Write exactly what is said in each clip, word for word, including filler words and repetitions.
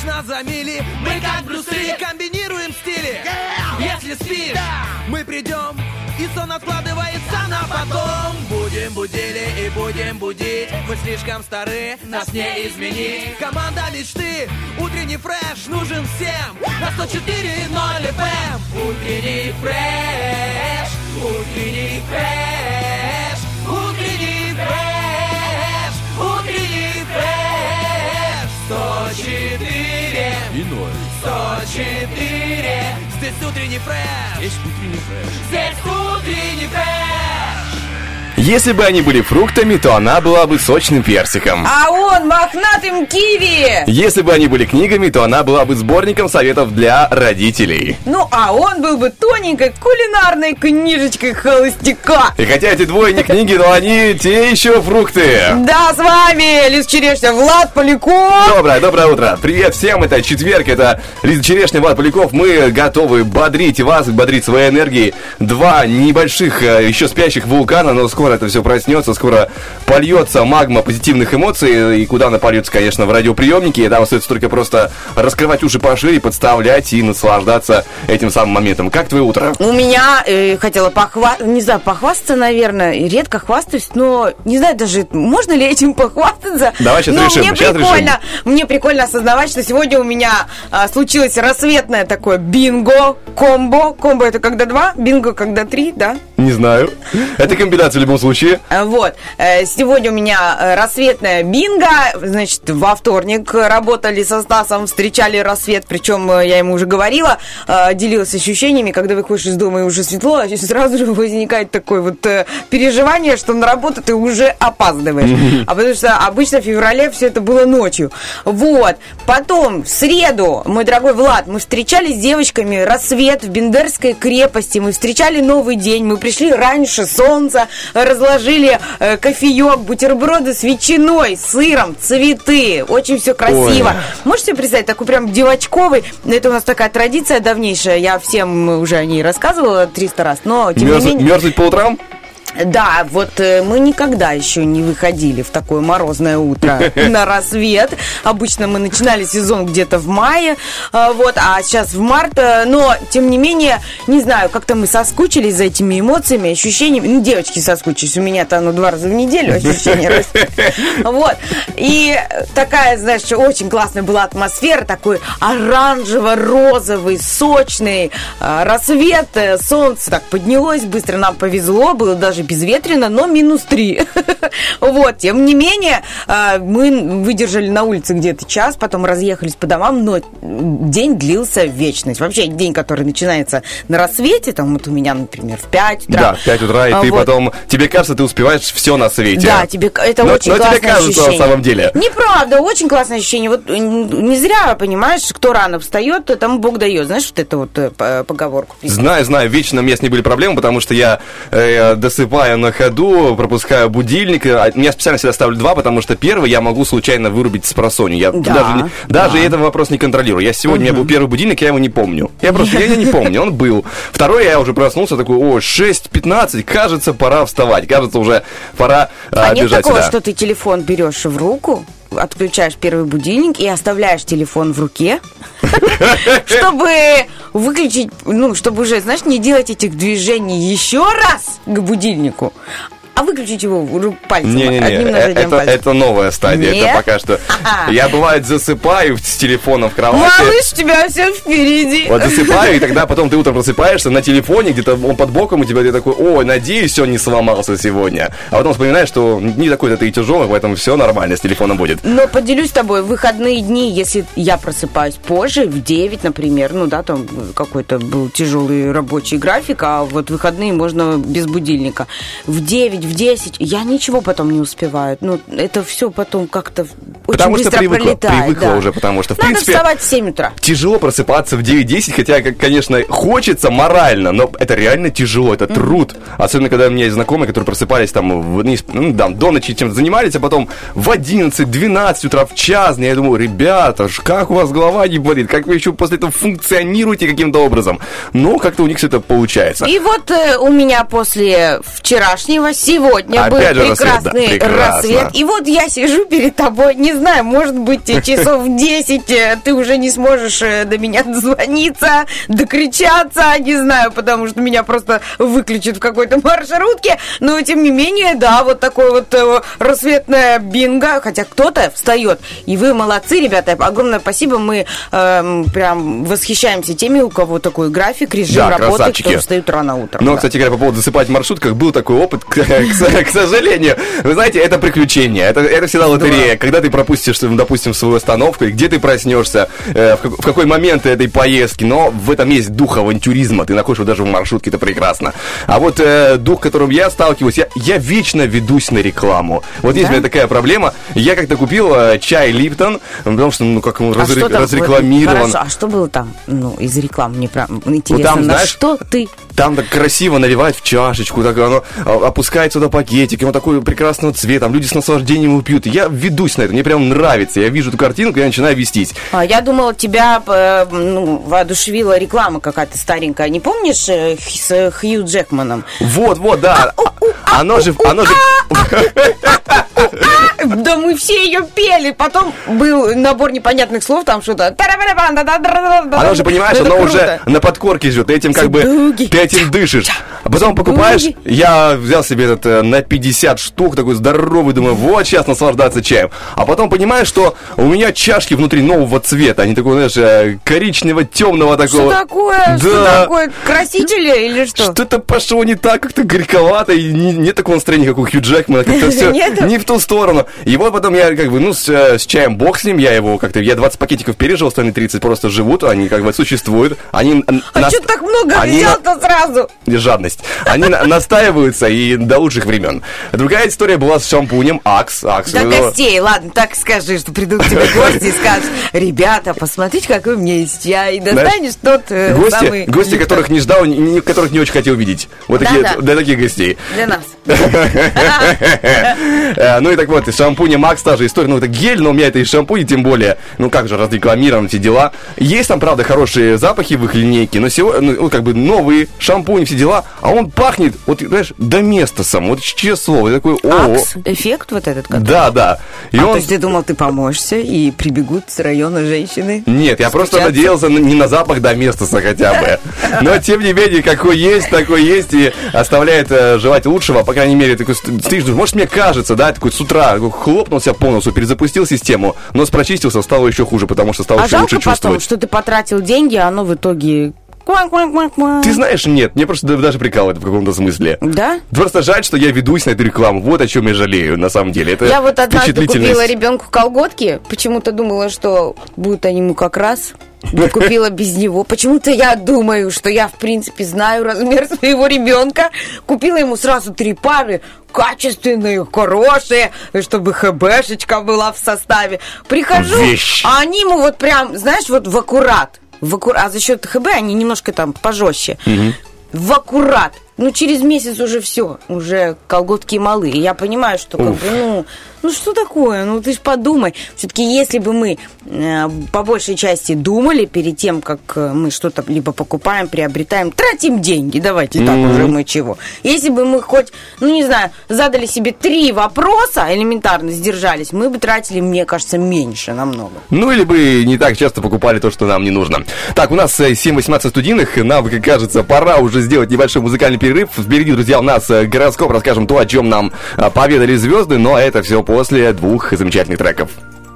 нас за мили. Мы как Брюс Ли комбинируем стили. Если спишь, мы придем, и сон откладывается на потом. Будем будили и будем будить. Мы слишком стары, нас не изменить. Команда мечты, утренний фреш нужен всем. На сто четыре ноль эф эм. Утренний фреш, утренний фреш, утренний фреш, утренний фреш. Сто четыре и ноль. Сто четыре. Здесь утренний фреш. Здесь утренний фреш. Здесь утренний фреш. Если бы они были фруктами, то она была бы сочным персиком. А он мохнатым киви. Если бы они были книгами, то она была бы сборником советов для родителей. Ну, а он был бы тоненькой кулинарной книжечкой холостяка. И хотя эти двое не книги, но они те еще фрукты. Да, с вами Лиза Черешня, Влад Поляков. Доброе, доброе утро. Привет всем, это четверг, это Лиза Черешня, Влад Поляков. Мы готовы бодрить вас, бодрить своей энергией. Два небольших, еще спящих вулкана, но скоро это все проснется, скоро польется магма позитивных эмоций. И куда она польется, конечно, в радиоприемнике. И там остается только просто раскрывать уши пошире, подставлять и наслаждаться этим самым моментом. Как твое утро? У меня, э, хотела похвастаться, не знаю, похвастаться, наверное, редко хвастаюсь, но не знаю даже, можно ли этим похвастаться. Давай сейчас но решим. Мне сейчас прикольно, решим. Мне прикольно осознавать, что сегодня у меня а, случилось рассветное такое бинго, комбо. Комбо это когда два, бинго когда три, да? Не знаю. Это комбинация в любом случае. Вот. Сегодня у меня рассветная бинго. Значит, во вторник работали со Стасом, встречали рассвет. Причем, я ему уже говорила, делилась ощущениями, когда выходишь из дома и уже светло, а сразу же возникает такое вот переживание, что на работу ты уже опаздываешь. Mm-hmm. А потому что обычно в феврале все это было ночью. Вот. Потом, в среду, мой дорогой Влад, мы встречались с девочками рассвет в Бендерской крепости. Мы встречали новый день. Мы пришли раньше солнца, разложили э, кофеек, бутерброды с ветчиной, сыром, цветы. Очень все красиво. Ой. Можете себе представить, такой прям девочковый. Это у нас такая традиция давнейшая. Я всем уже о ней рассказывала триста раз. Но тем Мерз... не менее... Мерзнуть по утрам? Да, вот э, мы никогда еще не выходили в такое морозное утро на рассвет. Обычно мы начинали сезон где-то в мае, э, вот, а сейчас в марте. Но, тем не менее, не знаю, как-то мы соскучились за этими эмоциями, ощущениями. Ну, девочки соскучились, у меня-то оно два раза в неделю ощущение растет. Вот, и такая, знаешь, очень классная была атмосфера, такой оранжево-розовый, сочный э, рассвет. Солнце так поднялось быстро, нам повезло, было даже безветренно, но минус три. Вот, тем не менее, мы выдержали на улице где-то час, потом разъехались по домам, но день длился вечность. Вообще, день, который начинается на рассвете, там вот у меня, например, в пять утра. Да, в пять утра, и а ты вот. Потом, тебе кажется, ты успеваешь все на свете. Да, тебе, это но, очень но классное тебе кажется, ощущение. На самом деле. Неправда, очень классное ощущение. Вот не зря, понимаешь, кто рано встает, то тому Бог дает. Знаешь, вот эту вот поговорку? Знаю, знаю, вечно у меня с ней были проблемы, потому что я э, досыпаю на ходу, пропускаю будильник. Я специально всегда ставлю два, потому что первый я могу случайно вырубить спросонью. Я да, даже, не, даже да. этот вопрос не контролирую. Я сегодня, угу. у меня был первый будильник, я его не помню. Я просто, я, я не помню, он был. Второй я уже проснулся, такой, о, шесть пятнадцать, кажется, пора вставать. Кажется, уже пора а, а бежать. А нет такого, сюда. что ты телефон берешь в руку, отключаешь первый будильник и оставляешь телефон в руке, чтобы выключить, ну, чтобы уже, знаешь, не делать этих движений еще раз к будильнику, а выключить его пальцем, не, не, не. одним нажатием это, пальца. Это новая стадия, Нет? это пока что. Я, бывает, засыпаю с телефоном в кровати. Малыш, у тебя все впереди. Вот засыпаю, и тогда потом ты утром просыпаешься на телефоне, где-то он под боком, и тебя ты такой, ой, надеюсь, он не сломался сегодня. А потом вспоминаешь, что не такой-то ты и тяжелый, поэтому все нормально с телефоном будет. Но поделюсь с тобой, в выходные дни, если я просыпаюсь позже, в девять, например, ну да, там какой-то был тяжелый рабочий график, а вот в выходные можно без будильника. В девять, в десять, я ничего потом не успеваю. Ну, это все потом как-то очень потому быстро что привыкла, пролетает. Привыкла да. уже, потому что, в Надо принципе, вставать в семь утра. Тяжело просыпаться в девять-десять, хотя, конечно, хочется морально, но это реально тяжело, это mm-hmm. труд. Особенно, когда у меня есть знакомые, которые просыпались там, в, ну, да, до ночи чем-то занимались, а потом в одиннадцать-двенадцать утра, в час. Я думаю, ребята, как у вас голова не болит, как вы еще после этого функционируете каким-то образом. Но как-то у них все это получается. И вот э, у меня после вчерашнего, сегодня Сегодня Опять был же рассвет, да, прекрасный прекрасно. рассвет. И вот я сижу перед тобой, не знаю, может быть, часов в десять ты уже не сможешь до меня дозвониться, докричаться, не знаю, потому что меня просто выключат в какой-то маршрутке. Но, тем не менее, да, вот такое вот э, рассветное бинго. Хотя кто-то встает. И вы молодцы, ребята. Огромное спасибо. Мы э, прям восхищаемся теми, у кого такой график, режим Да, работы, красавчики. кто встает рано утром. Но, да. кстати говоря, по поводу засыпать в маршрутках, был такой опыт, к, к, к сожалению. Вы знаете, это приключение, это, это всегда лотерея. Да. Когда ты пропустишь, допустим, свою остановку, и где ты проснешься, э, в, как, в какой момент этой поездки, но в этом есть дух авантюризма. Ты находишь его даже в маршрутке, это прекрасно. А вот э, дух, с которым я сталкиваюсь, я, я вечно ведусь на рекламу. Вот да? Есть у меня такая проблема. Я как-то купил э, чай Липтон, потому что, ну, как он а разре- там, разрекламирован. Хорошо, а что было там? Ну, из рекламы мне прям интересно. Ну, там, на знаешь, что ты... Там так красиво наливают в чашечку, так оно опускается туда пакетик, он такой прекрасного цвета, там люди с наслаждением его пьют. Я ведусь на это, мне прям нравится. Я вижу эту картинку, я начинаю вестись. А, я думала, тебя э, ну, воодушевила реклама какая-то старенькая. Не помнишь э, с Хью Джекманом? Вот, вот, да. Оно же... Оно же... Да мы все ее пели. Потом был набор непонятных слов, там что-то... Оно же, понимаешь, оно уже на подкорке живет. Ты этим как бы... Ты этим дышишь. А потом покупаешь... Я взял себе этот на пятьдесят штук, такой здоровый, думаю, вот сейчас наслаждаться чаем. А потом понимаешь, что у меня чашки внутри нового цвета. Они такого, знаешь, коричневого, темного такого. Что такое? Да. Что такое? Красители или что? Что-то пошло не так, как-то горьковато. И не, нет такого настроения, как у Хью Джекмана. Как-то все не в ту сторону. И вот потом я как бы, ну, с, с чаем бог с ним, я его как-то, я двадцать пакетиков пережил, остальные тридцать просто живут, они как бы существуют. Они... А на... что так много они взял-то на... сразу? Жадность. Они на... настаиваются и до лучших времен. Другая история была с шампунем Акс. Акс. До гостей, ладно, так скажи, что придут к тебе гости и скажут: ребята, посмотрите, какой у меня есть чай. И достанешь тот э, гости, самый... Гости, лифтер. Которых не ждал, не, которых не очень хотел видеть. Вот Да, такие, да. для таких гостей. Для нас. Ну и так вот, из шампуня Макс та же история. Ну это гель, но у меня это из шампуня, тем более, ну как же, разрекламирован, все дела. Есть там, правда, хорошие запахи в их линейке, но сегодня, ну как бы новые шампуни, все дела, а он пахнет, вот, знаешь, доместосом, вот честное слово, такой, о Акс, эффект вот этот, который... Да, да. И а он... то есть ты думал, ты поможешься, и прибегут с района женщины? Нет, я просто надеялся не на запах доместоса хотя бы. Но, тем не менее, какой есть, такой есть, и оставляет э, желать лучшего, по крайней мере, такой стоишь, может, мне кажется, да, такой с утра такой, хлопнулся по носу, перезапустил систему, но прочистился, стало еще хуже, потому что стал а еще лучше жалко чувствовать. потом, что ты потратил деньги, а оно в итоге... Ты знаешь, нет, мне просто даже прикалывает в каком-то смысле. Да? Просто жаль, что я ведусь на эту рекламу. Вот о чем я жалею, на самом деле. Это я вот однажды впечатлительность. купила ребенку колготки, почему-то думала, что будут они ему как раз. Купила без него. Почему-то я думаю, что я, в принципе, знаю размер своего ребенка. Купила ему сразу три пары, качественные, хорошие, чтобы хэбэшечка была в составе. Прихожу, Вещь. а они ему вот прям, знаешь, вот в аккурат. В аккурат. А за счет ХБ они немножко там пожестче. Угу. В аккурат. Ну, через месяц уже все, уже колготки малы. И я понимаю, что как бы, ну, ну что такое? Ну, ты ж подумай. Все-таки если бы мы э, по большей части думали перед тем, как мы что-то либо покупаем, приобретаем, тратим деньги, давайте так mm-hmm. уже мы чего. Если бы мы хоть, ну, не знаю, задали себе три вопроса, элементарно сдержались, мы бы тратили, мне кажется, меньше намного. Ну, или бы не так часто покупали то, что нам не нужно. Так, у нас семь восемнадцать студийных. Нам, как кажется, пора уже сделать небольшой музыкальный перерыв. Впереди, друзья, у нас гороскоп. Расскажем то, о чем нам поведали звезды, но это все после двух замечательных треков.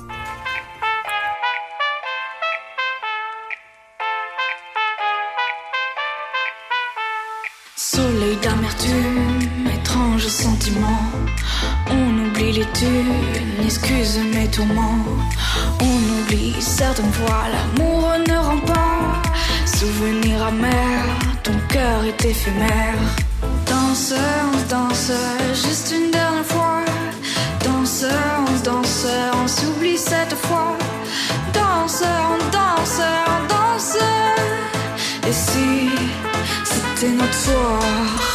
Soleil d'amertume, étrange sentiment. On oublie les thunes, excuse mes tourments. On oublie certaines fois, l'amour ne rend pas. Souvenir amer, ton cœur est éphémère. Danse, on se danse, juste une dernière fois. Danse, on se danse, on s'oublie cette fois. Danse, on danse, on danse. Et si c'était notre soir?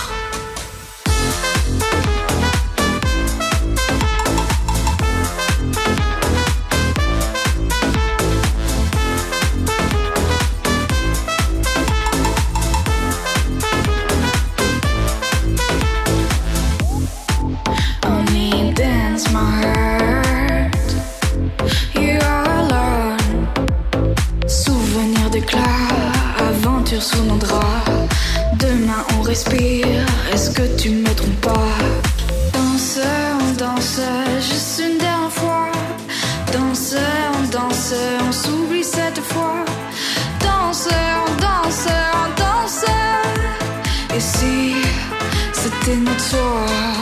me trompe pas. Danse, on danse, juste une dernière fois. Danse, on danse, on s'oublie cette fois. Danse, on danse, on danse. Et si c'était notre soir?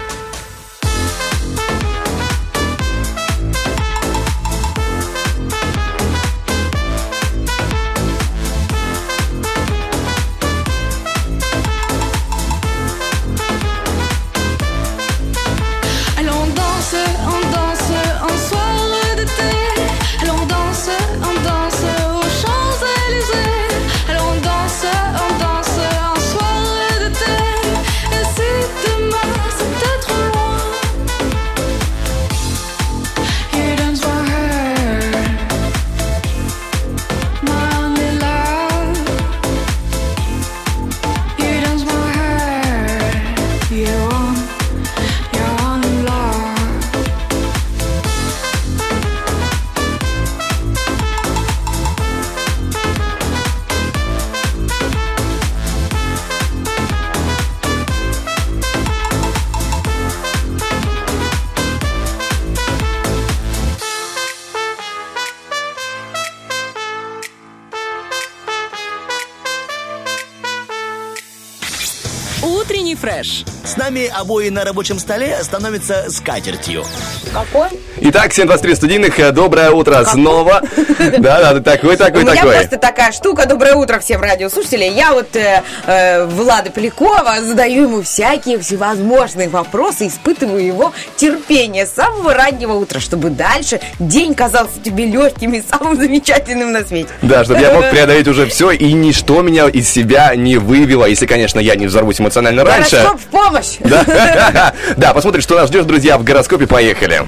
Утренний фреш. С нами обои на рабочем столе становятся скатертью. Какой? Итак, семь двадцать три студийных. Доброе утро снова. Да-да, такой, такой, У меня такой. просто такая штука. Доброе утро всем радиослушателям. Я вот э, э, Влада Полякова задаю ему всякие всевозможные вопросы, испытываю его терпение с самого раннего утра, чтобы дальше день казался тебе легким и самым замечательным на свете. Да, чтобы я мог преодолеть уже все, и ничто меня из себя не вывело, если, конечно, я не взорвусь эмоционально раньше. Гороскоп в помощь! Да, да, посмотрим, что нас ждет, друзья, в гороскопе. Поехали.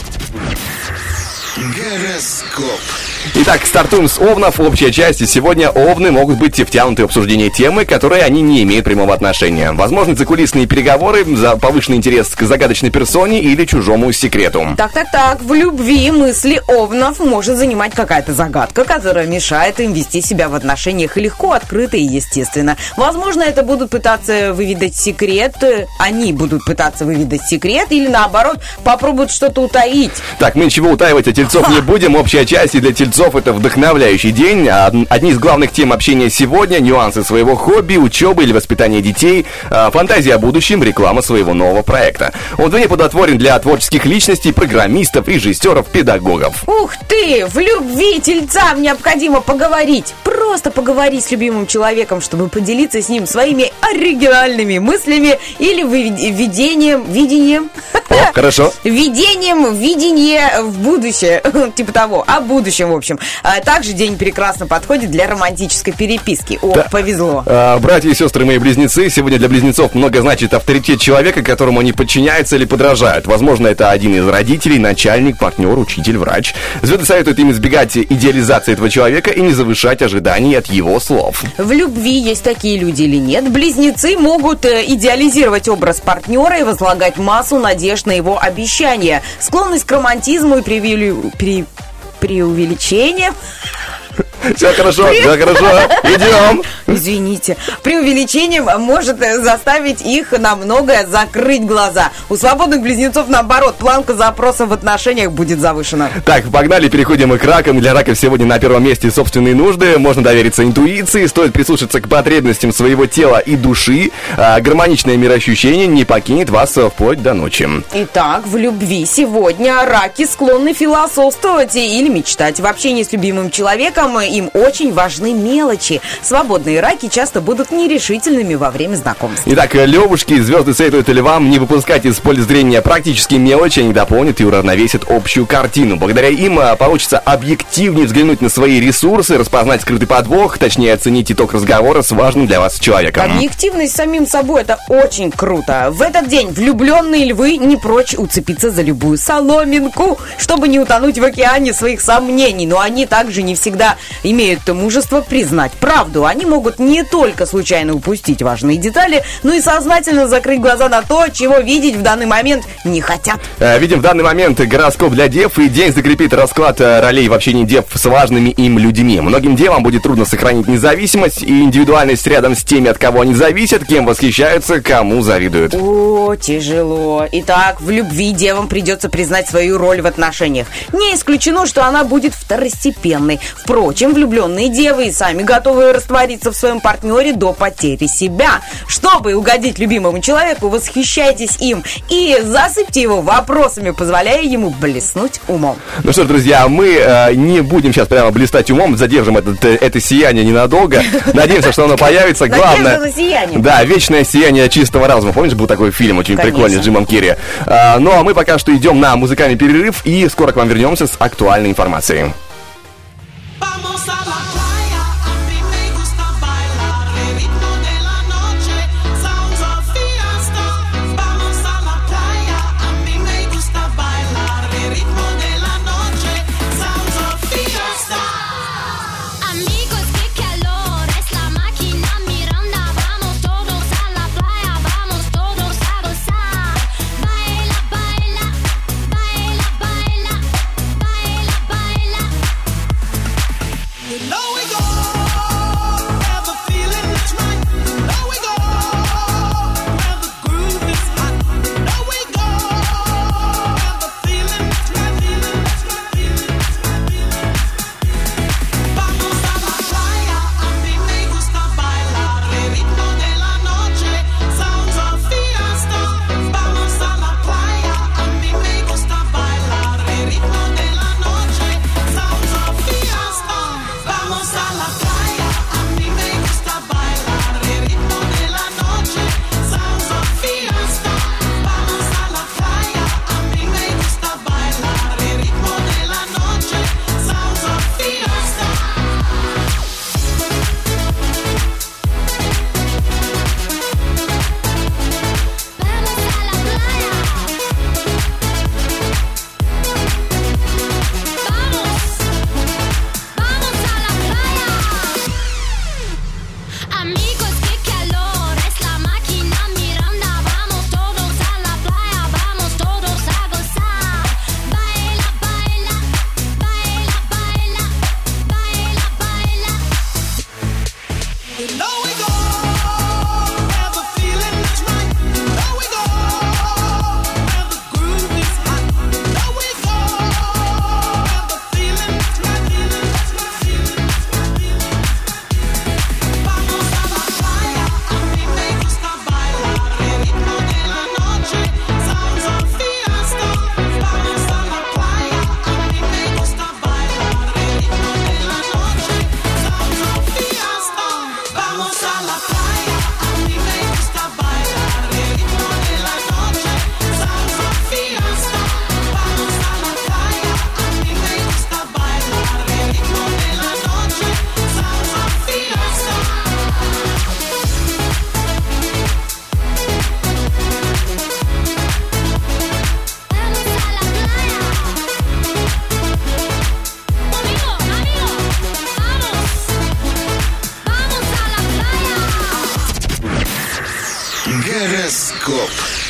Гороскоп. Итак, стартуем с овнов. Общая часть. И сегодня овны могут быть втянуты в обсуждение темы, которые они не имеют прямого отношения. Возможно, закулисные переговоры, за повышенный интерес к загадочной персоне или чужому секрету. Так-так-так, в любви мысли овнов может занимать какая-то загадка, которая мешает им вести себя в отношениях легко, открыто и естественно. Возможно, это будут пытаться выведать секрет, они будут пытаться выведать секрет или, наоборот, попробуют что-то утаить. Так, мы ничего утаивать от тельцов не будем. Общая часть, и для тельцов это вдохновляющий день. Одни из главных тем общения сегодня: нюансы своего хобби, учебы или воспитания детей, фантазия о будущем, реклама своего нового проекта. Он не плодотворен для творческих личностей, программистов, режиссеров, педагогов. Ух ты! В любви тельцам необходимо поговорить. Просто поговорить с любимым человеком, чтобы поделиться с ним своими оригинальными мыслями или видением, видением. О, хорошо. Видением, видение в будущее. Типа того. О будущем, в общем. Также день прекрасно подходит для романтической переписки. О, да. Повезло. А, братья и сестры, мои близнецы. Сегодня для близнецов много значит авторитет человека, которому они подчиняются или подражают. Возможно, это один из родителей, начальник, партнер, учитель, врач. Звезды советуют им избегать идеализации этого человека и не завышать ожиданий от его слов. В любви есть такие люди или нет? Близнецы могут идеализировать образ партнера и возлагать массу надежд на его обещания. Склонность к романтизму и привилю... при... преувеличением. Все хорошо, все хорошо, идем. Извините. Преувеличением может заставить их на многое закрыть глаза. У свободных близнецов, наоборот, планка запросов в отношениях будет завышена. Так, погнали, переходим к ракам. Для раков сегодня на первом месте собственные нужды. Можно довериться интуиции, стоит прислушаться к потребностям своего тела и души. А гармоничное мироощущение не покинет вас вплоть до ночи. Итак, в любви сегодня раки склонны философствовать или мечтать. В общении с любимым человеком им очень важны мелочи. Свободные раки часто будут нерешительными во время знакомств. Итак, левушки, звезды советуют ли вам не выпускать из поля зрения практические мелочи, они дополнят и уравновесят общую картину. Благодаря им получится объективнее взглянуть на свои ресурсы, распознать скрытый подвох, точнее оценить итог разговора с важным для вас человеком. Объективность с самим собой — это очень круто. В этот день влюбленные львы не прочь уцепиться за любую соломинку, чтобы не утонуть в океане своих сомнений. Но они также не всегда имеют мужество признать правду. Они могут не только случайно упустить важные детали, но и сознательно закрыть глаза на то, чего видеть в данный момент не хотят. Видим в данный момент гороскоп для дев, и день закрепит расклад ролей в общении дев с важными им людьми. Многим девам будет трудно сохранить независимость и индивидуальность рядом с теми, от кого они зависят, кем восхищаются, кому завидуют. О, тяжело. Итак, в любви девам придется признать свою роль в отношениях. Не исключено, что она будет второстепенной. Впрочем, влюбленные девы и сами готовы раствориться в своем партнере до потери себя. Чтобы угодить любимому человеку, восхищайтесь им и засыпьте его вопросами, позволяя ему блеснуть умом. Ну что ж, друзья, мы э, не будем сейчас прямо блистать умом, задержим этот, это сияние ненадолго. Надеемся, что оно появится. Главное, на сияние. Да, вечное сияние чистого разума. Помнишь, был такой фильм очень Конечно. прикольный с Джимом Керри. А, ну а мы пока что идем на музыкальный перерыв и скоро к вам вернемся с актуальной информацией. Гороскоп.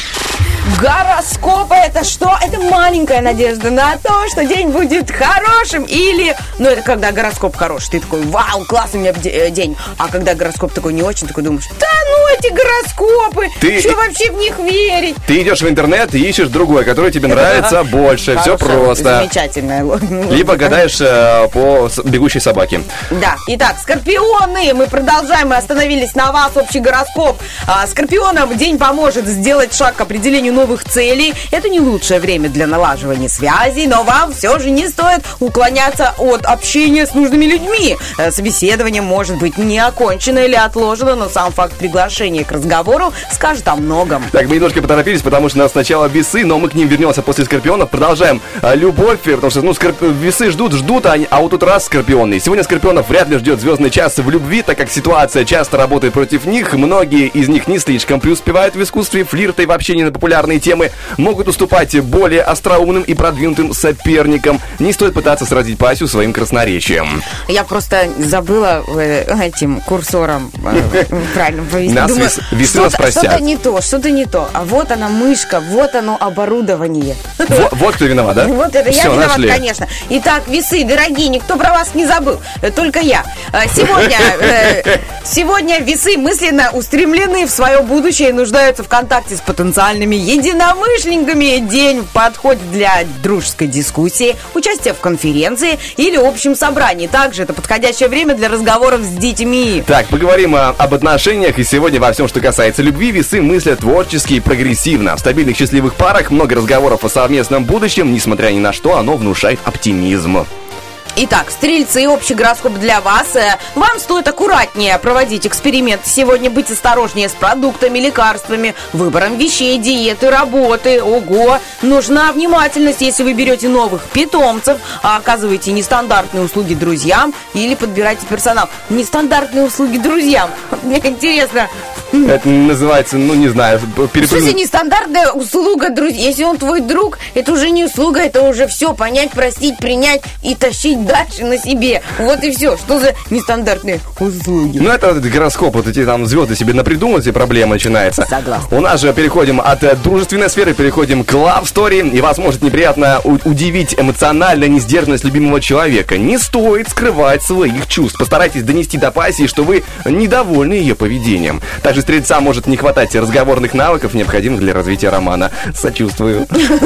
Гороскоп — это что? Это маленькая надежда на то, что день будет хорошим. Или, ну это когда гороскоп хороший, ты такой: вау, классный у меня день. А когда гороскоп такой не очень, такой думаешь: да ну эти гороскопы, ты... что вообще в них верить? Ты идешь в интернет и ищешь другой, который тебе нравится больше. Все просто. Замечательное. Либо гадаешь э, по бегущей собаке. Да. Итак, скорпионы, мы продолжаем, мы остановились на вас, общий гороскоп. А, скорпионам день поможет сделать шаг к определению новых целей. Это не лучшее время для налаживания связей, но вам все же не стоит уклоняться от общения с нужными людьми. Собеседование может быть не окончено или отложено, но сам факт приглашения отношение к разговору скажет о многом. Так, мы немножко поторопились, потому что у нас сначала весы, но мы к ним вернемся после скорпионов. Продолжаем а, любовь, потому что ну, скорп... весы ждут, ждут, а, а вот тут раз скорпионы. Сегодня скорпионов вряд ли ждет звездный час в любви, так как ситуация часто работает против них. Многие из них не слишком преуспевают в искусстве флирта и в общении на популярные темы, могут уступать более остроумным и продвинутым соперникам. Не стоит пытаться сразить пассию своим красноречием. Я просто забыла э, этим курсором э, правильно повести. Нас Думаю, вес, весы что-то, нас простят. что-то не то, что-то не то. А вот она мышка, вот оно оборудование. Вот, вот кто виноват, да? Вот это я Все, виноват, нашли. конечно. Итак, весы, дорогие, никто про вас не забыл, только я. Сегодня, э, сегодня весы мысленно устремлены в свое будущее и нуждаются в контакте с потенциальными единомышленниками. День подходит для дружеской дискуссии, участия в конференции или общем собрании. Также это подходящее время для разговоров с детьми. Так, поговорим о, об отношениях. И сегодня во всем, что касается любви, весы мыслят творчески и прогрессивно. В стабильных счастливых парах много разговоров о совместном будущем. Несмотря ни на что, оно внушает оптимизм. Итак, стрельцы, общий гороскоп для вас. Вам стоит аккуратнее проводить эксперимент сегодня, быть осторожнее с продуктами, лекарствами, выбором вещей, диеты, работы. Ого! Нужна внимательность, если вы берете новых питомцев, а оказываете нестандартные услуги друзьям или подбираете персонал. Нестандартные услуги друзьям. Мне интересно. Это называется, ну не знаю, перепрыгнуть. В смысле, нестандартная услуга друзей. Если он твой друг, это уже не услуга, это уже все понять, простить, принять и тащить дальше на себе. Вот и все. Что за нестандартные услуги? Ну, это гороскоп. Вот эти там звезды себе напридумывают, и проблема начинается. Согласна. У нас же переходим от дружественной сферы, переходим к love story. И вас может неприятно удивить эмоциональная несдержанность любимого человека. Не стоит скрывать своих чувств. Постарайтесь донести до пассии, что вы недовольны ее поведением. Также стрельца может не хватать разговорных навыков, необходимых для развития романа. Сочувствую.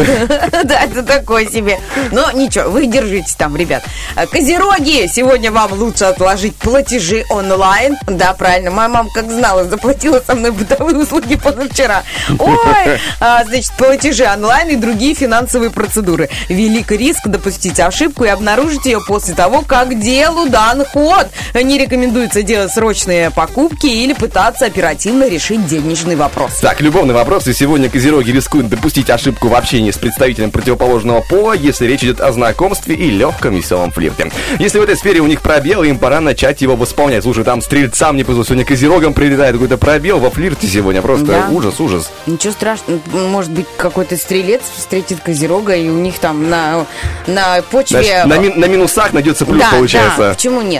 Да, это такое себе. Но ничего, вы держитесь там, ребят. Козероги, сегодня вам лучше отложить платежи онлайн. Да, правильно, моя мама как знала, заплатила со мной бытовые услуги позавчера. Ой, а, значит, платежи онлайн и другие финансовые процедуры. Велик риск допустить ошибку и обнаружить ее после того, как делу дан ход. Не рекомендуется делать срочные покупки или пытаться оперативно решить денежный вопрос. Так, любовный вопрос. И сегодня козероги рискуют допустить ошибку в общении с представителем противоположного пола, если речь идет о знакомстве и легком веселом флирте. Если в этой сфере у них пробел, им пора начать его восполнять. Слушай, там стрельцам не повезло, сегодня козерогам прилетает какой-то пробел во флирте сегодня. Просто да. ужас, ужас. Ничего страшного. Может быть, какой-то стрелец встретит козерога, и у них там на, на почве... Знаешь, на, ми- на минусах найдется плюс, да, получается. Да, почему нет?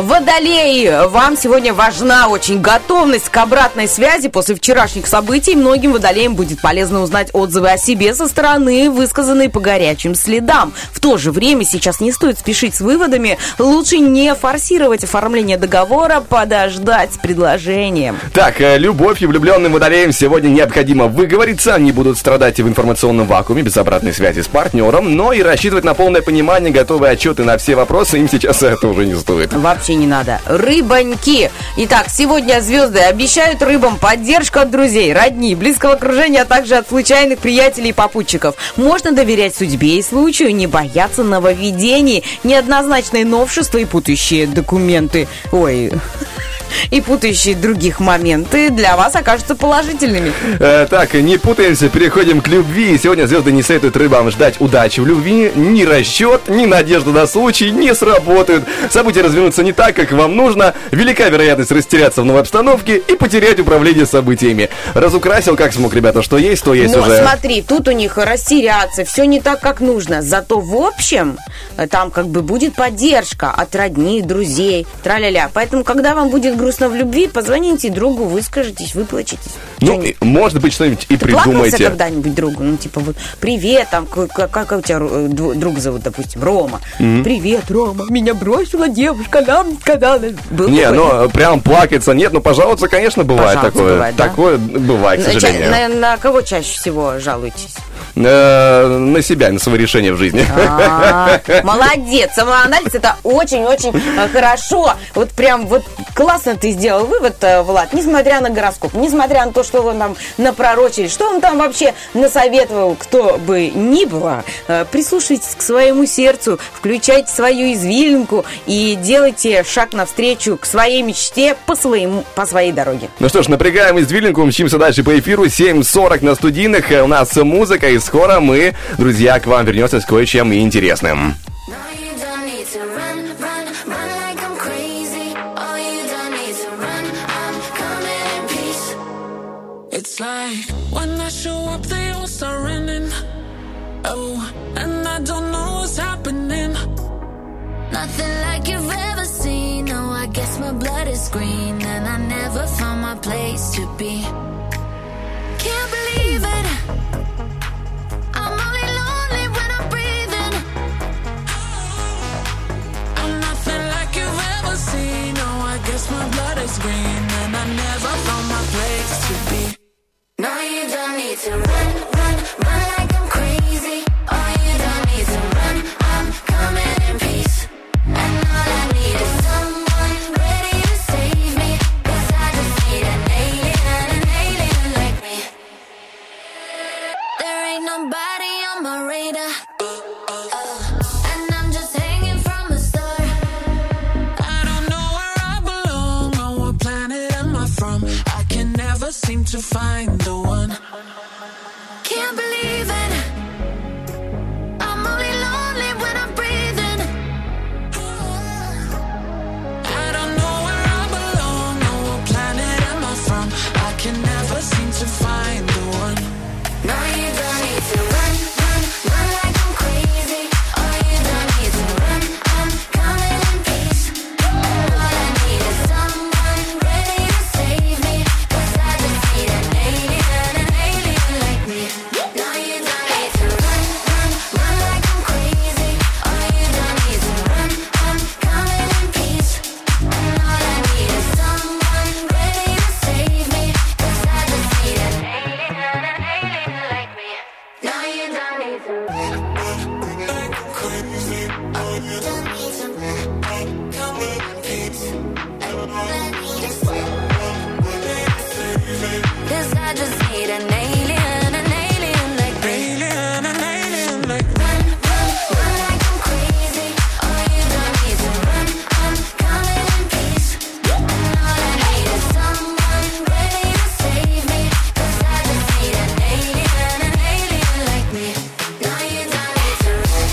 Водолеи, вам сегодня важна очень готовность к обратной связи после вчерашних событий. Многим водолеям будет полезно узнать отзывы о себе со стороны, высказанные по горячим следам. В то же время сейчас не стоит спешить с выводами. Лучше не форсировать оформление договора, подождать с предложением. Так, любовь и влюбленным водолеям сегодня необходимо выговориться. Они будут страдать в информационном вакууме без обратной связи с партнером, но и рассчитывать на полное понимание, готовые отчеты на все вопросы им сейчас это уже не стоит. Вообще не надо. Рыбоньки. Итак, сегодня звезды обещают рыбам поддержку от друзей, родни, близкого окружения, а также от случайных приятелей и попутчиков. Можно доверять судьбе и случаю, не бояться нововведений, неоднозначные новшества и путающие документы. Ой... и путающие других моменты для вас окажутся положительными. Э, так, не путаемся, переходим к любви. Сегодня звезды не советуют рыбам ждать удачи в любви. Ни расчет, ни надежда на случай не сработают. События развернутся не так, как вам нужно. Велика вероятность растеряться в новой обстановке и потерять управление событиями. Разукрасил как смог, ребята, что есть, то есть. Но уже. Смотри, тут у них растеряться, все не так, как нужно. Зато в общем, там как бы будет поддержка от родни, друзей, тра-ля-ля. Поэтому, когда вам будет грустно в любви, позвоните другу, выскажитесь, выплачетесь. Ну, и, может быть, что-нибудь и Ты придумайте. плакался когда-нибудь другу? Ну, типа вот, привет, там, как, как у тебя друг зовут, допустим, Рома. Mm-hmm. Привет, Рома, меня бросила девушка, нам сказала. Был не, такой? ну, прям плакаться нет, но пожаловаться, конечно, бывает Пожалуйста, такое. Бывает, да? Такое бывает, к сожалению. На, на, на кого чаще всего жалуетесь? э, на себя, на свои решения в жизни. Молодец, самоанализ — это очень-очень хорошо. Вот прям вот классно ты сделал вывод, Влад, несмотря на гороскоп, несмотря на то, что вы нам напророчили, что он там вообще насоветовал, кто бы ни было, прислушайтесь к своему сердцу, включайте свою извилинку и делайте шаг навстречу к своей мечте по, своему, по своей дороге. Ну что ж, напрягаем извилинку, мчимся дальше по эфиру. семь сорок на студийных, у нас музыка, и скоро мы, друзья, к вам вернемся с кое-чем интересным. It's like when I show up, they all start running. Oh, and I don't know what's happening. Nothing like you've ever seen. No, I guess my blood is green, and I never found my place to be. Can't believe it. I'm only lonely when I'm breathing. I'm nothing like you've ever seen. No, I guess my blood is green, and I never found my place to be. No, you don't need to run, run, run like I'm crazy. Oh, you don't need to run, I'm coming in peace. And all I need is someone ready to save me. 'Cause I just need an alien, an alien like me. There ain't nobody on my radar. Oh, and I'm just hanging from a star. I don't know where I belong, or what planet am I from. I can never seem to find the one. Can't believe it. I'm only lonely when I'm breathing. I don't know where I belong, or what planet am I from. I can never seem to find the one. No, you don't need to run, run, run like I'm crazy. Oh, you don't need to run, I'm coming in peace. And all I need is someone ready to save me. 'Cause I just need an alien, an alien like me. No, you don't need to run, run, run like I'm crazy. Oh, you don't need to run, I'm coming in peace. And all I need is someone ready to save me. 'Cause I just need an alien, an alien like me. No, you don't need to run. Cause I just need an alien, an alien like me. Alien, an alien like me. Run, run, run like I'm crazy. Oh, you don't need to run, I'm coming in peace. And all I need is someone ready to save me. 'Cause I just need an alien, an alien like me. No, you don't need to run.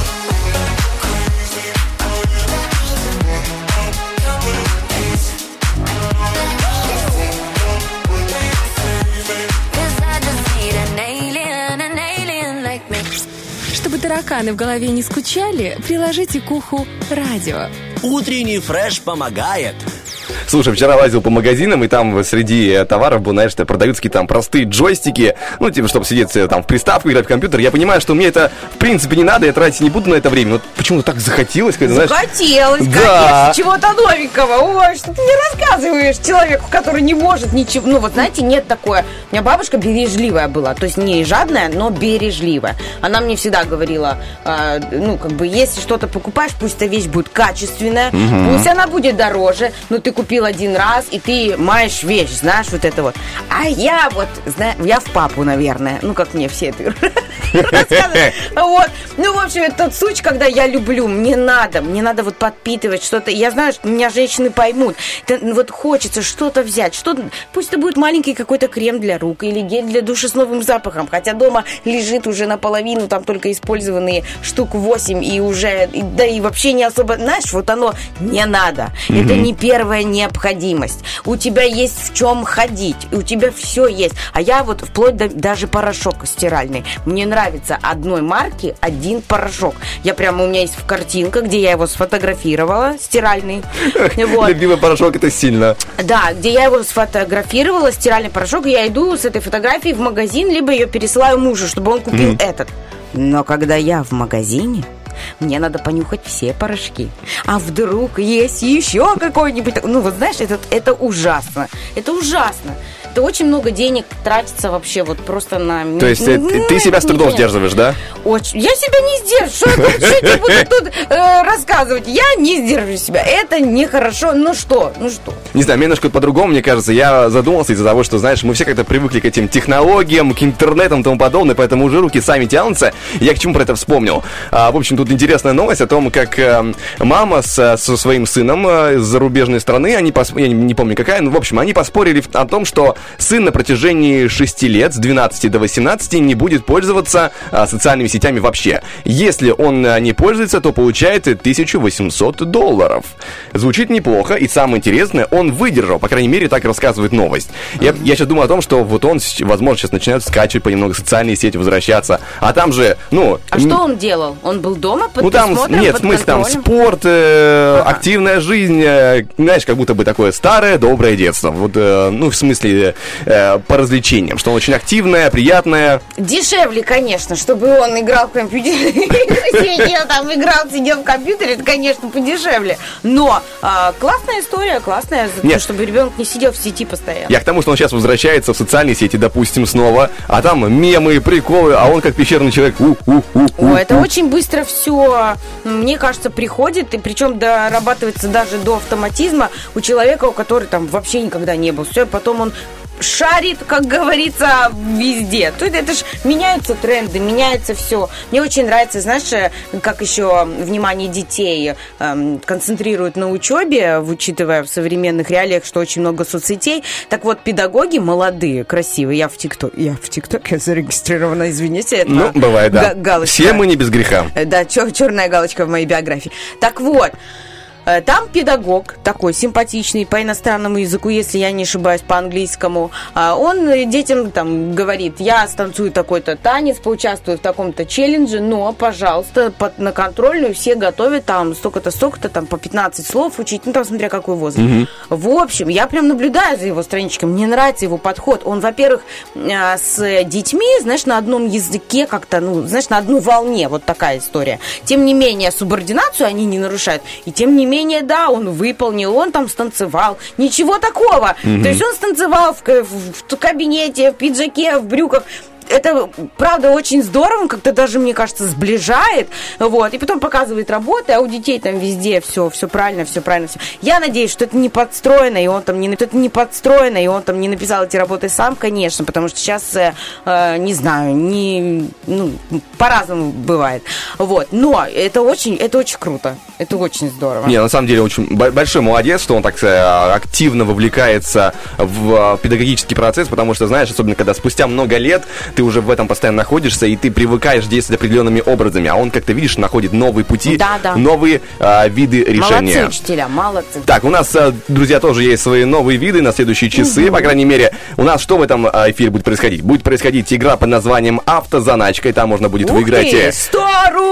Cause I just need an alien, an alien like me. Чтобы тараканы в голове не скучали, приложите к уху радио. Утренний фреш помогает. Слушай, вчера лазил по магазинам, и там среди товаров, знаешь, продаются какие-то там простые джойстики, ну, типа, чтобы сидеть там в приставку, играть в компьютер. Я понимаю, что мне это, в принципе, не надо, я тратить не буду на это время. Но почему-то так захотелось, когда, знаешь... Захотелось, да. конечно, чего-то новенького. Ой, что ты мне рассказываешь человеку, который не может ничего... Ну, вот, знаете, нет такое... У меня бабушка бережливая была, то есть не жадная, но бережливая. Она мне всегда говорила, э, ну, как бы, если что-то покупаешь, пусть эта вещь будет качественная, угу. Пусть она будет дороже, но ты купил один раз, и ты маешь вещь, знаешь, вот это вот. А я вот, знаю, я в папу, наверное, ну, как мне все это рассказывают. Вот. Ну, в общем, это тот случай, когда я люблю, мне надо, мне надо вот подпитывать что-то. Я знаю, что меня женщины поймут. Это, вот хочется что-то взять, что пусть это будет маленький какой-то крем для рук или гель для душа с новым запахом, хотя дома лежит уже наполовину, там только использованные штук восемь, и уже, и, да и вообще не особо, знаешь, вот оно не надо. Mm-hmm. Это не первая необходимость. У тебя есть в чем ходить, и у тебя все есть. А я вот вплоть до даже порошок стиральный. Мне нравится одной марки один порошок. Я прямо, у меня есть картинка, где я его сфотографировала, стиральный. Вот. Любимый порошок, это сильно. Да, где я его сфотографировала, стиральный порошок, и я иду с этой фотографией в магазин, либо ее пересылаю мужу, чтобы он купил mm. этот. Но когда я в магазине, мне надо понюхать все порошки. А вдруг есть еще какой-нибудь... Ну, вот знаешь, это, это ужасно. Это ужасно. это очень много денег тратится вообще вот просто на... То есть ну, ты, ты себя с трудом непонятно. сдерживаешь, да? Очень. Я себя не сдерживаю. Что я тут- что я буду тут э, рассказывать? Я не сдерживаю себя. Это нехорошо. Ну что? Ну что? Не знаю, мне немножко по-другому, мне кажется, я задумался из-за того, что, знаешь, мы все как-то привыкли к этим технологиям, к интернетам и тому подобное, поэтому уже руки сами тянутся. Я к чему про это вспомнил? А, в общем, тут интересная новость о том, как э, мама с, со своим сыном э, из зарубежной страны, они пос... я не, не помню какая, но, в общем, они поспорили в- о том, что сын на протяжении шести лет, с двенадцати до восемнадцати, не будет пользоваться а, социальными сетями вообще. Если он а, не пользуется, то получает тысячу восемьсот долларов. Звучит неплохо, и самое интересное, он выдержал, по крайней мере, так рассказывает новость. Я, я сейчас думаю о том, что вот он, с- возможно, сейчас начинает скачивать понемногу социальные сети, возвращаться. А там же, ну... А что он делал? Он был дома под Ну там, присмотром, нет, под в смысле, там контролем? спорт, э, Ага. активная жизнь, э, знаешь, как будто бы такое старое, доброе детство. Вот, э, ну, в смысле, э, по развлечениям, что он очень активное, приятное. Дешевле, конечно, чтобы он играл в компьютер, сидел там, играл, сидел в компьютере, это, конечно, подешевле. Но а, классная история, классная, за то, Нет. чтобы ребенок не сидел в сети постоянно. Я к тому, что он сейчас возвращается в социальные сети, допустим, снова, а там мемы, приколы, а он как пещерный человек. У-у-у-у. О, это очень быстро все, мне кажется, приходит, и причем дорабатывается даже до автоматизма у человека, у которого там вообще никогда не был. Все, потом он шарит, как говорится, везде. Тут это ж меняются тренды, меняется все. Мне очень нравится, знаешь, э, как еще внимание детей эм, концентрируют на учебе, учитывая в современных реалиях, что очень много соцсетей. Так вот, педагоги молодые, красивые. Я в ТикТок, я в ТикТоке зарегистрирована, извините. Это Ну, бывает, да. га- галочка. Все мы не без греха. Э, Да, чер- черная галочка в моей биографии. Так вот, э, там педагог такой симпатичный по иностранному языку, если я не ошибаюсь, по английскому. А Он э, детям там говорит: я станцую такой-то танец, поучаствую в таком-то челлендже, но, пожалуйста, под, на контрольную все готовят там столько-то, столько-то, там по пятнадцать слов учить, ну там смотря какой возраст. В общем, я прям наблюдаю за его страничкой, мне нравится его подход. Он, во-первых, э, с детьми, знаешь, на одном языке как-то, ну, знаешь, на одной волне, вот такая история. Тем не менее, субординацию они не нарушают, и тем не менее, да, он выполнил, он там станцевал, ничего такого. То есть он станцевал в, к- в кабинете, в пиджаке, в брюках. Это, правда, очень здорово, как-то даже, мне кажется, сближает, вот, и потом показывает работы, а у детей там везде все, все правильно, все правильно, все. Я надеюсь, что это не подстроено, и он там не, это не подстроено, и он там не написал эти работы сам, конечно, потому что сейчас, э, э, не знаю, не, ну, по-разному бывает, вот, но это очень, это очень круто, это очень здорово. Не, на самом деле очень бо- большой молодец, что он так э, активно вовлекается в э, педагогический процесс, потому что, знаешь, особенно когда спустя много лет ты уже в этом постоянно находишься, и ты привыкаешь действовать определенными образами, а он, как ты видишь, находит новые пути, Да, да. новые э, виды решения. Молодцы, учителя, молодцы. Так, у нас, э, друзья, тоже есть свои новые виды на следующие часы, по крайней мере. У нас что в этом э, эфире будет происходить? Будет происходить игра под названием «Автозаначка», и там можно будет Ух выиграть... ты, э, сто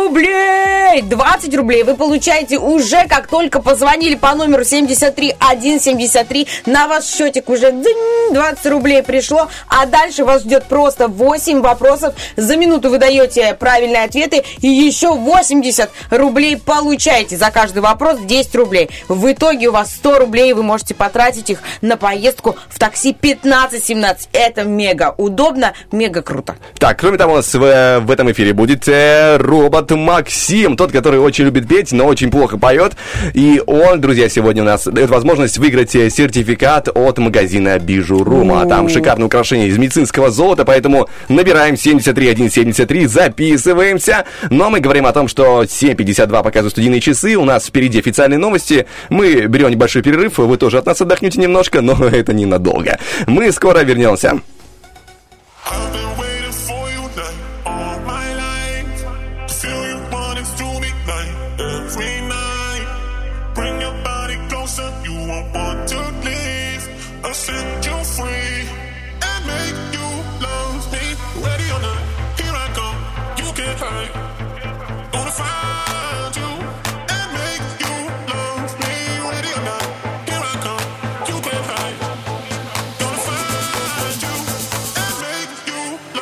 рублей! двадцать рублей вы получаете уже, как только позвонили по номеру семьдесят три сто семьдесят три. На ваш счетик уже дзынь, двадцать рублей пришло, а дальше вас ждет просто восемь вопросов. За минуту вы даете правильные ответы и еще восемьдесят рублей получаете. За каждый вопрос десять рублей. В итоге у вас сто рублей, вы можете потратить их на поездку в такси пятнадцать семнадцать. Это мега удобно, мега круто. Так, кроме того, у нас в, в этом эфире будет э, робот Максим, тот, который очень любит петь, но очень плохо поет. И он, друзья, сегодня у нас дает возможность выиграть э, сертификат от магазина Бижурума. А там шикарное украшение из медицинского золота, поэтому набираем семьдесят три сто семьдесят три, записываемся. Но мы говорим о том, что семь пятьдесят два показывают студийные часы, у нас впереди официальные новости. Мы берем небольшой перерыв, вы тоже от нас отдохнете немножко, но это ненадолго. Мы скоро вернемся. I've been waiting for you like all my life. Feel you running through me like every night. Bring your body closer, you won't want to leave. I'll set you free and make you love me. Ready or not, here I come. You can't hide. Gonna find you and make you love me. Ready or not, here I come. You can't hide. Gonna find you and make you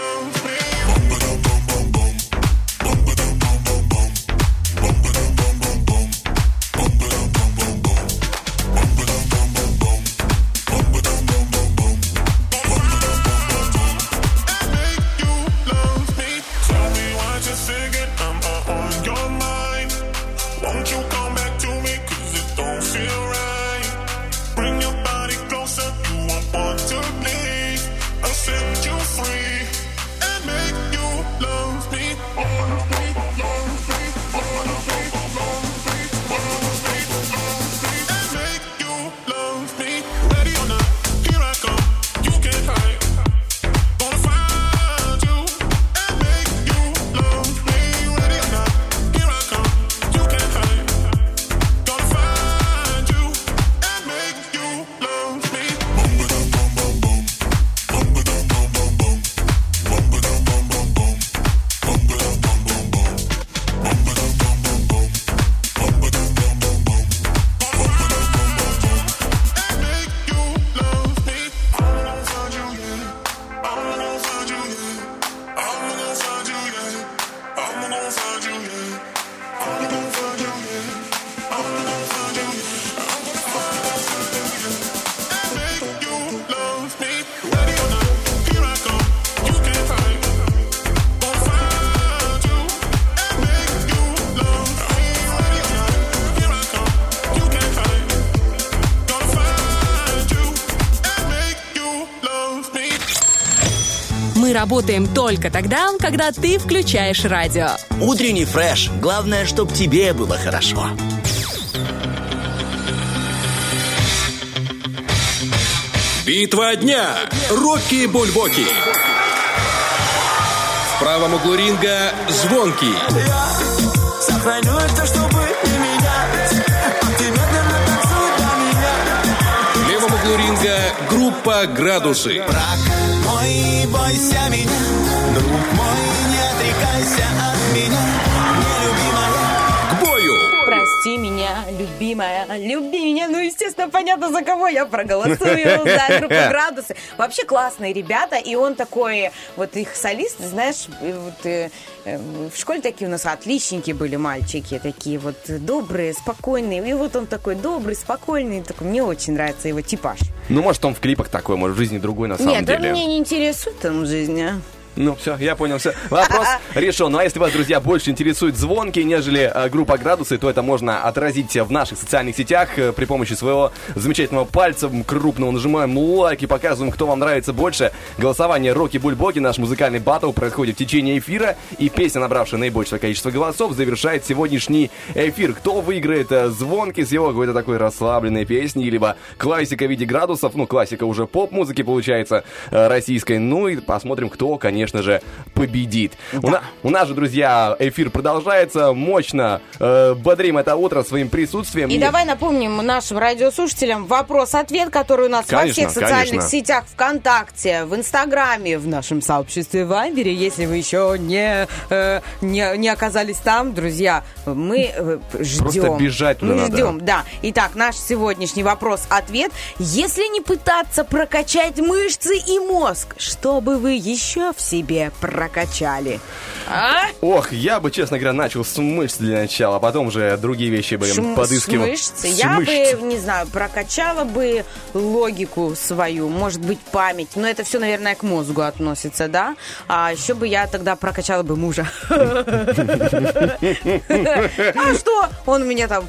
работаем только тогда, когда ты включаешь радио. Утренний фреш. Главное, чтоб тебе было хорошо. Битва дня. Рокки Бульбоки. В правом углу ринга Звонкий. Сохраню это, чтобы не менять. А ты медленно танцуй до меня. В левом углу ринга группа «Градусы». Брак мой, бойся меня. Друг мой, не отрекайся от меня. Нелюбимая. К бою. Прости меня, любимая, люби меня. Ну, естественно, понятно, за кого я проголосую. За группу «Градусы». Вообще классные ребята. И он такой, вот их солист, знаешь, вот, э, э, в школе такие у нас отличники были мальчики. Такие вот добрые, спокойные. И вот он такой добрый, спокойный. Такой, мне очень нравится его типаж. Ну, может, он в клипах такой, может, в жизни другой на самом Нет, деле. Нет, он меня не интересует там в жизни, а. Ну, все, я понял, все. Вопрос решен. Ну, а если вас, друзья, больше интересует Звонкий, нежели э, группа «Градусы», то это можно отразить в наших социальных сетях э, при помощи своего замечательного пальца крупного. Нажимаем лайк и показываем, кто вам нравится больше. Голосование «Рокки Бульбоки», наш музыкальный баттл, происходит в течение эфира. И песня, набравшая наибольшее количество голосов, завершает сегодняшний эфир. Кто выиграет э, Звонкий с его какой-то такой расслабленной песней, либо классика в виде градусов. Ну, классика уже поп-музыки, получается, э, российской. Ну, и посмотрим, кто, конечно, конечно же, победит. Да. У, на, у нас же, друзья, эфир продолжается. Мощно э, бодрим это утро своим присутствием. И, и давай напомним нашим радиослушателям вопрос-ответ, который у нас конечно, во всех социальных конечно. сетях, ВКонтакте, в Инстаграме, в нашем сообществе в Вайбере. Если вы еще не, э, не, не оказались там, друзья, мы э, ждем. Просто бежать туда Мы надо. ждем, да. Итак, наш сегодняшний вопрос-ответ. Если не пытаться прокачать мышцы и мозг, что бы вы еще все себе прокачали. А? Ох, я бы, честно говоря, начал с мышц для начала, а потом уже другие вещи бы Шм- подыскивал. С мышц? Я мышц. бы, не знаю, прокачала бы логику свою, может быть, память. Но это все, наверное, к мозгу относится, да? А еще бы я тогда прокачала бы мужа. А что? Он у меня там,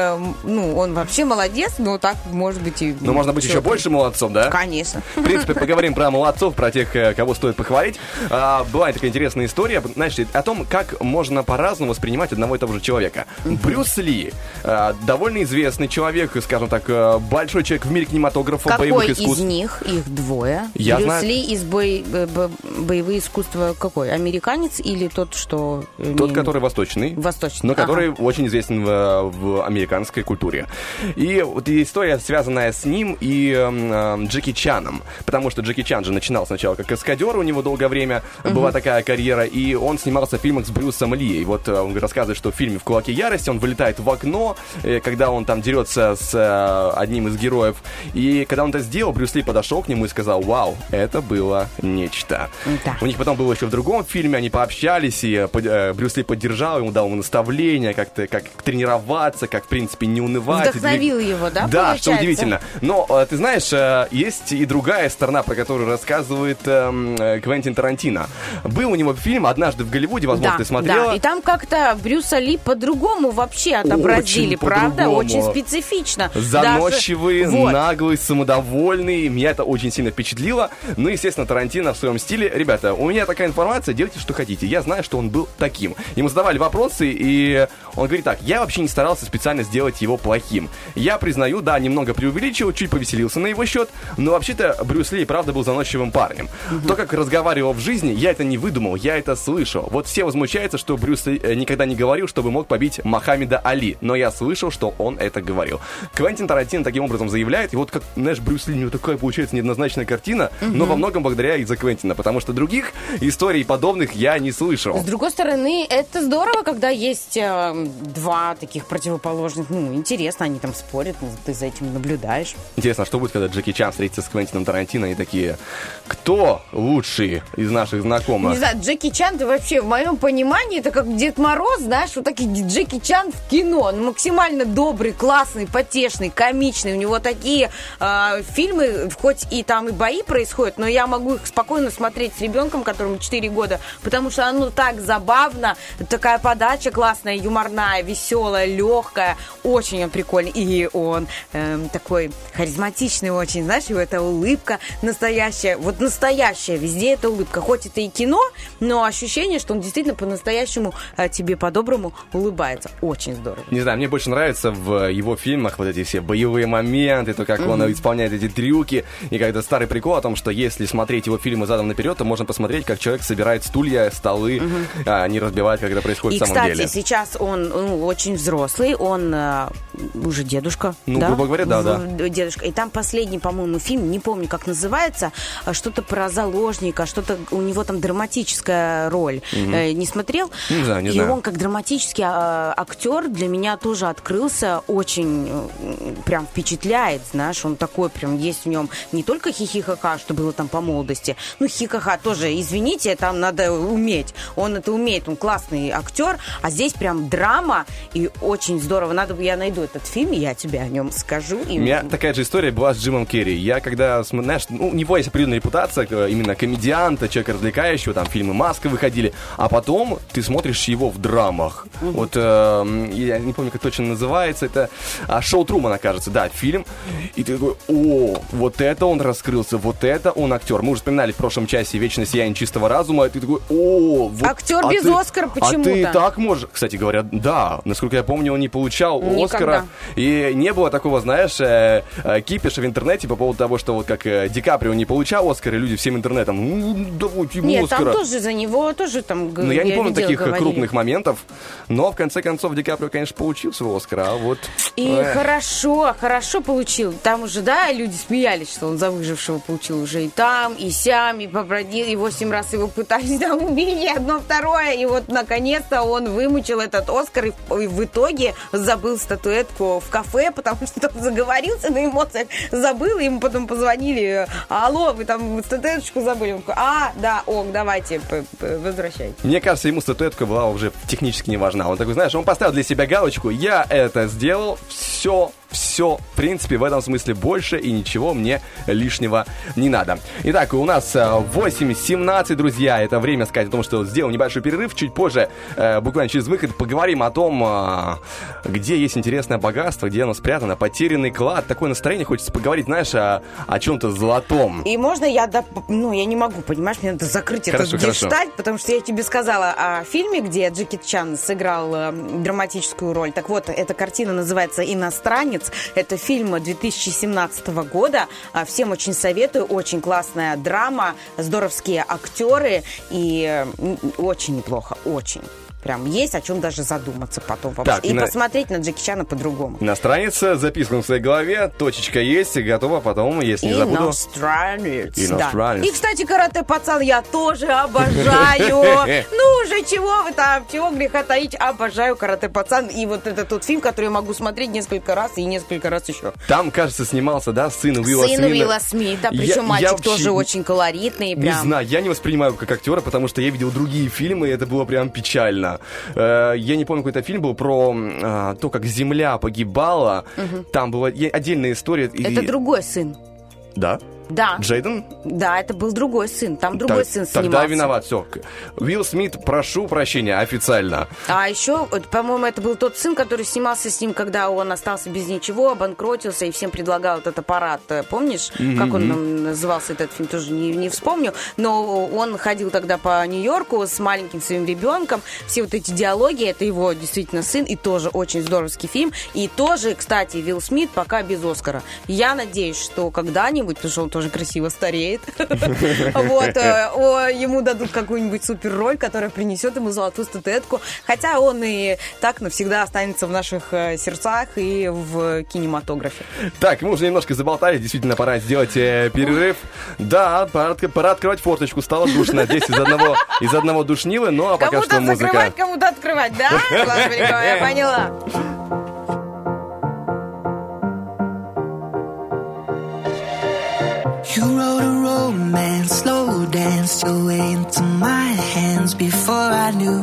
ну, он вообще молодец, но так, может быть, и... Ну, можно быть еще больше молодцом, да? Конечно. В принципе, поговорим про молодцов, про тех, кого стоит похвалить. А, была такая интересная история, знаешь, о том, как можно по-разному воспринимать одного и того же человека. Mm-hmm. Брюс Ли, а, довольно известный человек, скажем так, большой человек в мире кинематографа, Какой боевых искусств. Какой из них? Их двое. Я Брюс знаю... Ли из бой... бо... боевые искусства какой? Американец или тот, что... Тот, не... который восточный. Восточный. Но ага. который очень известен в, в американской культуре. И вот история, связанная с ним и э, Джеки Чаном. Потому что Джеки Чан же начинал сначала как каскадер, у него долгое время Uh-huh. была такая карьера, и он снимался в фильмах с Брюсом Ли. И вот он рассказывает, что в фильме «В кулаке ярости» он вылетает в окно, когда он там дерется с одним из героев. И когда он это сделал, Брюс Ли подошел к нему и сказал: «Вау, это было нечто». Да. У них потом было еще в другом фильме, они пообщались, и Брюс Ли поддержал, ему дал ему наставления, как-то, как тренироваться, как, в принципе, не унывать. Вдохновил двиг... его, да, Да, получается? что удивительно. Но, ты знаешь, есть и другая сторона, про которую рассказывает Квентин Тарантино. Был у него фильм «Однажды в Голливуде», возможно, да, ты смотрела. Да, и там как-то Брюса Ли по-другому вообще отобразили, очень правда? по-другому. Очень специфично. Заносчивый, Даже... наглый, самодовольный. Меня это очень сильно впечатлило. Ну, естественно, Тарантино в своем стиле. Ребята, у меня такая информация, делайте, что хотите. Я знаю, что он был таким. Ему задавали вопросы, и он говорит так: я вообще не старался специально сделать его плохим. Я признаю, да, немного преувеличил, чуть повеселился на его счет, но вообще-то Брюс Ли, правда, был заносчивым парнем. Угу. То, как разговаривал в жизни, я это не выдумал, я это слышал. Вот все возмущаются, что Брюс Ли никогда не говорил, чтобы мог побить Мохаммеда Али, но я слышал, что он это говорил. Квентин Тарантино таким образом заявляет, и вот как, знаешь, Брюс Ли, у него такая получается неоднозначная картина, угу. но во многом благодаря из-за Квентина, потому что других историй подобных я не слышал. С другой стороны, это здорово, когда есть э, два таких противоположных, ну, интересно, они там спорят, ты за этим наблюдаешь. Интересно, что будет, когда Джеки Чан встретится с Квентином Тарантино и такие: кто лучший из наших знакомых? Не знаю, Джеки Чан, ты вообще, в моем понимании, это как Дед Мороз, знаешь, вот такие Джеки Чан в кино. Он максимально добрый, классный, потешный, комичный. У него такие э, фильмы, хоть и там и бои происходят, но я могу их спокойно смотреть с ребенком, которому четыре года, потому что оно так забавно, такая подача классная, юморная, веселая, легкая. Очень он прикольный. И он э, такой харизматичный очень, знаешь, его эта улыбка настоящая. Вот настоящая, везде эта улыбка. улыбка. Хоть это и кино, но ощущение, что он действительно по-настоящему э, тебе по-доброму улыбается. Очень здорово. Не знаю, мне больше нравится в его фильмах вот эти все боевые моменты, то, как mm-hmm. он исполняет эти трюки. И когда старый прикол о том, что если смотреть его фильмы задом наперед, то можно посмотреть, как человек собирает стулья, столы, mm-hmm. а не разбивает, когда происходит и, в самом кстати, деле. И, кстати, сейчас он ну, очень взрослый, он э, уже дедушка. Ну, да? грубо говоря, да, да. Дедушка. И там последний, по-моему, фильм, не помню, как называется, что-то про заложника, что-то у него там драматическая роль. Mm-hmm. Э, не смотрел? Не знаю, не и знаю. он как драматический э, актер для меня тоже открылся, очень э, прям впечатляет, знаешь, он такой прям, есть в нем не только хихихаха, что было там по молодости, ну, хихаха тоже, извините, там надо уметь. Он это умеет, он классный актер, а здесь прям драма, и очень здорово. Надо, я найду этот фильм, и я тебе о нем скажу. И... У меня такая же история была с Джимом Керри. Я когда, знаешь, ну, у него есть определенная репутация именно комедианта, человека развлекающего, там фильмы «Маска» выходили, а потом ты смотришь его в драмах. Mm-hmm. Вот, э, я не помню, как точно называется, это а, «Шоу Трумана», кажется, да, фильм. И ты такой, о, вот это он раскрылся, вот это он актер. Мы уже вспоминали в прошлом часе «Вечное сияние чистого разума», и ты такой, о, вот, актер а без ты, Оскара почему-то. А ты так можешь. Кстати говоря, да, насколько я помню, он не получал Никогда. Оскара. И не было такого, знаешь, э, э, кипиша в интернете по поводу того, что вот как э, Ди Каприо не получал Оскар, и люди всем интернетом, ну, давайте ему Нет, Оскара. там тоже за него, тоже там Ну, я, я не помню видела, таких говорили. крупных моментов, но в конце концов Ди Каприо, конечно, получил своего Оскара, а вот... И Эх. хорошо, хорошо получил. Там уже, да, люди смеялись, что он за выжившего получил уже и там, и сям, и побродил, и восемь раз его пытались там убили, одно, второе, и вот наконец-то он вымучил этот Оскар, и в, и в итоге забыл статуэтку в кафе, потому что там заговорился на эмоциях, забыл, и ему потом позвонили, алло, вы там статуэточку забыли. Он такой, а, да, ок, давайте, возвращайте. Мне кажется, ему статуэтка была уже технически не важна. Он такой, знаешь, он поставил для себя галочку, я это сделал, все, все, в принципе, в этом смысле больше и ничего мне лишнего не надо. Итак, у нас восемь семнадцать, друзья, это время сказать о том, что сделал небольшой перерыв, чуть позже, буквально через выход, поговорим о том, где есть интересное богатство, где оно спрятано, потерянный клад, такое настроение, хочется поговорить, знаешь, о, о чем-то золотом. И можно я, доп... ну, я не могу, понимаешь, мне надо закрыть хорошо, этот хорошо. гештальт, потому что я тебе сказала о фильме, где Джеки Чан сыграл э, драматическую роль. Так вот, эта картина называется «Иностранец». Это фильм две тысячи семнадцатого года. Всем очень советую. Очень классная драма, здоровские актеры и очень неплохо, очень. Прям есть о чем даже задуматься потом вообще. Так, и на... посмотреть на Джеки Чана по-другому. Иностранец, записан в своей голове, точечка есть, готова потом, если не забуду. Иностранец. Иностранец. Да. И, кстати, карате-пацан я тоже обожаю. Ну уже чего вы там, чего греха таить, обожаю карате-пацан. И вот это тот фильм, который я могу смотреть несколько раз и несколько раз еще. Там, кажется, снимался, да, сын Уилла Смита. Сын Уилла Смита, причем я, мальчик я тоже очень колоритный. Прям. Не знаю, я не воспринимаю его как актера, потому что я видел другие фильмы, и это было прям печально. Я не помню, какой-то фильм был про то, как Земля погибала. Угу. Там была отдельная история. Это и... другой сын. Да? Да. Джейден? Да, это был другой сын. Там другой так, сын снимался. Тогда виноват, все. Уилл Смит, прошу прощения, официально. А еще, по-моему, это был тот сын, который снимался с ним, когда он остался без ничего, обанкротился и всем предлагал этот аппарат. Помнишь, mm-hmm. как он там назывался, этот фильм, тоже не, не вспомню. Но он ходил тогда по Нью-Йорку с маленьким своим ребенком. Все вот эти диалоги, это его действительно сын. И тоже очень здоровский фильм. И тоже, кстати, Уилл Смит пока без Оскара. Я надеюсь, что когда-нибудь, потому что он тоже красиво стареет. Вот, ему дадут какую-нибудь супер роль, которая принесет ему золотую статуэтку. Хотя он и так навсегда останется в наших сердцах и в кинематографе. Так, мы уже немножко заболтали, действительно пора сделать э, перерыв. Да, пора, пора открывать форточку, стало душно. Здесь из одного, из одного душнилы, но а пока что музыка. Кому-то закрывать, кому-то открывать, да? Я поняла. You wrote a romance, slow danced your way into my hands before I knew.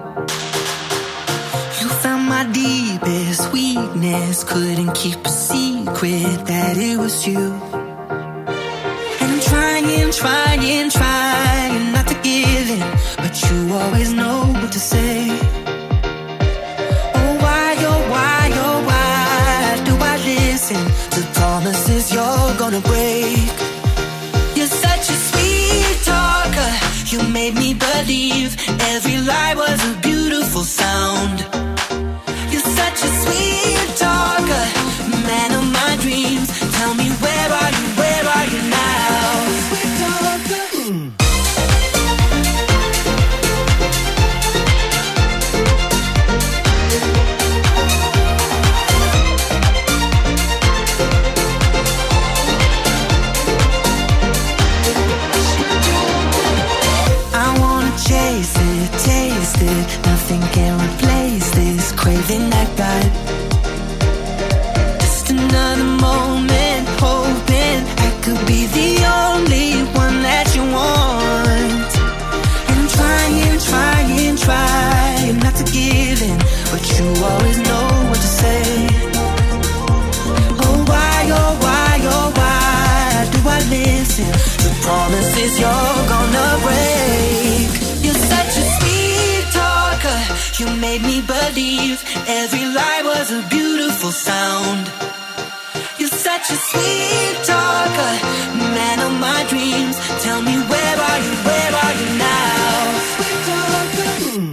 You found my deepest weakness, couldn't keep a secret that it was you. And I'm trying, trying, trying not to give in, but you always know what to say. Oh why, oh why, oh why do I listen to promises you're gonna break? You're such a sweet talker, You made me believe every lie was a beautiful sound. You're such a sweet talker, man of my dreams. Tell me, where are you, where are you now? Sweet talker. Mm. Chase it, taste it, nothing can replace this craving I got. Just another moment, hoping I could be the only one that you want. And I'm trying, trying, trying not to give in, but you always know what to say. Oh why, oh why, oh why do I listen to promises you're gonna break? You're such a sweet talker. You made me believe every lie was a beautiful sound. You're such a sweet talker, man of my dreams. Tell me, where are you, where are you now? Sweet talker. Mm.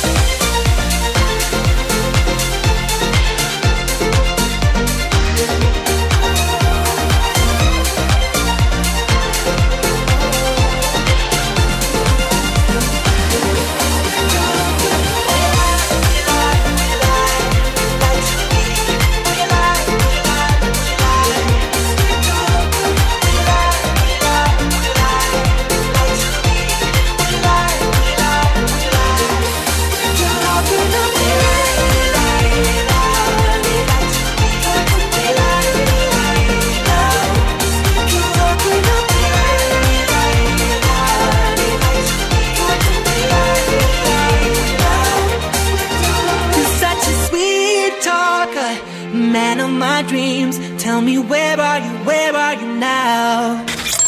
Man of my dreams, tell me, where are you, where are you now?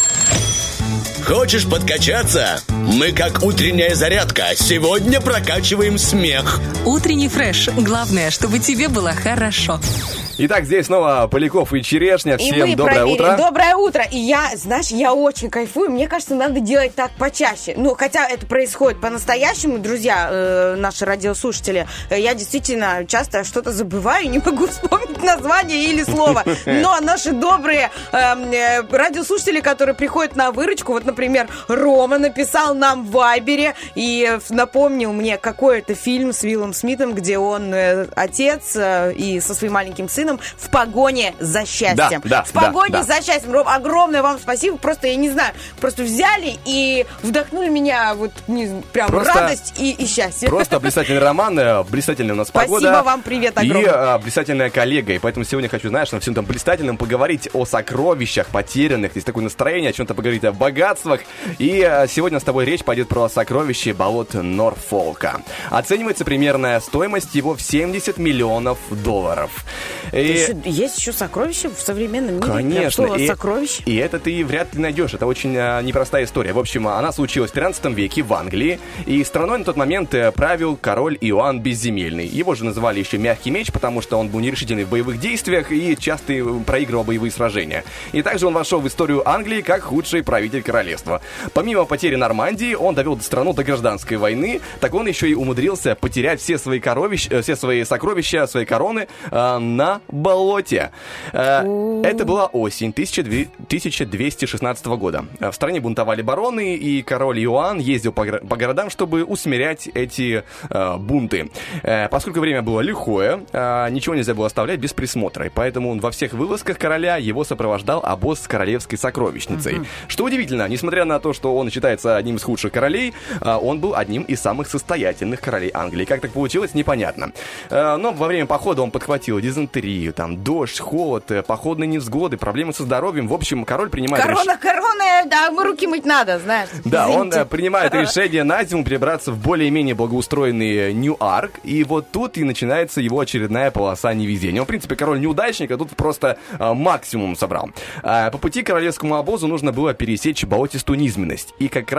Хочешь подкачаться? Мы как утренняя зарядка. Сегодня прокачиваем смех. Утренний фреш. Главное, чтобы тебе было хорошо. Итак, здесь снова Поляков и Черешня. Всем и мы доброе проверили. утро. Доброе утро. И я, знаешь, я очень кайфую. Мне кажется, надо делать так почаще. Ну, хотя это происходит по-настоящему, друзья, э, наши радиослушатели. Я действительно часто что-то забываю, не могу вспомнить название или слово. Но наши добрые э, радиослушатели, которые приходят на выручку, вот, например, Рома написал нам в Вайбере и напомнил мне какой-то фильм с Уиллом Смитом, где он э, отец э, и со своим маленьким сыном в погоне за счастьем. Да, да, в погоне да, за да. счастьем. Ром, огромное вам спасибо. Просто, я не знаю, просто взяли и вдохнули меня вот не, прям Просто- радость и, и счастье. Просто блистательный роман, э, блистательная у нас Спасибо погода. вам, привет И огромный. э, блистательная коллега. И поэтому сегодня хочу, знаешь, на всем этом блистательном поговорить о сокровищах потерянных. Есть такое настроение, о чем-то поговорить о богатствах. И э, сегодня с тобой речь пойдет про сокровище болот Норфолка. Оценивается примерная стоимость его в семьдесят миллионов долларов. И- Еще- есть еще сокровища в современном мире? Прям Конечно. слово И, сокровище. и это ты вряд ли найдешь. Это очень а, непростая история. В общем, она случилась в тринадцатом веке в Англии. И страной на тот момент э, правил король Иоанн Безземельный. Его же называли еще «Мягкий меч», потому что он был нерешительный в боевых действиях и часто э, проигрывал боевые сражения. И также он вошел в историю Англии как худший правитель королевства. Помимо потери Нормандии, он довел страну до гражданской войны. Так он еще и умудрился потерять все свои, коровищ, э, все свои сокровища, свои короны э, на болоте. Э, Это была осень тысяча двести шестнадцатого года. В стране бунтовали бароны, и король Иоанн ездил по, гор- по городам, чтобы усмирять эти э, бунты. Э, поскольку время было лихое, э, ничего нельзя было оставлять без присмотра, и поэтому во всех вылазках короля его сопровождал обоз с королевской сокровищницей. Мгм. Что удивительно, несмотря на то, что он считается одним из худших королей, э, он был одним из самых состоятельных королей Англии. Как так получилось, непонятно. Э, но во время похода он подхватил дизентерию, там, дождь, холод, э, походные невзгоды, проблемы со здоровьем. В общем, король принимает реш- Корона, корона, да, мы руки мыть надо, знаешь. Да, он Извините. э, принимает решение на зиму перебраться в более-менее благоустроенный Ньюарк, и вот тут и начинается его очередная полоса невезения. Он, в принципе, король неудачник, а тут просто э, максимум собрал. Э, по пути к королевскому обозу нужно было пересечь болотистую низменность, и как раз в этот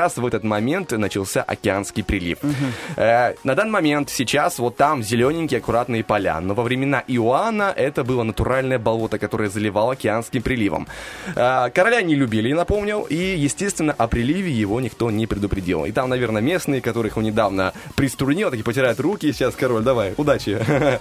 этот момент начался океанский прилив. Угу. Э, на данный момент сейчас вот там зелененькие аккуратные поля, но во времена Иоанна это было натуральное болото, которое заливало океанским приливом. Э, короля не любили, напомнил, и, естественно, о приливе его никто не предупредил. И там, наверное, местные, которых он недавно приструнил, таки потирают руки, сейчас, король, давай, удачи.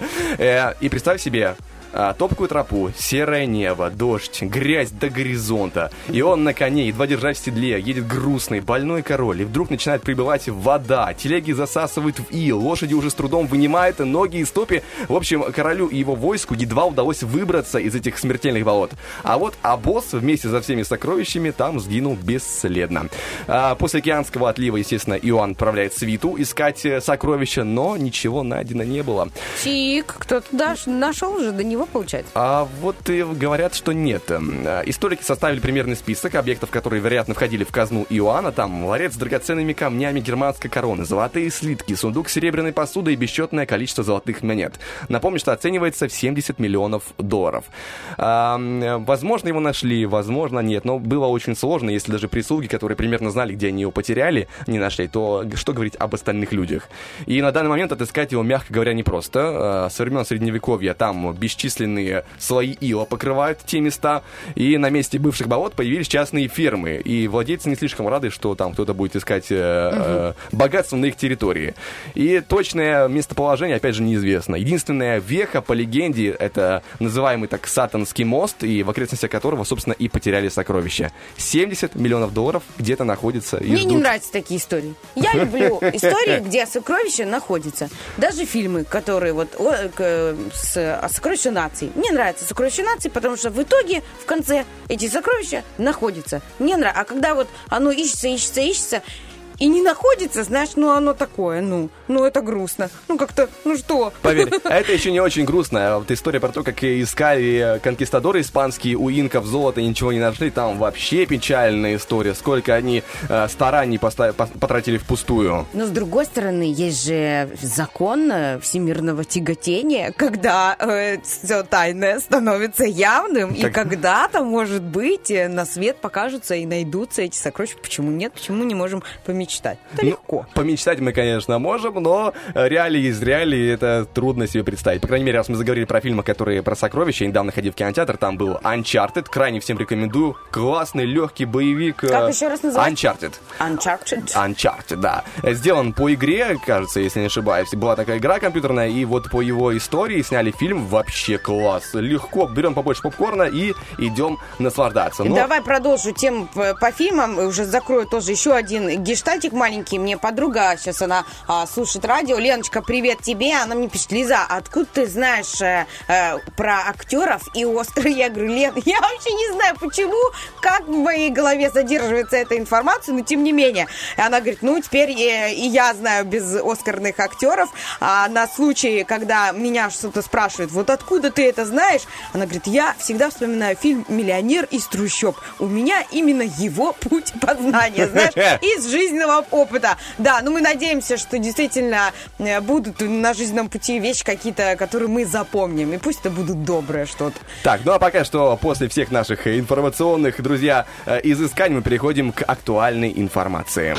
И представь себе, А, топкую тропу, серое небо, дождь, грязь до горизонта. И он на коне, едва держась в седле, едет грустный, больной король. И вдруг начинает прибывать вода, телеги засасывают в ил, лошади уже с трудом вынимают ноги из топи. В общем, королю и его войску едва удалось выбраться из этих смертельных болот. А вот обоз вместе со всеми сокровищами там сгинул бесследно. А, после океанского отлива, естественно, Иоанн отправляет свиту искать сокровища, но ничего найдено не было. Чик, кто-то даже нашел уже до него, получается? А вот и говорят, что нет. Историки составили примерный список объектов, которые, вероятно, входили в казну Иоанна. Там ларец с драгоценными камнями германской короны, золотые слитки, сундук с серебряной посудой и бесчетное количество золотых монет. Напомню, что оценивается в семьдесят миллионов долларов. А, возможно, его нашли, возможно, нет. Но было очень сложно, если даже прислуги, которые примерно знали, где они его потеряли, не нашли, то что говорить об остальных людях? И на данный момент отыскать его, мягко говоря, непросто. Со времен Средневековья там бесчисленные слои ила покрывают те места, и на месте бывших болот появились частные фермы, и владельцы не слишком рады, что там кто-то будет искать э, э, богатство на их территории. И точное местоположение, опять же, неизвестно. Единственная веха, по легенде, это называемый так Сатанский мост, и в окрестностях которого, собственно, и потеряли сокровища. семьдесят миллионов долларов где-то находится. И Мне ждут... не нравятся такие истории. Я люблю истории, где сокровища находятся. Даже фильмы, которые вот о, к, с, о сокровищах наций. Мне нравятся сокровища наций, потому что в итоге, в конце, эти сокровища находятся. Мне нравится. А когда вот оно ищется, ищется, ищется, и не находится, знаешь, ну оно такое, ну, ну это грустно. Ну как-то, ну что? Поверь, это еще не очень грустно. Вот история про то, как искали конкистадоры испанские у инков золото и ничего не нашли, там вообще печальная история. Сколько они э, стараний поставили, потратили впустую. Но с другой стороны, есть же закон всемирного тяготения, когда э, все тайное становится явным, так... и когда-то, может быть, на свет покажутся и найдутся эти сокровища. Почему нет? Почему не можем помечтать? Это ну, легко. Помечтать мы, конечно, можем, но реалии из реалий это трудно себе представить. По крайней мере, раз мы заговорили про фильмы, которые про сокровища, я недавно ходил в кинотеатр, там был Uncharted, крайне всем рекомендую. Классный, легкий боевик. Как еще раз называется? Uncharted. Uncharted. Uncharted, да. Сделан по игре, кажется, если не ошибаюсь. Была такая игра компьютерная, и вот по его истории сняли фильм. Вообще класс. Легко. Берем побольше попкорна и идем наслаждаться. Но... Давай продолжу тему по, по фильмам. Уже закрою тоже еще один гештальтик маленький. Мне подруга, сейчас она а, слушает радио. Леночка, привет тебе. Она мне пишет: Лиза, откуда ты знаешь э, э, про актеров и Оскар? Я говорю: Лен, я вообще не знаю, почему, как в моей голове задерживается эта информация, но тем не менее. И она говорит: ну, теперь и, и я знаю без оскарных актеров. А на случай, когда меня что-то спрашивают, вот откуда ты это знаешь? Она говорит: я всегда вспоминаю фильм «Миллионер из трущоб». У меня именно его путь познания, знаешь, из жизненного опыта. Да, ну мы надеемся, что действительно будут на жизненном пути вещи какие-то, которые мы запомним. И пусть это будут доброе что-то. Так, ну а пока что после всех наших информационных, друзья, изысканий мы переходим к актуальной информации.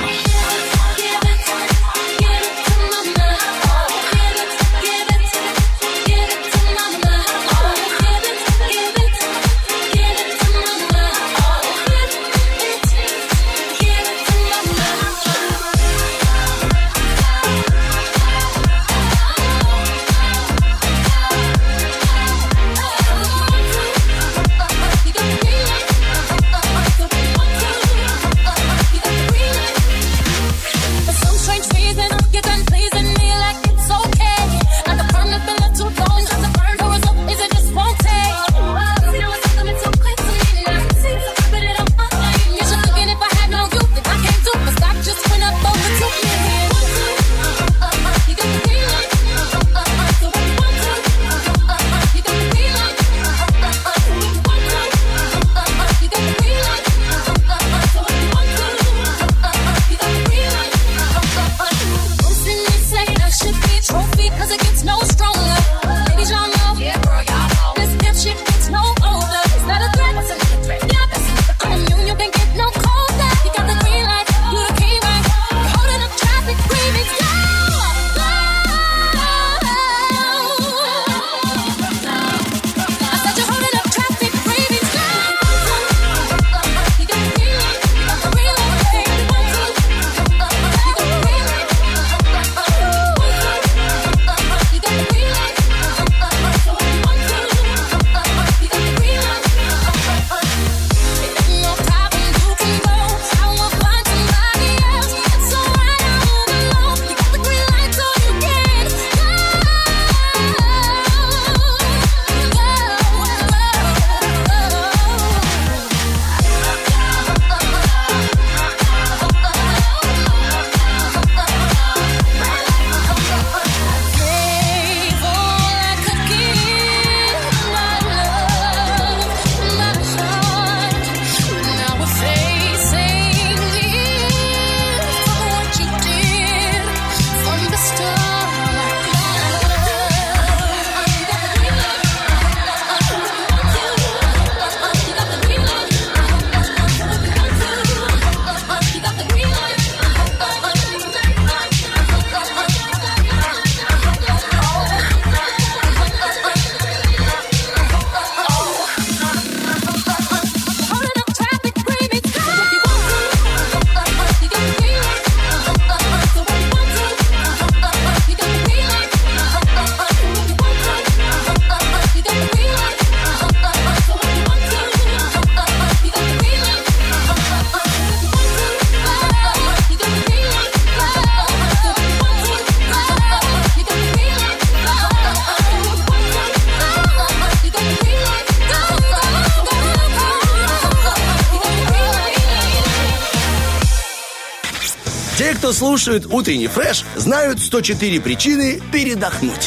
Те, кто слушают утренний фреш, знают сто четыре причины передохнуть.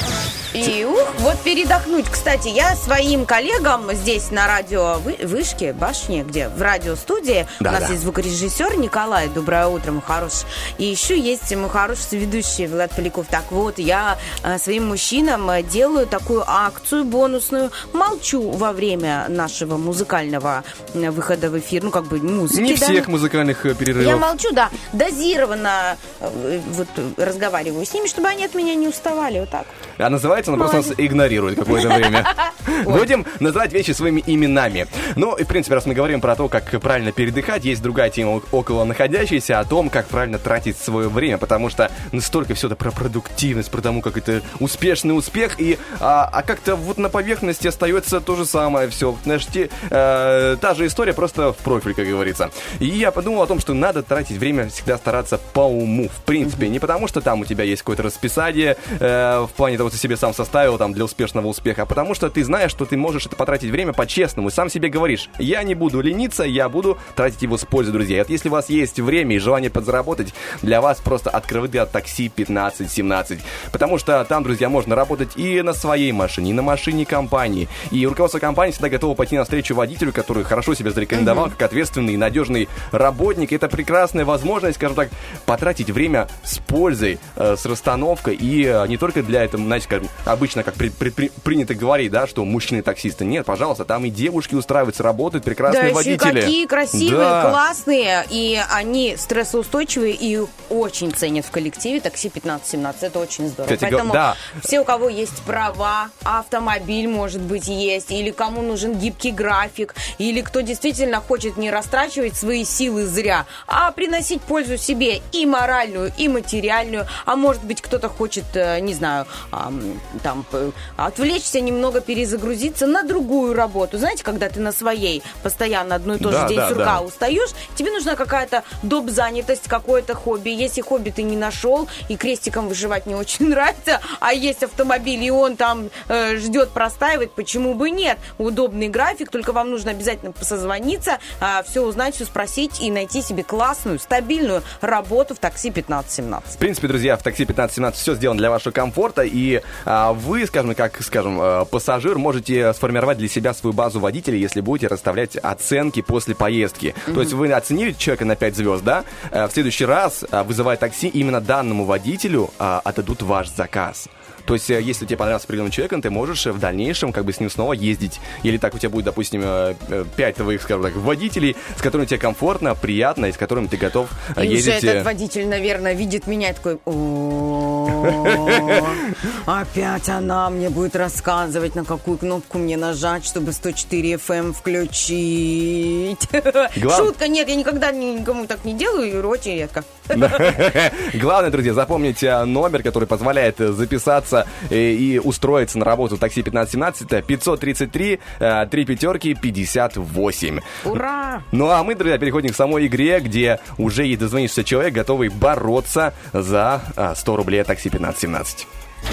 И ух, вот передохнуть. Кстати, я своим коллегам здесь на радио вы, вышке, башне, где? В радиостудии. Да, У нас да. есть звукорежиссер Николай. Доброе утро, мой хороший. И еще есть мой хороший ведущий Влад Поляков. Так вот, я э, своим мужчинам э, делаю такую акцию бонусную. Молчу во время нашего музыкального э, выхода в эфир. Ну, как бы музыки, Не да? всех музыкальных э, перерывов. Я молчу, да, дозированно э, вот разговариваю с ними, чтобы они от меня не уставали. Вот так. А называется, он просто нас игнорирует какое-то время. Будем называть вещи своими именами. Ну, и, в принципе, раз мы говорим про то, как правильно передыхать, есть другая тема около находящейся, о том, как правильно тратить свое время, потому что настолько все это про продуктивность, про тому, как это успешный успех, и, а, а как-то вот на поверхности остается то же самое все. Знаешь, те, э, та же история, просто в профиль, как говорится. И я подумал о том, что надо тратить время, всегда стараться по уму, в принципе, не потому, что там у тебя есть какое-то расписание, э, в плане того, что ты себе сам составил там для успешного успеха, а потому что ты знаешь, что ты можешь это потратить время по-честному, сам себе говоришь, я не буду лениться, я буду тратить его с пользой, друзья. И вот если у вас есть время и желание подзаработать, для вас просто открыты от такси пятнадцать семнадцать, потому что там, друзья, можно работать и на своей машине, и на машине компании, и руководство компании всегда готово пойти навстречу водителю, который хорошо себя зарекомендовал, mm-hmm. как ответственный и надежный работник. Это прекрасная возможность, скажем так, потратить время с пользой, э, с расстановкой, и э, не только для этого, знаете, как обычно, как при, при, при, принято говорить, да, что мужчины-таксисты. Нет, пожалуйста, там и девушки устраиваются, работают, прекрасные да, водители. Да, какие красивые, да. классные, и они стрессоустойчивые и очень ценят в коллективе такси пятнадцать семнадцать. Это очень здорово. Кстати, Поэтому да. все, у кого есть права, автомобиль, может быть, есть, или кому нужен гибкий график, или кто действительно хочет не растрачивать свои силы зря, а приносить пользу себе и моральную, и материальную, а может быть, кто-то хочет, не знаю, там, отвлечься, немного перезагрузиться на другую работу. Знаете, когда ты на своей постоянно одно и то же да, день да, сурка да. устаешь, тебе нужна какая-то доп. Занятость, какое-то хобби. Если хобби ты не нашел, и крестиком выживать не очень нравится, а есть автомобиль, и он там э, ждет, простаивает, почему бы нет? Удобный график, только вам нужно обязательно созвониться, э, все узнать, все спросить и найти себе классную, стабильную работу в такси пятнадцать семнадцать. В принципе, друзья, в такси пятнадцать семнадцать все сделано для вашего комфорта, и а, вы, скажем, как, скажем, а, пассажир, можете сформировать для себя свою базу водителей, если будете расставлять оценки после поездки. Mm-hmm. То есть вы оценили человека на пять звезд, да? А, в следующий раз, а, вызывая такси, именно данному водителю а, отдадут ваш заказ. То есть, если тебе понравился определенный человек, ты можешь в дальнейшем как бы с ним снова ездить. Или так у тебя будет, допустим, пять твоих, скажем так, водителей, с которыми тебе комфортно, приятно, и с которыми ты готов и ездить. И уже этот водитель, наверное, видит меня и такой: опять она мне будет рассказывать, на какую кнопку мне нажать, чтобы сто четыре эф эм включить. Глав... Шутка, нет, я никогда никому так не делаю, очень редко. Главное, друзья, запомните номер, который позволяет записаться и устроиться на работу в такси пятнадцать семнадцать, пятьсот тридцать три три пятерки пятьдесят восемь. Ура! Ну а мы, друзья, переходим к самой игре, где уже есть дозвонившийся человек, готовый бороться за сто рублей от такси пятнадцать семнадцать.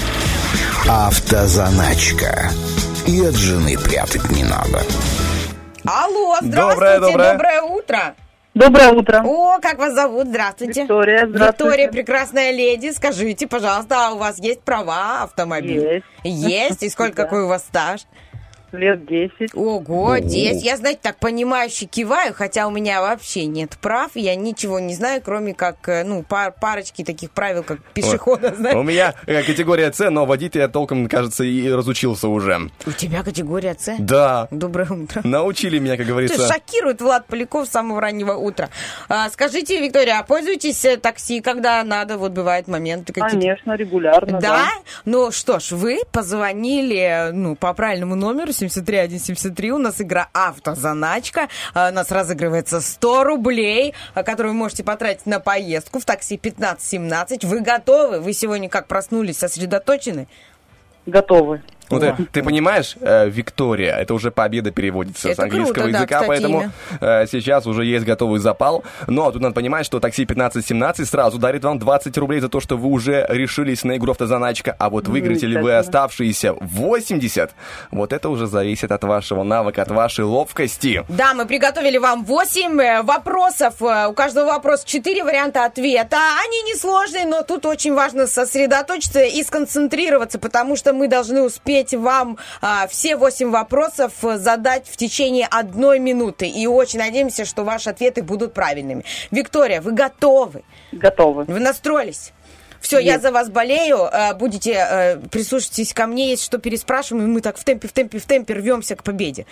Автозаначка. И от жены прятать не надо. Алло, здравствуйте, доброе, доброе. доброе утро. Доброе утро. О, как вас зовут? Здравствуйте. Виктория, здравствуйте. Виктория, прекрасная леди. Скажите, пожалуйста, а у вас есть права, автомобиль? Есть. Есть? И сколько, Да. какой у вас стаж? Лет десять. Ого, десять. Я, знаете, так понимающе киваю, хотя у меня вообще нет прав. Я ничего не знаю, кроме как, ну, пар- парочки таких правил, как пешехода, знаете. У меня категория С, но водить я толком, кажется, и разучился уже. У тебя категория С? Да. Доброе утро. Научили меня, как говорится. Что, шокирует Влад Поляков с самого раннего утра. А, скажите, Виктория, а пользуетесь такси, когда надо? Вот бывают моменты какие-то. Конечно, регулярно, да. Да? Ну что ж, вы позвонили, ну, по правильному номеру семьдесят три один семьдесят три. У нас игра «Автозаначка». А, у нас разыгрывается сто рублей, которые вы можете потратить на поездку в такси пятнадцать семнадцать. Вы готовы? Вы сегодня как проснулись, сосредоточены? Готовы. Ну, ты, ты понимаешь, э, Виктория, это уже победа переводится Это с английского круто, да, языка, кстати, поэтому э, сейчас уже есть готовый запал. Но тут надо понимать, что такси пятнадцать семнадцать сразу дарит вам двадцать рублей за то, что вы уже решились на игру «Автозаначка», а вот выиграете ли вы оставшиеся восемьдесят, вот это уже зависит от вашего навыка, от вашей ловкости. Да, мы приготовили вам восемь вопросов. У каждого вопроса четыре варианта ответа. Они несложные, но тут очень важно сосредоточиться и сконцентрироваться, потому что мы должны успеть вам а, все восемь вопросов задать в течение одной минуты. И очень надеемся, что ваши ответы будут правильными. Виктория, вы готовы? Готовы. Вы настроились? Все, я за вас болею. Будете, прислушайтесь ко мне, есть что переспрашиваем, и мы так в темпе, в темпе, в темпе рвемся к победе.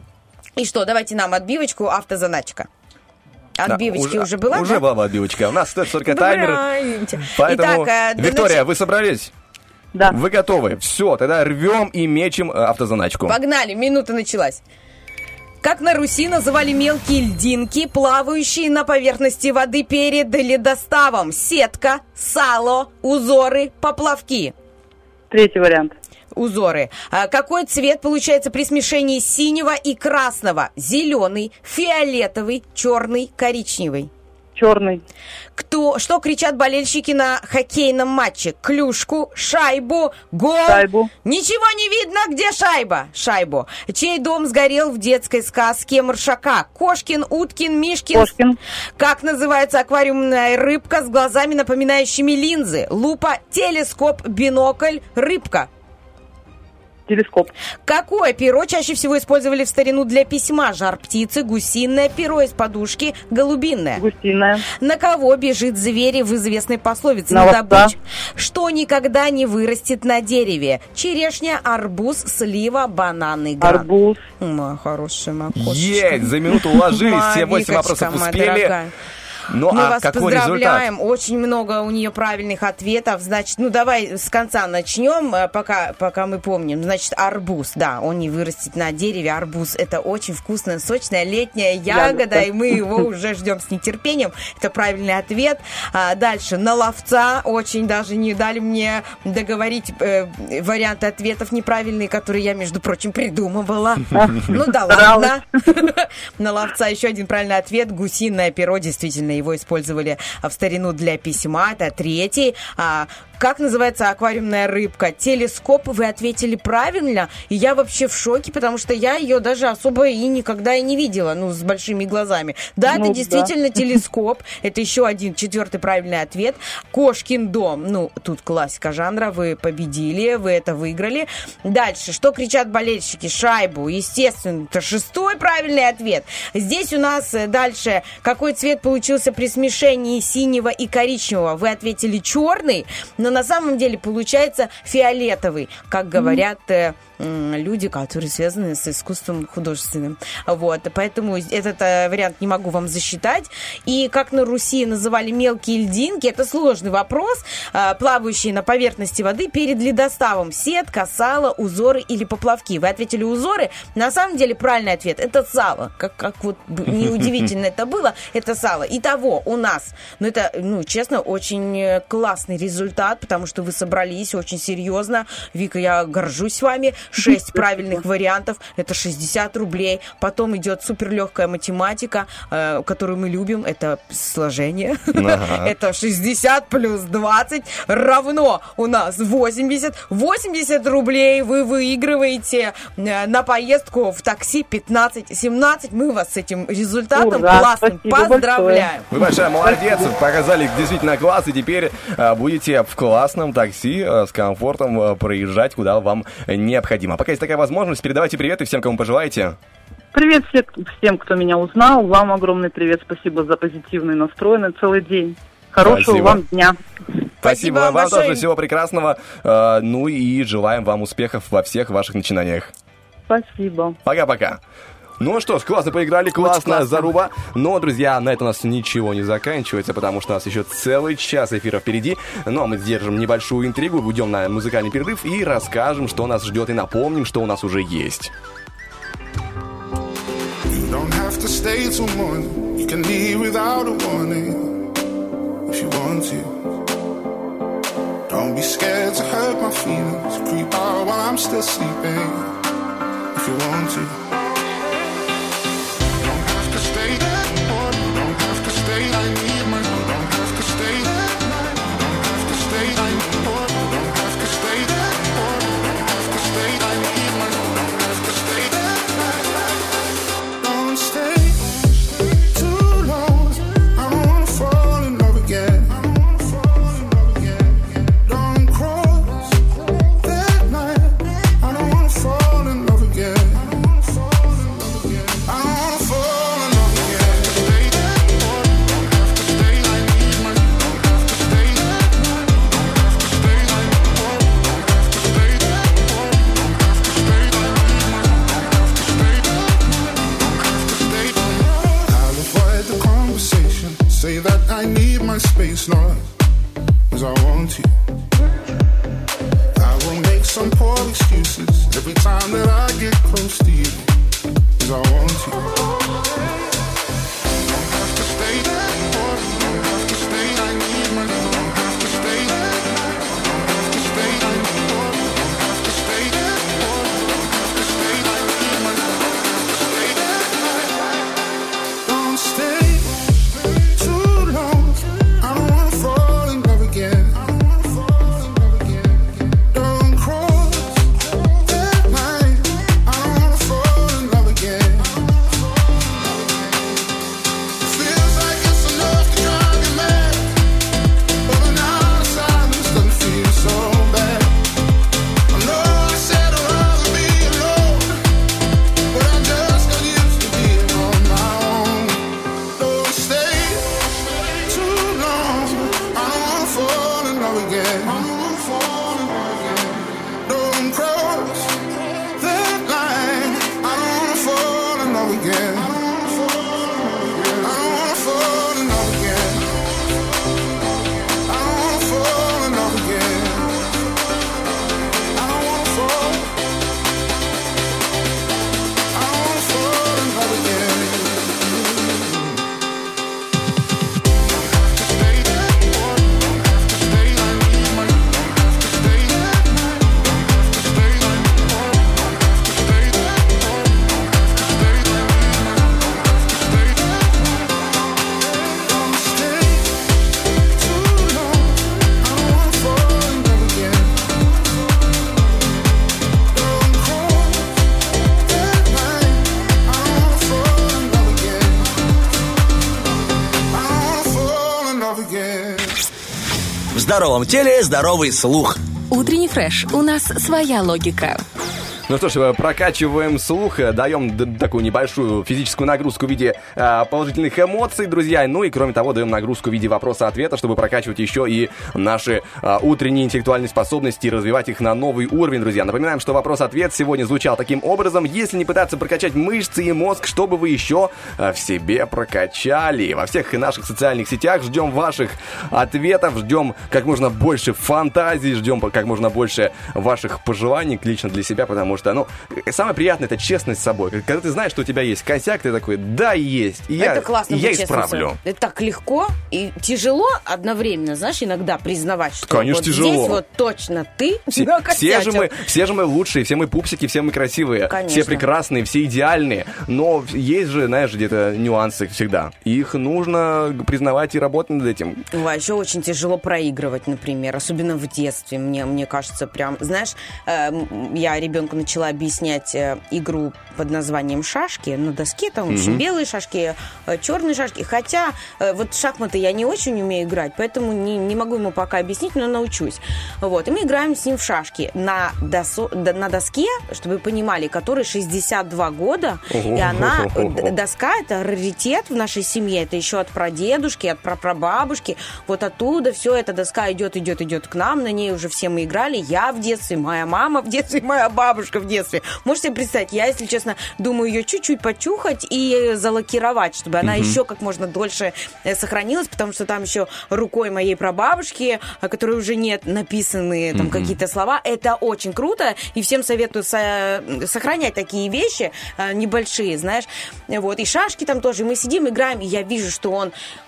И что, давайте нам отбивочку «Автозаначка». Отбивочки да, уже, уже была, Уже да? была отбивочка. У нас стоит только таймер. Поэтому, Итак, Виктория, нач... вы собрались? Да. Вы готовы? Все, тогда рвем и мечем автозаначку. Погнали, минута началась. Как на Руси называли мелкие льдинки, плавающие на поверхности воды перед ледоставом? Сетка, сало, узоры, поплавки. Третий вариант. Узоры. А какой цвет получается при смешении синего и красного? Зеленый, фиолетовый, черный, коричневый. Черный. Кто, что кричат болельщики на хоккейном матче? Клюшку, шайбу, гол. Шайбу. Ничего не видно, где шайба? Шайбу. Чей дом сгорел в детской сказке Маршака? Кошкин, Уткин, Мишкин. Кошкин. Как называется аквариумная рыбка с глазами, напоминающими линзы? Лупа, телескоп, бинокль, рыбка. Телескоп. Какое перо чаще всего использовали в старину для письма? Жар птицы, гусиное, перо из подушки, голубиное. Гусиное. На кого бежит зверь в известной пословице? На На овца. добычу. Что никогда не вырастет на дереве? Черешня, арбуз, слива, бананы, гран. Арбуз. Моя хорошая, моя кошечка. Есть, за минуту уложились, все восемь Викочка, вопросов моя успели. дорогая. Ну, Мы а вас какой поздравляем. результат? Очень много у нее правильных ответов. Значит, ну давай с конца начнем, пока, пока мы помним. Значит, арбуз. Да, он не вырастет на дереве. Арбуз — это очень вкусная, сочная летняя ягода, Ягода. и мы его уже ждем с нетерпением. Это правильный ответ. А дальше, на ловца. Очень даже не дали мне договорить э, варианты ответов неправильные, которые я, между прочим, придумывала. Ну да ладно. На ловца еще один правильный ответ. Гусиное перо, действительно, его использовали в старину для письма. Это третий. А, как называется аквариумная рыбка? Телескоп. Вы ответили правильно. И я вообще в шоке, потому что я ее даже особо и никогда и не видела, ну, с большими глазами. Да, Ну, это действительно да. телескоп. Это еще один, четвертый правильный ответ. Кошкин дом. Ну, тут классика жанра. Вы победили, вы это выиграли. Дальше. Что кричат болельщики? Шайбу. Естественно, это шестой правильный ответ. Здесь у нас дальше. Какой цвет получился при смешении синего и коричневого? Вы ответили черный, но на самом деле получается фиолетовый, как говорят э, м, люди, которые связаны с искусством художественным. Вот, поэтому этот э, вариант не могу вам засчитать. И как на Руси называли мелкие льдинки? Это сложный вопрос. Э, плавающие на поверхности воды перед ледоставом. Сетка, сало, узоры или поплавки? Вы ответили узоры. На самом деле правильный ответ — это сало. Как, как вот неудивительно это было, это сало. Итого у нас, ну это, ну честно, очень классный результат, потому что вы собрались очень серьезно. Вика, я горжусь вами. Шесть правильных вариантов, это шестьдесят рублей. Потом идет суперлегкая математика, э, которую мы любим, это сложение. Ага. Это шестьдесят плюс двадцать равно у нас восемьдесят. восемьдесят рублей вы выигрываете э, на поездку в такси пятнадцать семнадцать. Мы вас с этим результатом Ура, классным спасибо поздравляем. Вы большая молодец, показали действительно класс, и теперь э, будете в классном такси э, с комфортом э, проезжать, куда вам необходимо. Пока есть такая возможность, передавайте приветы всем, кому пожелаете. Привет всем, всем, кто меня узнал. Вам огромный привет. Спасибо за позитивный настрой на целый день. Хорошего Спасибо. вам дня. Спасибо, Спасибо вам большое. тоже, всего прекрасного. Э, ну и желаем вам успехов во всех ваших начинаниях. Спасибо. Пока-пока. Ну что ж, классно поиграли, классная классно. заруба. Но, друзья, на это у нас ничего не заканчивается, потому что у нас еще целый час эфира впереди. Ну, а мы держим небольшую интригу, уйдем на музыкальный перерыв и расскажем, что нас ждет, и напомним, что у нас уже есть. You don't have to stay till morning. You can leave without a warning if you want to. Don't be scared to hurt my feelings. Creep out while I'm I'm still sleeping. If you want to, you don't have to stay. Or you don't have to stay. I need my. You don't have to stay. You don't have to stay. I need. Or you don't have to stay. Or you don't have to stay. I need my. You don't have to stay. Don't stay too long. I don't wanna fall in love again. Don't cross that line. I don't wanna fall in love again. I don't wanna fall in love again. Stay there, or you don't have to stay. I need my. You don't have to stay. You don't have to stay. I need. Or you don't have to stay. Or you don't have to stay. I need my. You don't have to stay. You don't have to stay. I'll avoid the conversation. Say that I need my space, not as I want to. I will make some poor excuses every time that I get close to you, as I want to. You don't have to stay there, or you don't have to stay. I need my. You don't have to stay. You don't have to stay. I need. Or you don't have to stay there, or you don't have to stay. I need my. You don't have to stay. Don't stay too long. I don't wanna fall in love again. Don't cross that line. I don't wanna fall in love again. Feels like it's enough to drive you mad, but now the silence doesn't feel so bad. I know I said I'd rather be alone, but I just got used to being on my own. Don't stay too long. I don't wanna fall in love again. I don't wanna fall in love again. Don't cross that line. I don't wanna fall in love again. I don't wanna fall in love again. I don't wanna fall in love again. I don't wanna fall. I don't wanna fall in love again. Don't have to stay there, or you don't have to stay. I need my. You don't have to stay. You don't have to stay. I need. Or you don't have to stay there, or you don't have to stay. I need my. You don't have to stay. Don't stay too long. I don't wanna fall in love again. Don't cross that line. I don't wanna fall in love again. I don't wanna fall in love again. В здоровом теле здоровый слух. Утренний фреш. У нас своя логика. Ну что ж, прокачиваем слух, даем д- такую небольшую физическую нагрузку в виде э, положительных эмоций, друзья. Ну и кроме того, даем нагрузку в виде вопроса-ответа, чтобы прокачивать еще и наши э, утренние интеллектуальные способности и развивать их на новый уровень, друзья. Напоминаем, что вопрос-ответ сегодня звучал таким образом. Если не пытаться прокачать мышцы и мозг, что бы вы еще э, в себе прокачали? Во всех наших социальных сетях ждем ваших ответов, ждем как можно больше фантазий, ждем как можно больше ваших пожеланий лично для себя, потому что, ну, самое приятное — это честность с собой. Когда ты знаешь, что у тебя есть косяк, ты такой: да, есть, и я, Это классно и я быть честным с исправлю. собой. Это так легко и тяжело одновременно, знаешь, иногда признавать, что Конечно, вот тяжело. здесь вот точно ты Все, все же мы, все же мы лучшие, все мы пупсики, все мы красивые, Конечно. все прекрасные, все идеальные. Но есть же, знаешь, где-то нюансы всегда. Их нужно признавать и работать над этим. Ой, а еще очень тяжело проигрывать, например, особенно в детстве. Мне, мне кажется, прям, знаешь, э, я ребенку начала объяснять э, игру под названием шашки на доске, там, в общем, Мгм. белые шашки, э, черные шашки. Хотя э, вот в шахматы я не очень умею играть, поэтому не, не могу ему пока объяснить, но научусь. Вот, и мы играем с ним в шашки на, досо, д- на доске, чтобы вы понимали, которой шестьдесят два года, Ого. и она, д- доска, это раритет в нашей семье, это еще от прадедушки, от прапрабабушки, вот оттуда все, эта доска идет, идет, идет к нам, на ней уже все мы играли, я в детстве, моя мама в детстве, моя бабушка в детстве. Можете себе представить, я, если честно, думаю ее чуть-чуть почухать и залакировать, чтобы она Мгм. еще как можно дольше э, сохранилась, потому что там еще рукой моей прабабушки, о которой уже нет, написаны там Мгм. какие-то слова. Это очень круто, и всем советую со- сохранять такие вещи э, небольшие, знаешь. Вот, и шашки там тоже. И мы сидим, играем, и я вижу, что он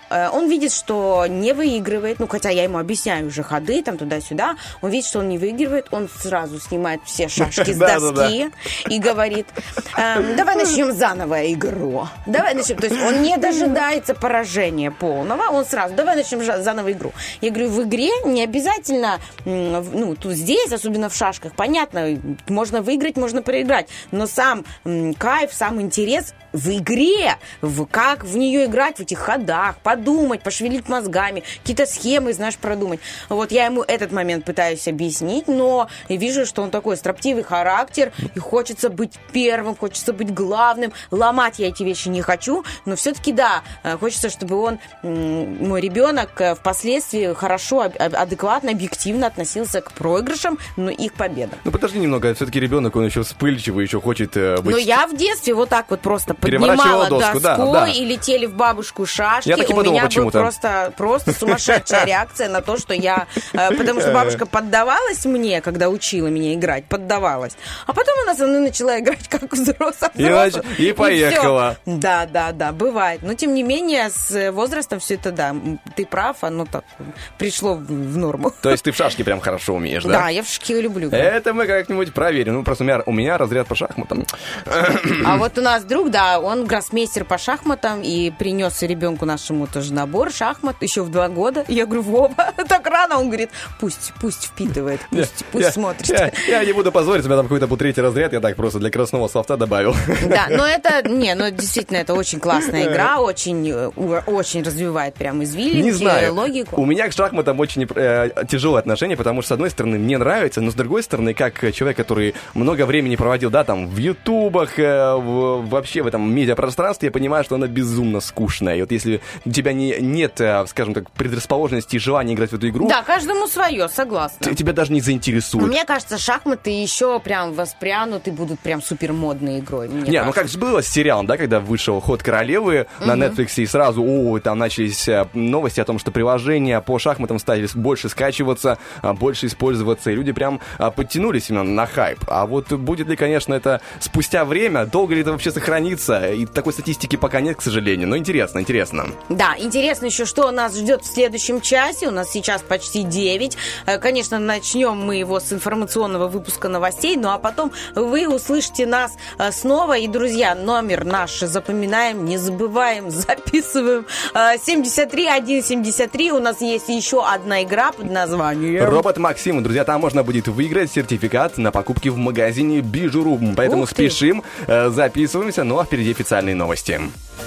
э, он видит, что не выигрывает, ну, хотя я ему объясняю уже ходы, там, туда-сюда, он видит, что он не выигрывает, он сразу снимает все шашки с доски и говорит, давай начнем заново игру. Давай начнем. То есть он не дожидается поражения полного, он сразу, давай начнем заново игру. Я говорю, в игре не обязательно, ну, тут здесь, особенно в шашках, понятно, можно выиграть, можно проиграть, но сам кайф, сам интерес в игре, в как в нее играть, в этих ходах, подумать, пошевелить мозгами, какие-то схемы, знаешь, продумать. Вот я ему этот момент пытаюсь объяснить, но вижу, что он такой строптивый характер, и хочется быть первым, хочется быть главным. Ломать я эти вещи не хочу, но все-таки, да, хочется, чтобы он, мой ребенок, впоследствии хорошо, адекватно, объективно относился к проигрышам, но и к победам. Ну, подожди немного, все-таки ребенок, он еще вспыльчивый, еще хочет быть... Но я в детстве вот так вот просто поднимала доску, да, да. и летели в бабушку шашки. Я так и У подумал, меня почему-то. была просто, просто сумасшедшая реакция на то, что я... Потому что бабушка поддавалась мне, когда учила меня играть, поддавалась. А потом она со мной начала играть как взрослый. И, и поехала. И да, да, да, бывает. Но, тем не менее, с возрастом все это, да, ты прав, оно так пришло в, в норму. То есть ты в шашки прям хорошо умеешь, да? Да, я в шашки люблю. Это мы как-нибудь проверим. Ну, просто у меня, у меня разряд по шахматам. А вот у нас друг, да, он гроссмейстер по шахматам и принес ребенку нашему тоже набор шахмат еще в два года. Я говорю, Вова, так рано. Он говорит, пусть, пусть впитывает, пусть, пусть я, смотрит. Я, я не буду позорить, у меня там какой-то был третий разряд, я так просто для красного софта добавил. Да, но это, не, ну действительно, это очень классная игра, очень, очень развивает прям извилинки, не знаю. логику. У меня к шахматам очень э, тяжелое отношение, потому что, с одной стороны, мне нравится, но с другой стороны, как человек, который много времени проводил, да, там, в ютубах, э, в, вообще в этом медиапространстве, я понимаю, что она безумно скучная. И вот если у тебя не, нет, скажем так, предрасположенности и желания играть в эту игру... Да, каждому свое, согласна. Тебя даже не заинтересует. Но мне кажется, шахматы еще прям воспрянуты будут прям супер модной игрой. Не, кажется. ну как же было с сериалом, да, когда вышел «Ход королевы» на Мгм. Netflix, и сразу, о, там начались э, новости о том, что приложения по шахматам стали больше скачиваться, а, больше использоваться, и люди прям а, подтянулись именно на хайп. А вот будет ли, конечно, это спустя время, долго ли это вообще сохранится, и такой статистики пока нет, к сожалению, но интересно, интересно. Да, интересно еще, что нас ждет в следующем часе. У нас сейчас почти девять. Э, Конечно, начнем мы его с информационного выпуска новостей, ну а потом вы услышите нас э, снова. И, друзья, номер наш запоминаем, не забываем, записываем. Э, семьдесят три сто семьдесят три. У нас есть еще одна игра под названием Робот Максим. Друзья, там можно будет выиграть сертификат на покупки в магазине Бижуру. Поэтому Ух ты. спешим, э, записываемся, ну а впереди официальные новости.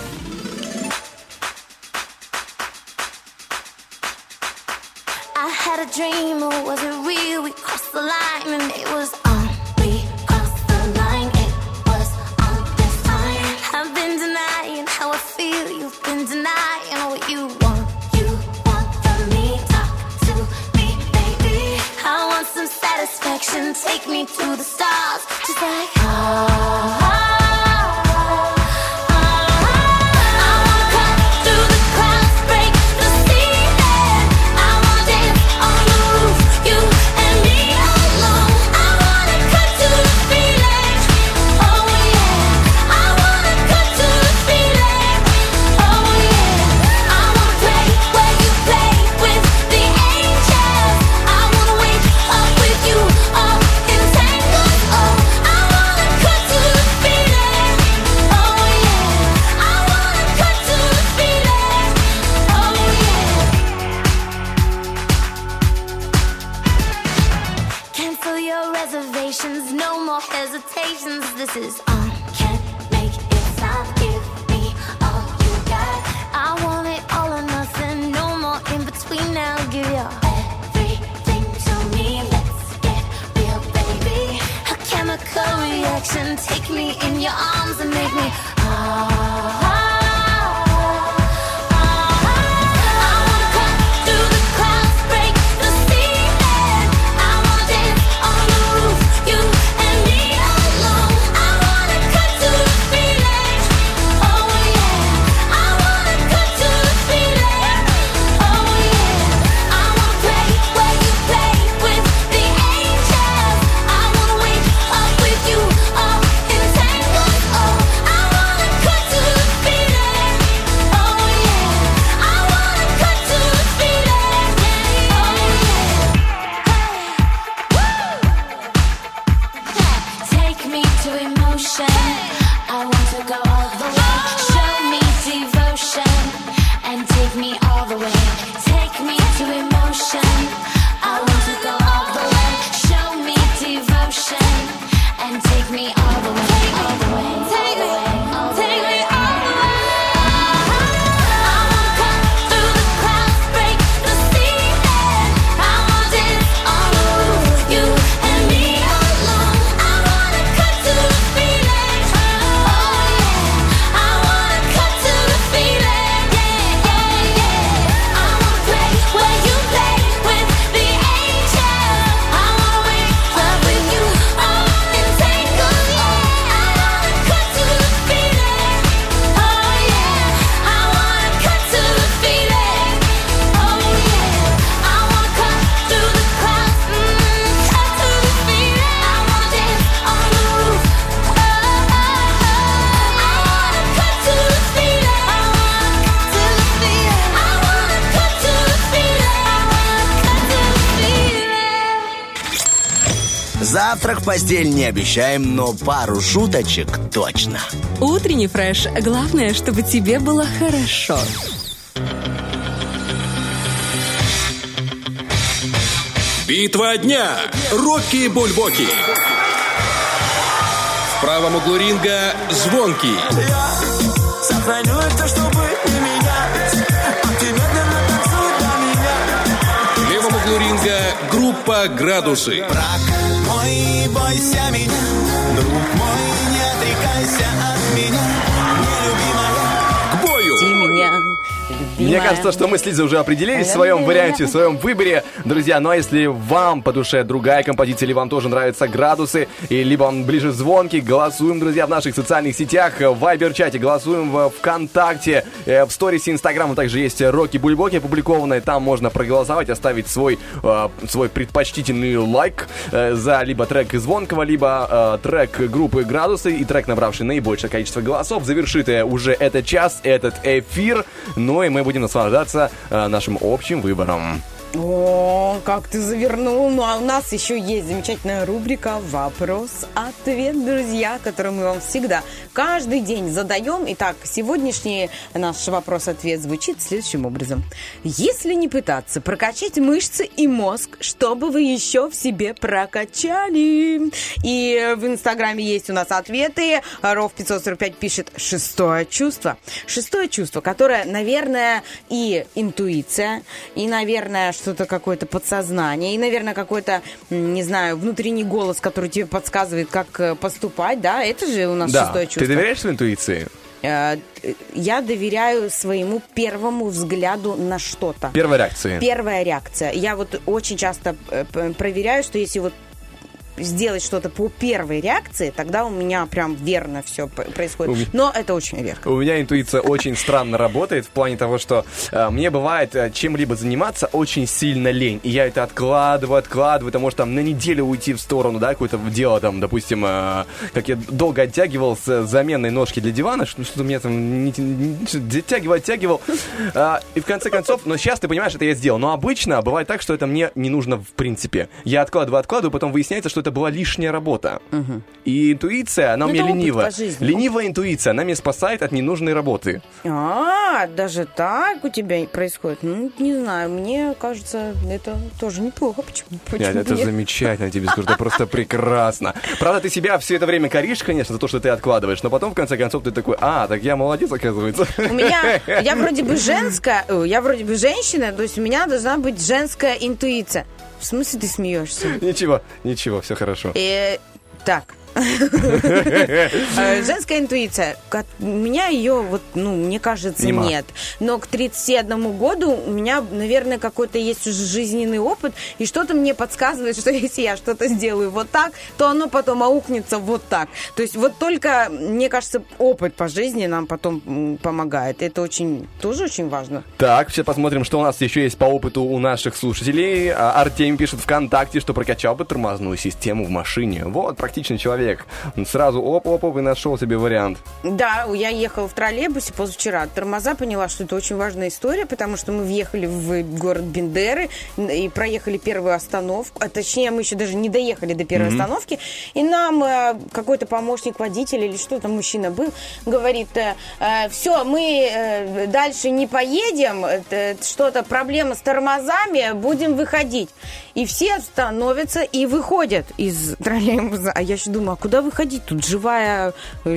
I had a dream, it wasn't real. We crossed the line, and it was on. We crossed the line, it was on this time. I've been denying how I feel. You've been denying what you want. You want from me, talk to me, baby. I want some satisfaction. Take me to the stars, just like oh. No more hesitations, this is on. Can't make it stop, give me all you got. I want it all or nothing, no more in between now. Give your everything to me, let's get real, baby. A chemical reaction, take me in your arms and make me ah. With you, all entangled. Oh, I wanna cut to the to emotion. I want to go all the way. Show me devotion and take me all the way. Take me to emotion. I want to go all the way. Show me devotion and take me all the way. All the way. Take me, take me all the way. I wanna cut through the clouds, break the ceiling. I wanna dance on the roof, you and me alone. I wanna cut to the feeling. Oh yeah. I wanna cut to the feeling. Yeah, yeah, yeah. I wanna play where you play with the angels. I wanna wake up with you on and take a look. I wanna cut to the feeling. Oh yeah. I wanna cut to the feeling. Oh yeah. I wanna cut through the clouds, mm, cut to the feeling. I wanna dance on the roof. Oh, oh, oh. I wanna cut to the feeling. I wanna cut to the feeling. I wanna cut to the feeling. I wanna cut to the feeling. Завтрак в постель не обещаем, но пару шуточек точно. Утренний фреш. Главное, чтобы тебе было хорошо. Битва дня. Рокки Бульбоки. В правом углу ринга Звонкий. Сохраню это, чтобы не менять. А ты медленно танцуй для меня. В левом углу ринга группа «Градусы». Брак мой, бойся меня. Друг мой, не отрекайся от меня. Нелюбимая. К бою. Ты меня, Мне кажется, что мы с Лизой уже определились в своем варианте, в своем выборе. Друзья, ну а если вам по душе другая композиция, или вам тоже нравятся градусы, и либо вам ближе Звонкий, голосуем, друзья, в наших социальных сетях, в Вайбер-чате, голосуем в ВКонтакте, в сторисе Инстаграма также есть Рокки Бульбоки опубликованные, там можно проголосовать, оставить свой, э, свой предпочтительный лайк э, за либо трек Звонкого, либо э, трек группы «Градусы», и трек, набравший наибольшее количество голосов, завершит уже этот час, этот эфир, ну и мы будем наслаждаться э, нашим общим выбором. О, как ты завернул. Ну, а у нас еще есть замечательная рубрика «Вопрос-ответ», друзья, которую мы вам всегда каждый день задаем. Итак, сегодняшний наш вопрос-ответ звучит следующим образом. Если не пытаться прокачать мышцы и мозг, что бы вы еще в себе прокачали? И в Инстаграме есть у нас ответы. Ров пятьсот сорок пять пишет «Шестое чувство». Шестое чувство, которое, наверное, и интуиция, и, наверное, что-то какое-то подсознание, и, наверное, какой-то, не знаю, внутренний голос, который тебе подсказывает, как поступать, да? Это же у нас Да. шестое чувство. Ты доверяешь своей интуиции? Э, Я доверяю своему первому взгляду на что-то. Первая реакция. Первая реакция. Я вот очень часто э, п- проверяю, что если вот сделать что-то по первой реакции, тогда у меня прям верно все происходит. У меня- Но это очень редко. У меня интуиция очень странно работает в плане того, что э, мне бывает э, чем-либо заниматься очень сильно лень. И я это откладываю, откладываю. Это может там на неделю уйти в сторону, да, какое-то дело там, допустим, э, как я долго оттягивал с заменой ножки для дивана, что- что-то меня там не, не- не- оттягивал, оттягивал. Э, и в конце концов, но сейчас ты понимаешь, это я сделал. Но обычно бывает так, что это мне не нужно в принципе. Я откладываю, откладываю, потом выясняется, что это была лишняя работа. И интуиция, она у Ну, меня это опыт ленива. по жизни. Ленивая интуиция, она меня спасает от ненужной работы. А, даже так у тебя происходит? Ну, не знаю, мне кажется, это тоже неплохо. Почему? Почему Нет, это нет? замечательно, тебе скажу, это просто прекрасно. Правда, ты себя все это время коришь, конечно, за то, что ты откладываешь, но потом, в конце концов, ты такой, а, так я молодец, оказывается. У меня, я вроде бы женская, э, я вроде бы женщина, то есть у меня должна быть женская интуиция. В смысле ты смеешься? Ничего, ничего, все хорошо. Э, так. Э, Женская интуиция. Как- У меня ее, вот, ну, мне кажется, Нема. нет. Но к тридцати одному году у меня, наверное, какой-то есть уже жизненный опыт, и что-то мне подсказывает, что если я что-то сделаю вот так, то оно потом аукнется вот так. То есть вот только, мне кажется, опыт по жизни нам потом м, помогает. Это очень, тоже очень важно. Так, сейчас посмотрим, что у нас еще есть по опыту у наших слушателей. А, Артемий пишет ВКонтакте, что прокачал бы тормозную систему в машине. Вот, практичный человек. человек. Сразу оп-оп-оп и нашел себе вариант. Да, я ехала в троллейбусе позавчера. Тормоза, поняла, что это очень важная история, потому что мы въехали в город Бендеры и проехали первую остановку. А точнее, мы еще даже не доехали до первой mm-hmm. остановки. И нам э, какой-то помощник водителя или что-то, мужчина был, говорит, э, э, все, мы э, дальше не поедем, э, что-то, проблема с тормозами, будем выходить. И все становятся и выходят из троллейбуса. А я еще думаю, а куда выходить? Тут живая,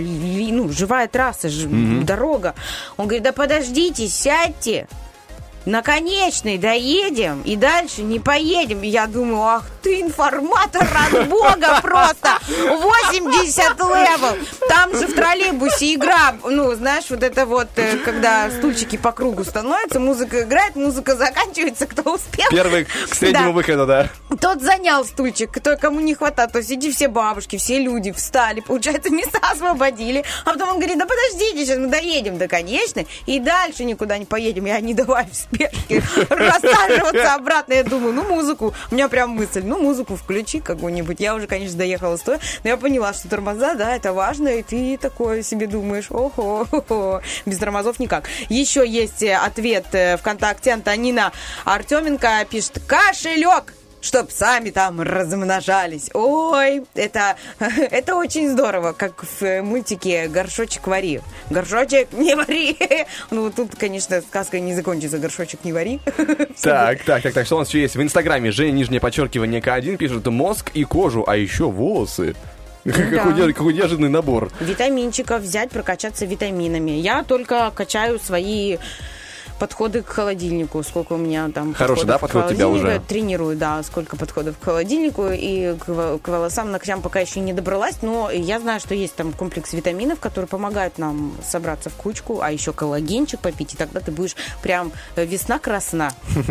ну, живая трасса, mm-hmm. дорога. Он говорит, да подождите, сядьте. На конечной доедем и дальше не поедем. Я думаю, ах ты информатор от бога просто. восемьдесят левел. Там же в троллейбусе игра, ну, знаешь, вот это вот, когда стульчики по кругу становятся, музыка играет, музыка заканчивается, кто успел. Первый к среднему да. выходу, да. Тот занял стульчик, кто, кому не хватает. То есть эти все бабушки, все люди встали, получается, места освободили. А потом он говорит, да подождите, сейчас мы доедем до конечной и дальше никуда не поедем. Я не давай в спешке рассаживаться обратно. Я думаю, ну музыку, у меня прям мысль, ну музыку включи какую-нибудь. Я уже, конечно, доехала стоя, но я поняла, что тормоза, да, это важно, и ты такое себе думаешь, ого, без тормозов никак. Еще есть ответ ВКонтакте. Антонина Артеменко пишет, кошелек, чтоб сами там размножались. Ой, это, это очень здорово, как в мультике «Горшочек вари». Горшочек не вари. Ну, тут, конечно, сказка не закончится. Горшочек не вари. Так, так, так, так, что у нас еще есть? В Инстаграме Женя, нижнее подчеркивание, К один пишет мозг и кожу, а еще волосы. Да. Какой, какой неожиданный набор. Витаминчиков взять, прокачаться витаминами. Я только качаю свои... подходы к холодильнику, сколько у меня там хороший, да, подход у тебя уже? Тренирую, да, сколько подходов к холодильнику и к, к волосам, ногтям пока еще не добралась, но я знаю, что есть там комплекс витаминов, которые помогают нам собраться в кучку, а еще коллагенчик попить, и тогда ты будешь прям весна красна.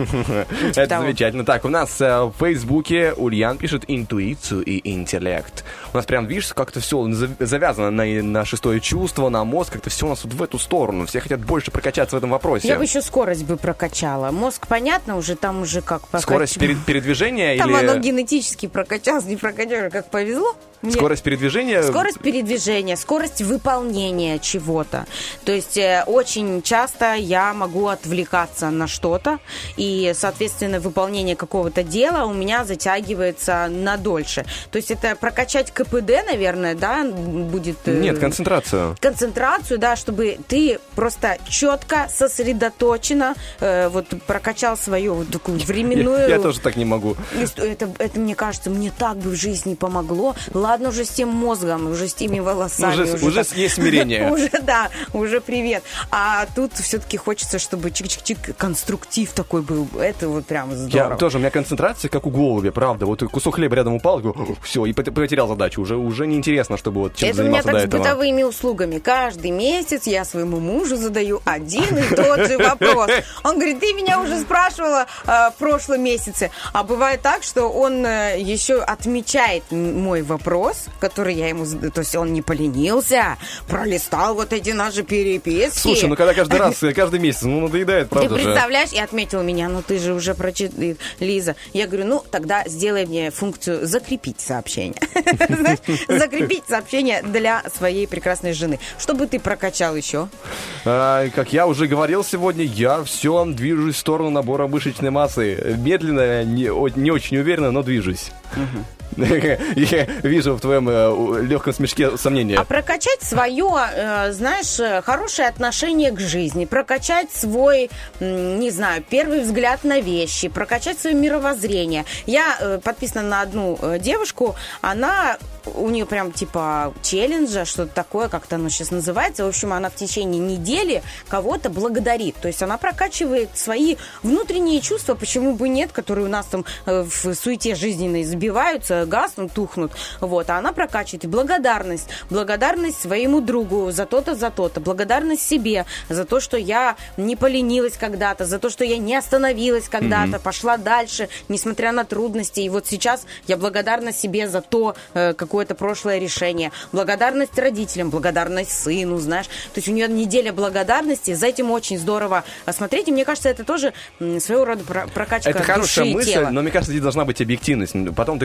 Это замечательно. Так, у нас в Фейсбуке Ульян пишет интуицию и интеллект. У нас прям, видишь, как-то все завязано на шестое чувство, на мозг, как-то все у нас вот в эту сторону. Все хотят больше прокачаться в этом вопросе. Я бы еще скорость бы прокачала. Мозг, понятно, уже там уже как... Прокач... Скорость перед, передвижения там или... Там оно генетически прокачалось, не прокачалось, как повезло. Мне... Скорость передвижения? Скорость передвижения, скорость выполнения чего-то. То есть э, очень часто я могу отвлекаться на что-то, и, соответственно, выполнение какого-то дела у меня затягивается на дольше. То есть это прокачать ка пэ дэ, наверное, да, будет... Э, Нет, концентрацию. Концентрацию, да, чтобы ты просто четко, сосредоточенно э, вот прокачал свою вот такую временную... Я, я тоже так не могу. Это, это, мне кажется, мне так бы в жизни помогло. Ладно, уже с тем мозгом, уже с теми волосами. Уже, уже, уже так... есть смирение. Уже, да, уже привет. А тут все-таки хочется, чтобы чик-чик-чик, конструктив такой был. Это вот прям здорово. Я тоже, у меня концентрация, как у голубя, правда. Вот кусок хлеба рядом упал, говорю, все, и потерял задачу. Уже, уже неинтересно, чтобы вот чем-то заниматься до этого. Это у меня так с бытовыми услугами. Каждый месяц я своему мужу задаю один и тот же вопрос. Он говорит, ты меня уже спрашивала э, в прошлом месяце. А бывает так, что он э, еще отмечает мой вопрос, который я ему... То есть он не поленился, пролистал вот эти наши переписки. Слушай, ну когда каждый раз, каждый месяц, ну надоедает, правда же. Ты представляешь, и отметил меня, ну ты же уже прочитал, Лиза. Я говорю, ну тогда сделай мне функцию закрепить сообщение. Закрепить сообщение для своей прекрасной жены. Чтобы ты прокачал еще? Как я уже говорил сегодня, я все движусь в сторону набора мышечной массы. Медленно, не, не очень уверенно, но движусь. Я вижу в твоем э, легком смешке сомнения. А прокачать свое, э, знаешь, хорошее отношение к жизни, прокачать свой, э, не знаю, первый взгляд на вещи, прокачать свое мировоззрение. Я э, подписана на одну э, девушку, она... У нее прям типа челленджа, что-то такое, как-то оно сейчас называется. В общем, она в течение недели кого-то благодарит. То есть она прокачивает свои внутренние чувства, почему бы нет, которые у нас там э, в суете жизненной забиваются, гаснут, тухнут. Вот. А она прокачивает благодарность. Благодарность своему другу за то-то, за то-то. Благодарность себе за то, что я не поленилась когда-то, за то, что я не остановилась когда-то, mm-hmm. пошла дальше, несмотря на трудности. И вот сейчас я благодарна себе за то, э, как какое-то прошлое решение, благодарность родителям, благодарность сыну, знаешь. То есть у нее неделя благодарности, за этим очень здорово смотреть, и мне кажется, это тоже своего рода прокачка это хорошая души и мысль, тела. Но мне кажется, здесь должна быть объективность. Потом ты будешь со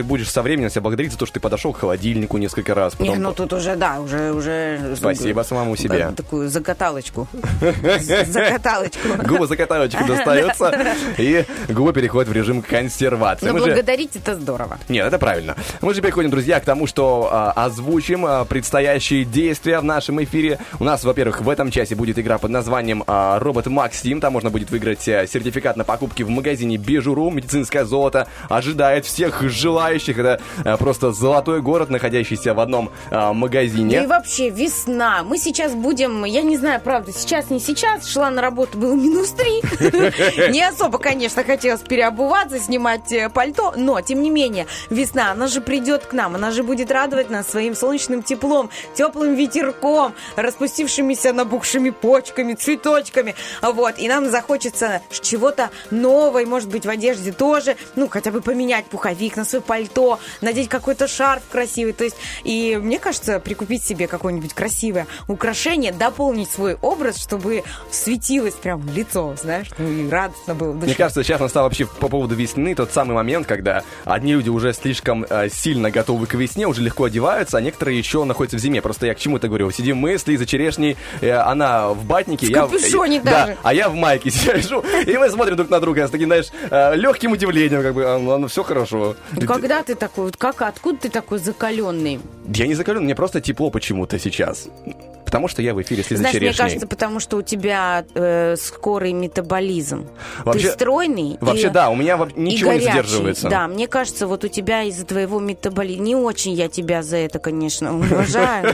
времени себя благодарить за то, что ты подошел к холодильнику несколько раз. Не, Потом... ну тут уже, да, уже... уже Спасибо самому себе. Такую закаталочку. Закаталочку. Губы закаталочку достается, и губы переходят в режим консервации. Но Мы же- благодарить это здорово. Нет, это правильно. Мы же переходим, друзья, к тому, что а, озвучим а, предстоящие действия в нашем эфире. У нас, во-первых, в этом часе будет игра под названием а, «Робот Максим». Там можно будет выиграть а, сертификат на покупки в магазине Бижуру. Медицинское золото ожидает всех желающих. Это а, просто золотой город, находящийся в одном а, магазине. Да и вообще, весна. Мы сейчас будем, я не знаю, правда, сейчас, не сейчас, шла на работу, было минус три. Не особо, конечно, хотелось переобуваться, снимать э, пальто, но, тем не менее, весна, она же придет к нам, она же будет радовать нас своим солнечным теплом, теплым ветерком, распустившимися набухшими почками, цветочками, вот, и нам захочется чего-то нового, и, может быть, в одежде тоже, ну, хотя бы поменять пуховик на свое пальто, надеть какой-то шарф красивый, то есть, и мне кажется, прикупить себе какое-нибудь красивое украшение, дополнить свой образ, чтобы светилось прям лицо, знаешь, ну, и радостно было. в душе. Мне кажется, сейчас настал вообще по поводу весны тот самый момент, когда одни люди уже слишком э, сильно готовы к весне, уже легко одеваются, а некоторые еще находятся в зиме. Просто я к чему это говорю? Сидим мы с Лизой Черешней, э, она в батнике, В я капюшоне э, даже. Да, а я в майке сижу, и мы смотрим друг на друга с таким, знаешь, э, легким удивлением, как бы, а, ну, все хорошо. Ну, когда ты такой, вот как, откуда ты такой закаленный? Я не закален, мне просто тепло почему-то сейчас. Потому что я в эфире с Лизой Знаешь, Черешней. мне кажется, потому что у тебя э, скорый метаболизм. Вообще- Ты стройный. Вообще, и, да, у меня во- и ничего не горячий. задерживается. Да, мне кажется, вот у тебя из-за твоего метаболизма... Не очень я тебя за это, конечно, уважаю.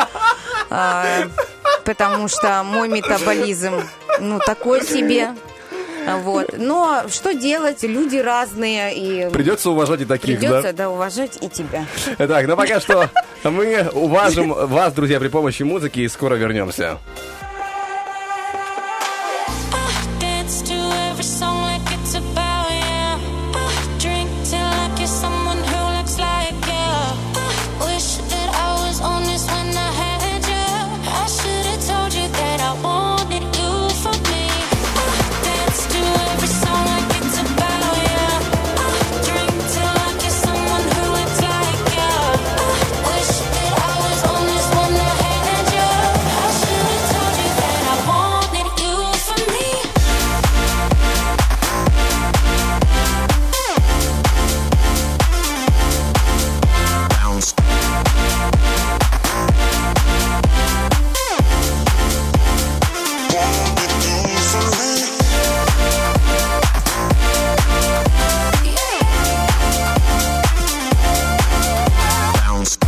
А, Потому что мой метаболизм, ну, такой себе. Вот. Но что делать? Люди разные. И Придется уважать и таких, да? придется, да, уважать и тебя. Так, ну пока что мы уважим вас, друзья, при помощи музыки, и скоро вернемся. Dance to every song like it's about you. I drink till I kiss someone who looks like you. Wish that I was honest when I had you. I should have told you that I wanted you for me. Dance to every song like it's about you. Drink till I kiss someone who looks like you. Wish that I was honest when I had you. I should have told you that I wanted you for me. Bounce. Bounce.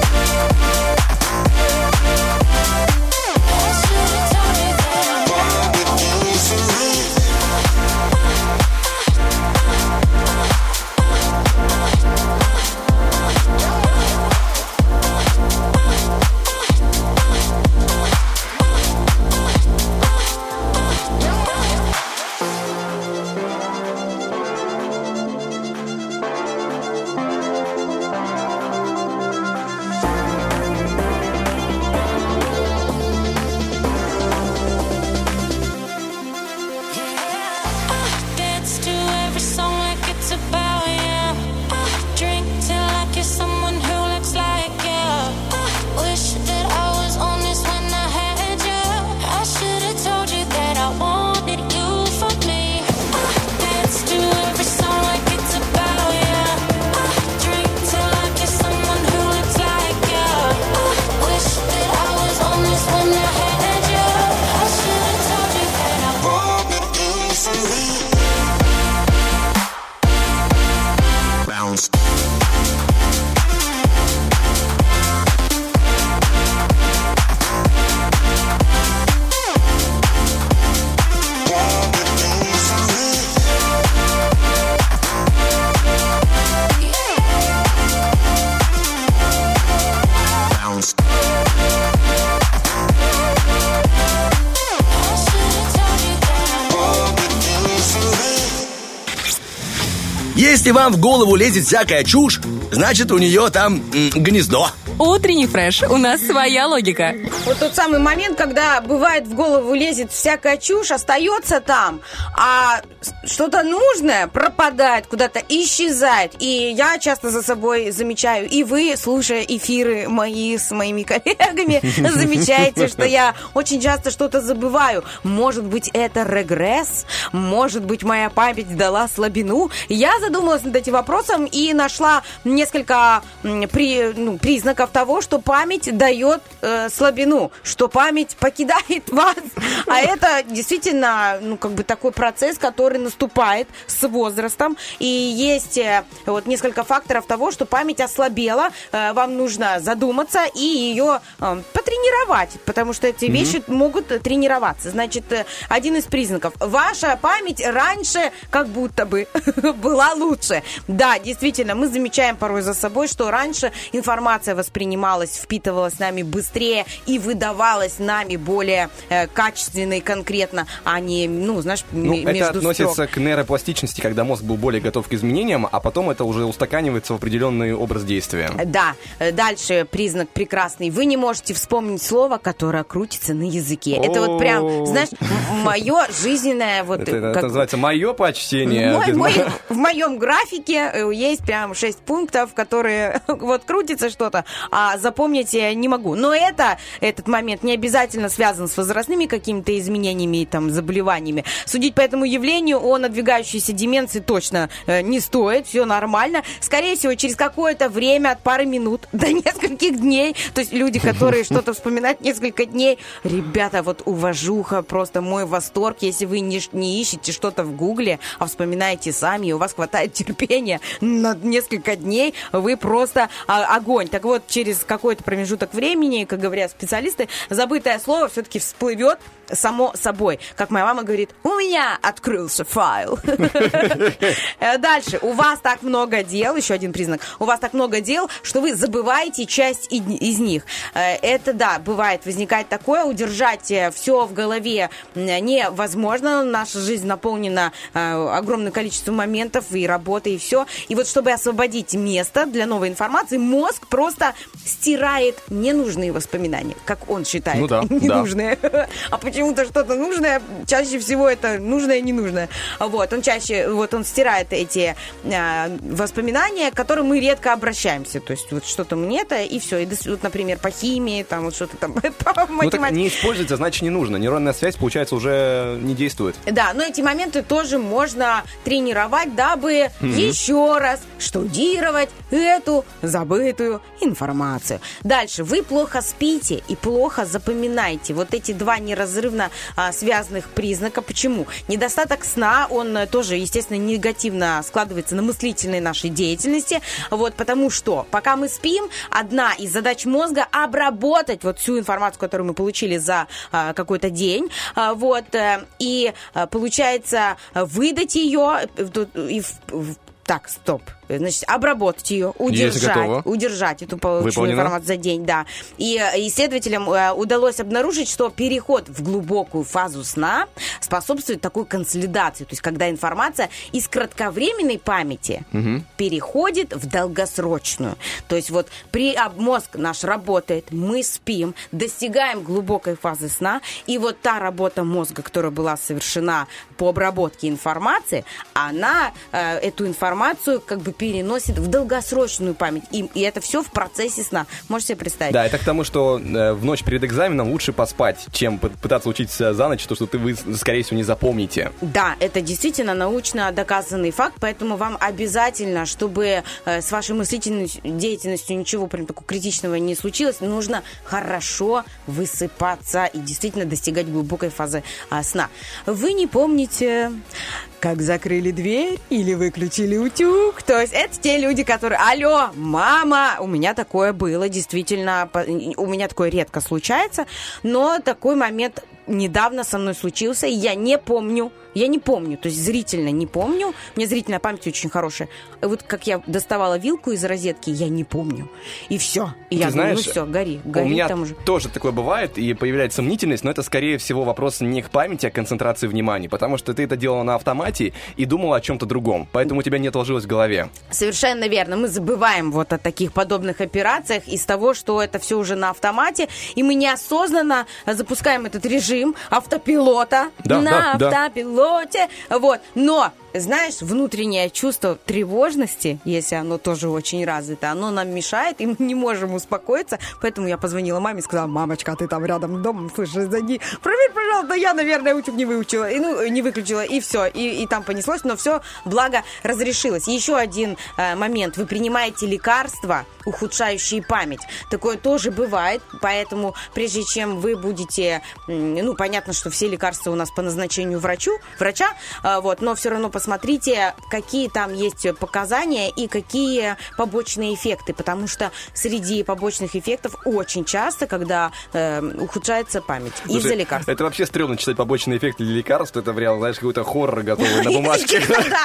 Dance to every song like it's about you. Drink till I kiss someone who looks like you. Wish that I was honest when I had you. I should have told you that I wanted you for me. Dance to every song like it's about you. Drink till I kiss someone who looks like you. Wish that I was honest when I had you. I should have told you that I wanted you for me. Bounce. Bounce. Если вам в голову лезет всякая чушь, значит, у нее там м, гнездо. Утренний фреш. У нас своя логика. Вот тот самый момент, когда бывает в голову лезет всякая чушь, остается там, а что-то нужное пропадает, куда-то исчезает. И я часто за собой замечаю, и вы, слушая эфиры мои с моими коллегами, замечаете, что я очень часто что-то забываю. Может быть, это регресс? Может быть, моя память дала слабину? Я задумалась над этим вопросом и нашла несколько при, ну, признаков того, что память дает э, слабину, что память покидает вас. А это действительно, ну, как бы такой процесс, который наступает с возрастом. И есть э, вот несколько факторов того, что память ослабела. Э, вам нужно задуматься и ее э, потренировать, потому что эти mm-hmm. вещи могут тренироваться. Значит, э, один из признаков. Ваша память раньше как будто бы была лучше. Да, действительно, мы замечаем порой за собой, что раньше информация воспринималась, впитывалась нами быстрее и выдавалась нами более э, качественно и конкретно, а не, ну, знаешь, ну, м- между это относится строк. к нейропластичности, когда мозг был более готов к изменениям, а потом это уже устаканивается в определенный образ действия. Да. Дальше признак прекрасный. Вы не можете вспомнить слово, которое крутится на языке. О-о-о. Это вот прям, знаешь, мое жизненное... Вот, это, как... это называется «Мое почтение». Мой, мой, в моем графике есть прям шесть пунктов, которые вот крутится что-то, а запомнить я не могу. Но это, этот момент не обязательно связан с возрастными какими-то изменениями и там, заболеваниями. Судить по этому явлению о надвигающейся деменции точно э, не стоит, все нормально. Скорее всего, через какое-то время, от пары минут до нескольких дней, то есть люди, которые что-то вспоминают несколько дней, ребята, вот уважуха, просто мой восторг, если вы не, не ищете что-то в гугле, а вспоминаете сами, и у вас хватает терпения на несколько дней, вы просто а, огонь. Так вот, через какой-то промежуток времени, как говорят специалисты, забытое слово все-таки всплывет само собой. Как моя мама говорит, у меня открылся файл. Дальше. У вас так много дел, еще один признак, у вас так много дел, что вы забываете часть из них. Это, да, бывает, возникает такое, удержать все в голове невозможно. Наша жизнь наполнена огромным количеством моментов и работы, и все. И вот, чтобы освободить место для новой информации, мозг просто стирает ненужные воспоминания, как он считает, ну да, ненужные. Да. А почему-то что-то нужное, чаще всего это нужное и ненужное. Вот, он чаще, вот он стирает эти э, воспоминания, к которым мы редко обращаемся. То есть вот что-то мне это, и все. И, вот, например, по химии, там вот что-то там по математике. Ну так не используется, значит не нужно. Нейронная связь, получается, уже не действует. Да, но эти моменты тоже можно тренировать, дабы mm-hmm. еще раз штудировать эту забытую информацию. Дальше. Вы плохо спите и плохо запоминаете. Вот эти два неразрывно а, связанных признака. Почему? Недостаток сна, он тоже, естественно, негативно складывается на мыслительной нашей деятельности. Вот, потому что пока мы спим, одна из задач мозга — обработать вот всю информацию, которую мы получили за а, какой-то день. А, вот, а, и а, получается выдать ее и в, в так, стоп. Значит, обработать ее, удержать, удержать эту полученную информацию за день, да. И исследователям удалось обнаружить, что переход в глубокую фазу сна способствует такой консолидации, то есть когда информация из кратковременной памяти угу. переходит в долгосрочную. То есть вот при, а, мозг наш работает, мы спим, достигаем глубокой фазы сна, и вот та работа мозга, которая была совершена по обработке информации, она э, эту информацию как бы переносит в долгосрочную память. И, и это все в процессе сна. Можете себе представить? Да, это к тому, что э, в ночь перед экзаменом лучше поспать, чем пытаться учиться за ночь, то, что ты, вы, скорее всего, не запомните. Да, это действительно научно доказанный факт, поэтому вам обязательно, чтобы э, с вашей мыслительной деятельностью ничего прям такого критичного не случилось, нужно хорошо высыпаться и действительно достигать глубокой фазы э, сна. Вы не помните, как закрыли дверь или выключили утюг? То есть это те люди, которые... Алло, мама! У меня такое было, действительно. У меня такое редко случается, но такой момент недавно со мной случился, и я не помню, Я не помню, то есть зрительно не помню. У меня зрительная память очень хорошая. И вот как я доставала вилку из розетки, я не помню. И все. И Ты я знаешь, думаю, ну все, гори, гори у меня там уже. тоже такое бывает, и появляется сомнительность, но это, скорее всего, вопрос не к памяти, а к концентрации внимания, потому что ты это делала на автомате и думала о чем-то другом, поэтому у тебя не отложилось в голове. Совершенно верно. Мы забываем вот о таких подобных операциях из того, что это все уже на автомате, и мы неосознанно запускаем этот режим автопилота Да, на да, да. автопилоте. Вот. Но знаешь, внутреннее чувство тревожности, если оно тоже очень развито, оно нам мешает, и мы не можем успокоиться. Поэтому я позвонила маме и сказала: мамочка, ты там рядом домом, слышишь, зайди, проверь, пожалуйста. Я, наверное, утюг не выучила, и, ну, не выключила, и все. И, и там понеслось, но все, благо, разрешилось. Еще один э, момент. Вы принимаете лекарства, ухудшающие память. Такое тоже бывает, поэтому прежде чем вы будете, ну, понятно, что все лекарства у нас по назначению врачу, врача, э, вот, но все равно посмотрите, какие там есть показания и какие побочные эффекты, потому что среди побочных эффектов очень часто, когда э, ухудшается память из-за лекарств. Это вообще стрёмно читать побочные эффекты для лекарств, это прям, знаешь, какой-то хоррор готовый на бумажке.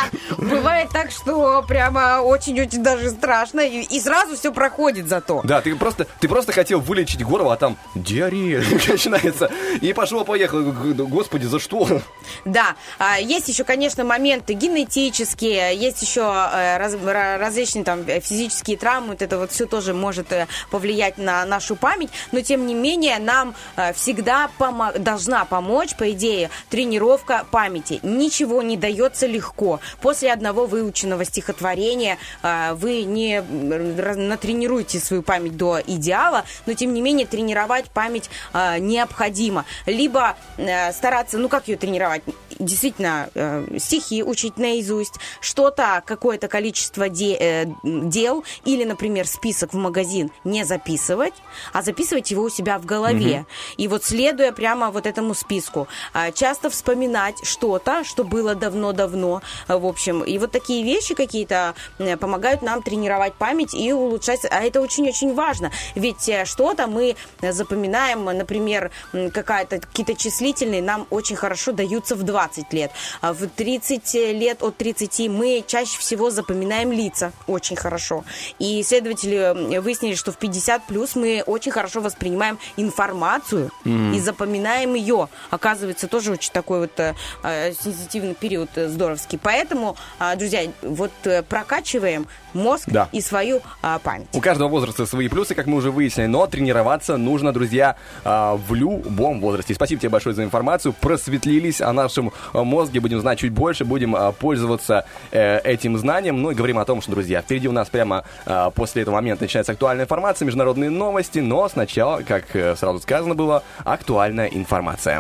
Бывает так, что прямо очень-очень даже страшно, и сразу все проходит зато. Да, ты просто, ты просто хотел вылечить горло, а там диарея начинается, и пошло-поехало. Господи, за что? Да, есть еще, конечно, моменты генетические, есть еще раз, различные там физические травмы, вот это вот все тоже может повлиять на нашу память, но тем не менее нам всегда помо- должна помочь, по идее, тренировка памяти. Ничего не дается легко. После одного выученного стихотворения вы не натренируете свою память до идеала, но тем не менее тренировать память необходимо. Либо стараться, ну как ее тренировать? Действительно, стихи учить наизусть, что-то, какое-то количество де- э, дел, или, например, список в магазин не записывать, а записывать его у себя в голове. Угу. И вот следуя прямо вот этому списку, э, часто вспоминать что-то, что было давно-давно, э, в общем. И вот такие вещи какие-то э, помогают нам тренировать память и улучшать, а это очень-очень важно. Ведь э, что-то мы запоминаем, например, какая-то, какие-то числительные нам очень хорошо даются в двадцать лет, а в тридцать лет, от тридцати, мы чаще всего запоминаем лица очень хорошо. И исследователи выяснили, что в пятьдесят плюс мы очень хорошо воспринимаем информацию mm-hmm. и запоминаем ее. Оказывается, тоже очень такой вот э, сенситивный период здоровский. Поэтому, э, друзья, вот э, прокачиваем мозг да. и свою э, память. У каждого возраста свои плюсы, как мы уже выяснили, но тренироваться нужно, друзья, э, в любом возрасте. Спасибо тебе большое за информацию. Просветлились о нашем мозге, будем знать чуть больше, будем э, пользоваться э, этим знанием. Ну и говорим о том, что, друзья, впереди у нас прямо э, после этого момента начинается актуальная информация, международные новости, но сначала, как э, сразу сказано было, актуальная информация.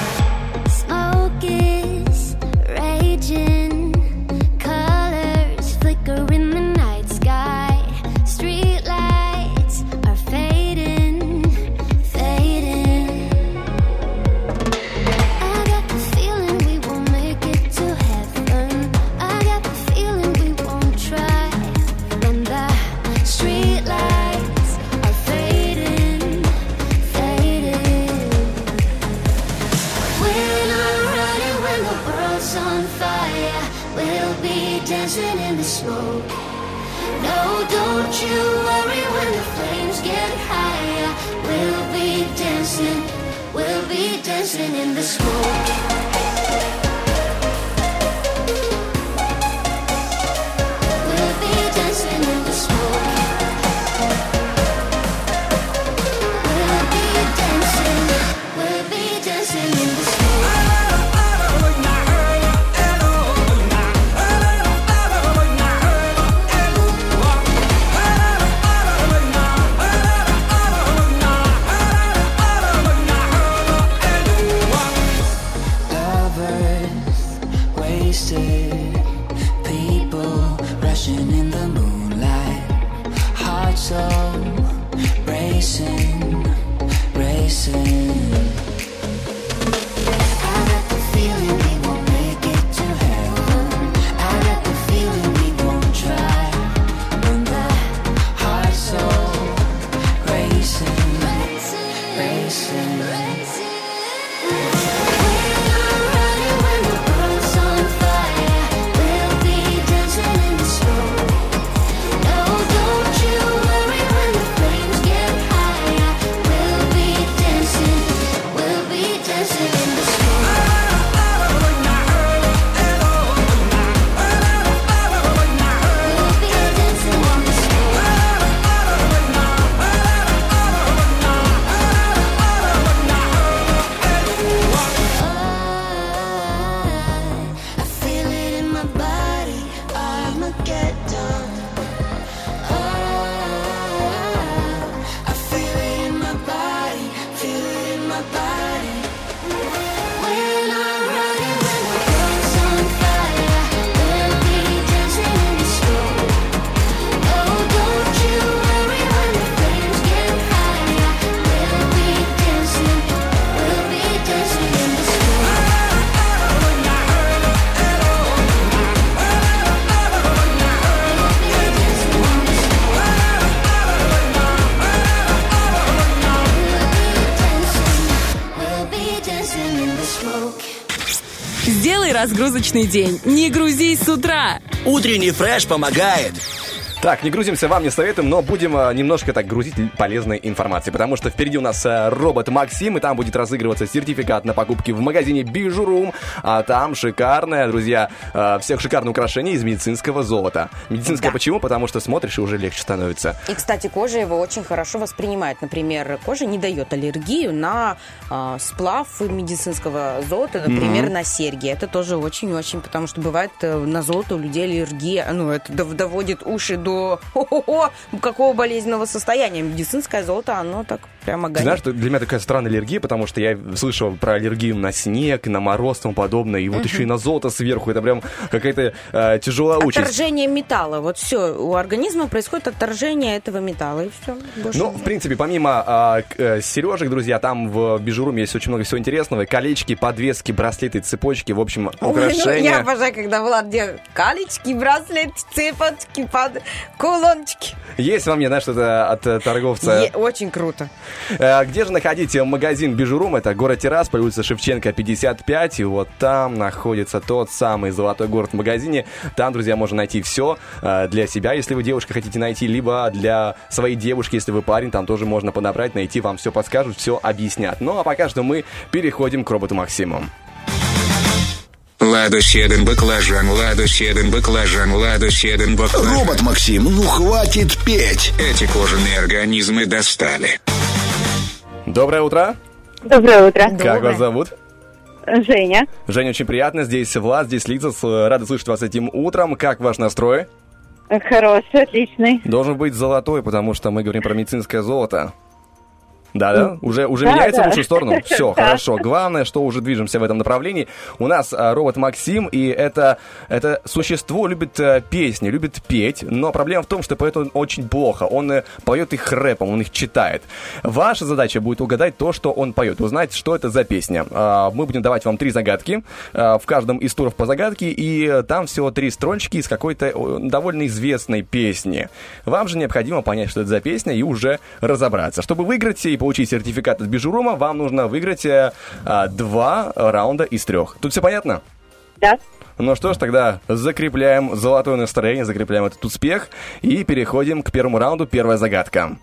No, don't you worry when the flames get higher. We'll be dancing, we'll be dancing in the smoke. разгрузочный день. Не грузись с утра. Утренний фреш помогает. Так, не грузимся, вам не советуем, но будем а, немножко так грузить полезной информацией, потому что впереди у нас а, робот Максим, и там будет разыгрываться сертификат на покупки в магазине Bijou.ru, а там шикарное, друзья, а, всех шикарных украшений из медицинского золота. Медицинское да. Почему? Потому что смотришь, и уже легче становится. И, кстати, кожа его очень хорошо воспринимает. Например, кожа не дает аллергию на а, сплав медицинского золота, например, mm-hmm. на серьги. Это тоже очень-очень, потому что бывает на золото у людей аллергия, ну, это доводит уши до О-хо-хо, какого болезненного состояния. Медицинское золото, оно так прямо горит. Знаешь, для меня такая странная аллергия, потому что я слышал про аллергию на снег, на мороз и тому подобное, и вот uh-huh. еще и на золото сверху. Это прям какая-то э, тяжелая участь. Отторжение металла. Вот все, у организма происходит отторжение этого металла, и все. Ну, в принципе, помимо э, сережек, друзья, там в Bijou.ru есть очень много всего интересного. Колечки, подвески, браслеты, цепочки, в общем, украшения. Ой, ну, я обожаю, когда Влад делает колечки, браслеты, цепочки, под... кулончики. Есть во мне, знаешь, что-то от торговца. Е- очень круто. Где же находить магазин Bijou.ru? Это город Тирасполь, улица Шевченко, пятьдесят пять. И вот там находится тот самый золотой город в магазине. Там, друзья, можно найти все для себя, если вы девушка хотите найти, либо для своей девушки, если вы парень, там тоже можно подобрать, найти, вам все подскажут, все объяснят. Ну, а пока что мы переходим к роботу Максиму. Ладу седен баклажан, ладу седен баклажан, ладу седен баклажан. Робот Максим, ну хватит петь. Эти кожаные организмы достали. Доброе утро. Доброе утро. Как Доброе. Вас зовут? Женя. Женя, очень приятно. Здесь Влад, здесь Лиза. Рада слышать вас этим утром. Как ваш настрой? Хороший, отличный. Должен быть золотой, потому что мы говорим про медицинское золото. Да, да? Уже, уже да, меняется да. в лучшую сторону? Все, да. Хорошо. Главное, что уже движемся в этом направлении. У нас а, робот Максим, и это, это существо любит а, песни, любит петь, но проблема в том, что поет он очень плохо. Он а, поет их рэпом, он их читает. Ваша задача будет угадать то, что он поет, узнать, что это за песня. А, мы будем давать вам три загадки, а, в каждом из туров по загадке, и там всего три строчки из какой-то довольно известной песни. Вам же необходимо понять, что это за песня, и уже разобраться. Чтобы выиграть и получить сертификат от Bijou.ru, вам нужно выиграть а, два раунда из трех. Тут все понятно? Да. Ну что ж, тогда закрепляем золотое настроение, закрепляем этот успех и переходим к первому раунду. Первая загадка.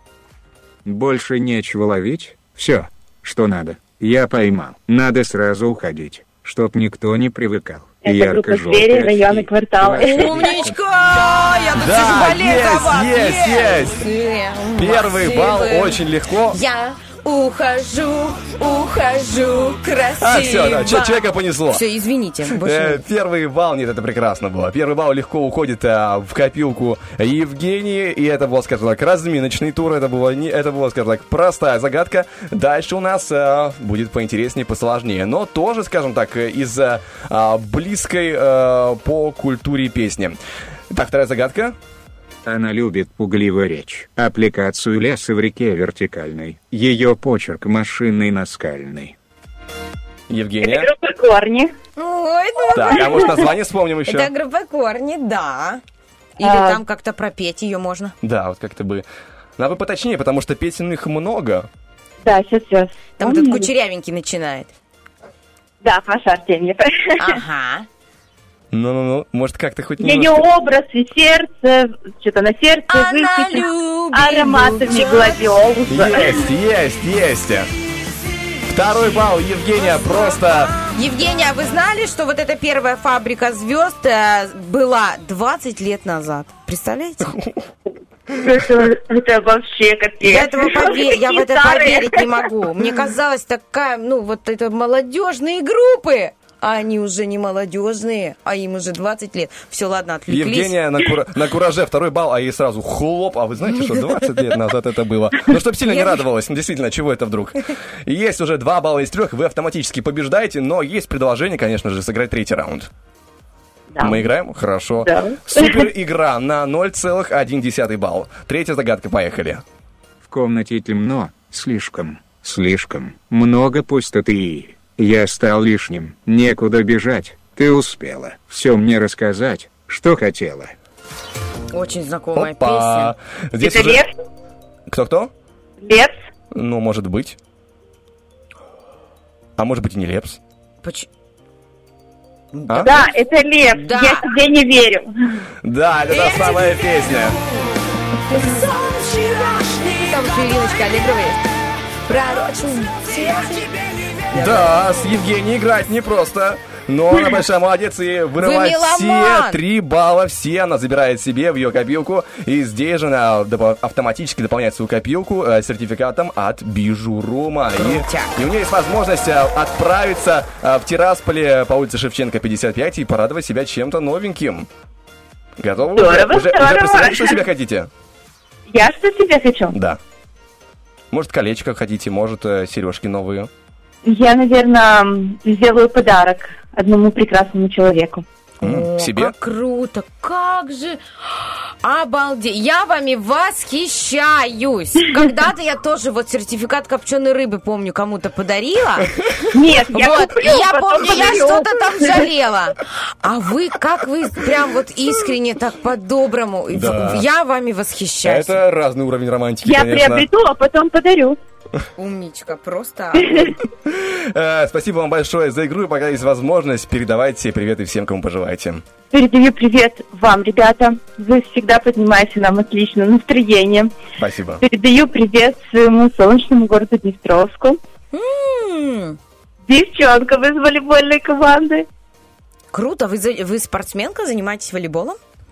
Больше нечего ловить. Все, что надо. Я поймал. Надо сразу уходить, чтоб никто не привыкал. Это группа «Звери», районы, кварталы. Умничка! Я тут да, сижу, болею за вас. Есть, есть, есть. Первый балл очень легко. Я ухожу, ухожу, красиво. А, все, да, человека понесло. Все, извините. Э, первый балл, нет, это прекрасно было. Первый балл легко уходит а, в копилку Евгении, и это было, скажем так, разминочный тур, это было, не, это было, скажем так, простая загадка. Дальше у нас а, будет поинтереснее, посложнее, но тоже, скажем так, из а, близкой а, по культуре песни. Так, вторая загадка. Она любит пугливую речь, аппликацию леса в реке вертикальной, ее почерк машинный наскальный. Евгения. Это группа «Корни». Ой, ну так, а может название вспомним еще? Это группа «Корни», да. Или а... там как-то пропеть ее можно. Да, вот как-то бы. Надо бы поточнее, потому что песен их много. Да, сейчас, сейчас. Там этот кучерявенький начинает. Да, Паша Артемьев. Ага. Ну-ну-ну, может, как-то хоть немножко... Ее образ и сердце, что-то на сердце высветит ароматами гладиолуса. Есть, есть, есть. Второй балл, Евгения, просто... Евгения, а вы знали, что вот эта первая фабрика звезд э, была двадцать лет назад? Представляете? Это, это вообще капец. Я, этого повер... Я в это поверить не могу. Мне казалось, такая, ну, вот это молодежные группы. А они уже не молодежные, а им уже двадцать лет. Все, ладно, отвлеклись. Евгения на, кура... на кураже второй балл, а ей сразу хлоп. А вы знаете, что двадцать лет назад это было? Ну, чтобы сильно не радовалась. Ну, действительно, чего это вдруг? Есть уже два балла из трех, вы автоматически побеждаете, но есть предложение, конечно же, сыграть третий раунд. Да. Мы играем? Хорошо. Да. Супер игра на ноль целых один десятый балл. Третья загадка, поехали. В комнате темно, слишком, слишком много пустоты. Я стал лишним, некуда бежать. Ты успела все мне рассказать, что хотела. Очень знакомая Опа. песня. Здесь это уже... Лепс? Кто-кто? Лепс? Ну, может быть. А может быть и не Лепс. Поч... А может быть и не Лепс. А может быть и не Лепс. А может быть и не Лепс. А может быть и не Лепс. А может быть и не Лепс. А может быть и не Лепс. А может быть и не Лепс. А может быть и не Лепс. А? Да, это Лев. Да. Я тебе не верю. Да, это та самая песня. Там еще Ириночка Аллегрова есть. Пророчен. Да, с Евгенией играть непросто. Но она большая молодец и вырывает все меломан. три балла. Все она забирает себе в ее копилку. И здесь же она доп- автоматически дополняет свою копилку э, сертификатом от Бижурума. И, и у нее есть возможность э, отправиться э, в Тирасполе по улице Шевченко, пятьдесят пять и порадовать себя чем-то новеньким. Готовы? Здорово, уже, уже, здорово. уже представляете, что себя хотите? Я что себе хочу? Да. Может, колечко хотите, может, э, сережки новые. Я, наверное, сделаю подарок одному прекрасному человеку. М, О, себе? как круто, как же обалдеть. Я вами восхищаюсь. Когда-то я тоже вот сертификат копченой рыбы, помню, кому-то подарила. Нет, я вот, куплю, и я потом помню, я подарю. что-то там жалела. А вы, как вы прям вот искренне, так по-доброму. Да. Я вами восхищаюсь. Это разный уровень романтики, Я конечно. приобрету, а потом подарю. Умничка, просто. Э, Спасибо вам большое за игру. И пока есть возможность, передавайте приветы всем, кому пожелаете. Передаю привет вам, ребята. Вы всегда поднимаете нам отличное настроение. Спасибо. Передаю привет своему солнечному городу Днестровску. М, Девчонкам из волейбольной команды. Круто. Вы, за- вы спортсменка, занимаетесь волейболом?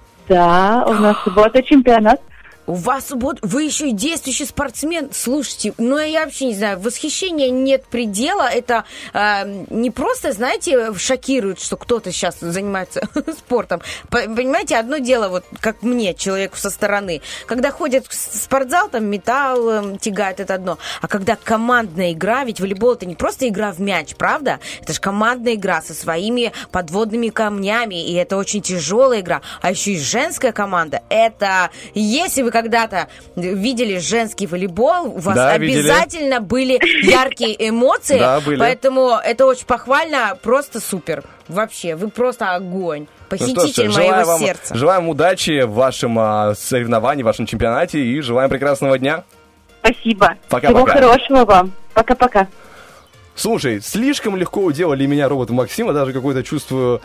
Да, у нас суббота чемпионат. У вас суббот, вы еще и действующий спортсмен. Слушайте, ну я вообще не знаю, восхищения нет предела. Это э, не просто, знаете, шокирует, что кто-то сейчас занимается спортом. П- Понимаете, одно дело, вот как мне, человеку со стороны, когда ходят в спортзал, там металл э, тягает, это одно. А когда командная игра, ведь волейбол это не просто игра в мяч, правда? Это же командная игра со своими подводными камнями, и это очень тяжелая игра. А еще и женская команда. Это, если вы когда-то видели женский волейбол, у вас Да, видели. обязательно были яркие эмоции, Да, были. поэтому это очень похвально, просто супер. Вообще, вы просто огонь. Ну Похититель что ж, желаю моего вам, сердца. желаем удачи в вашем а, соревновании, в вашем чемпионате и желаем прекрасного дня. Спасибо. Пока-пока. Всего хорошего вам. Пока-пока. Слушай, слишком легко уделали меня робот Максима, даже какое-то чувствую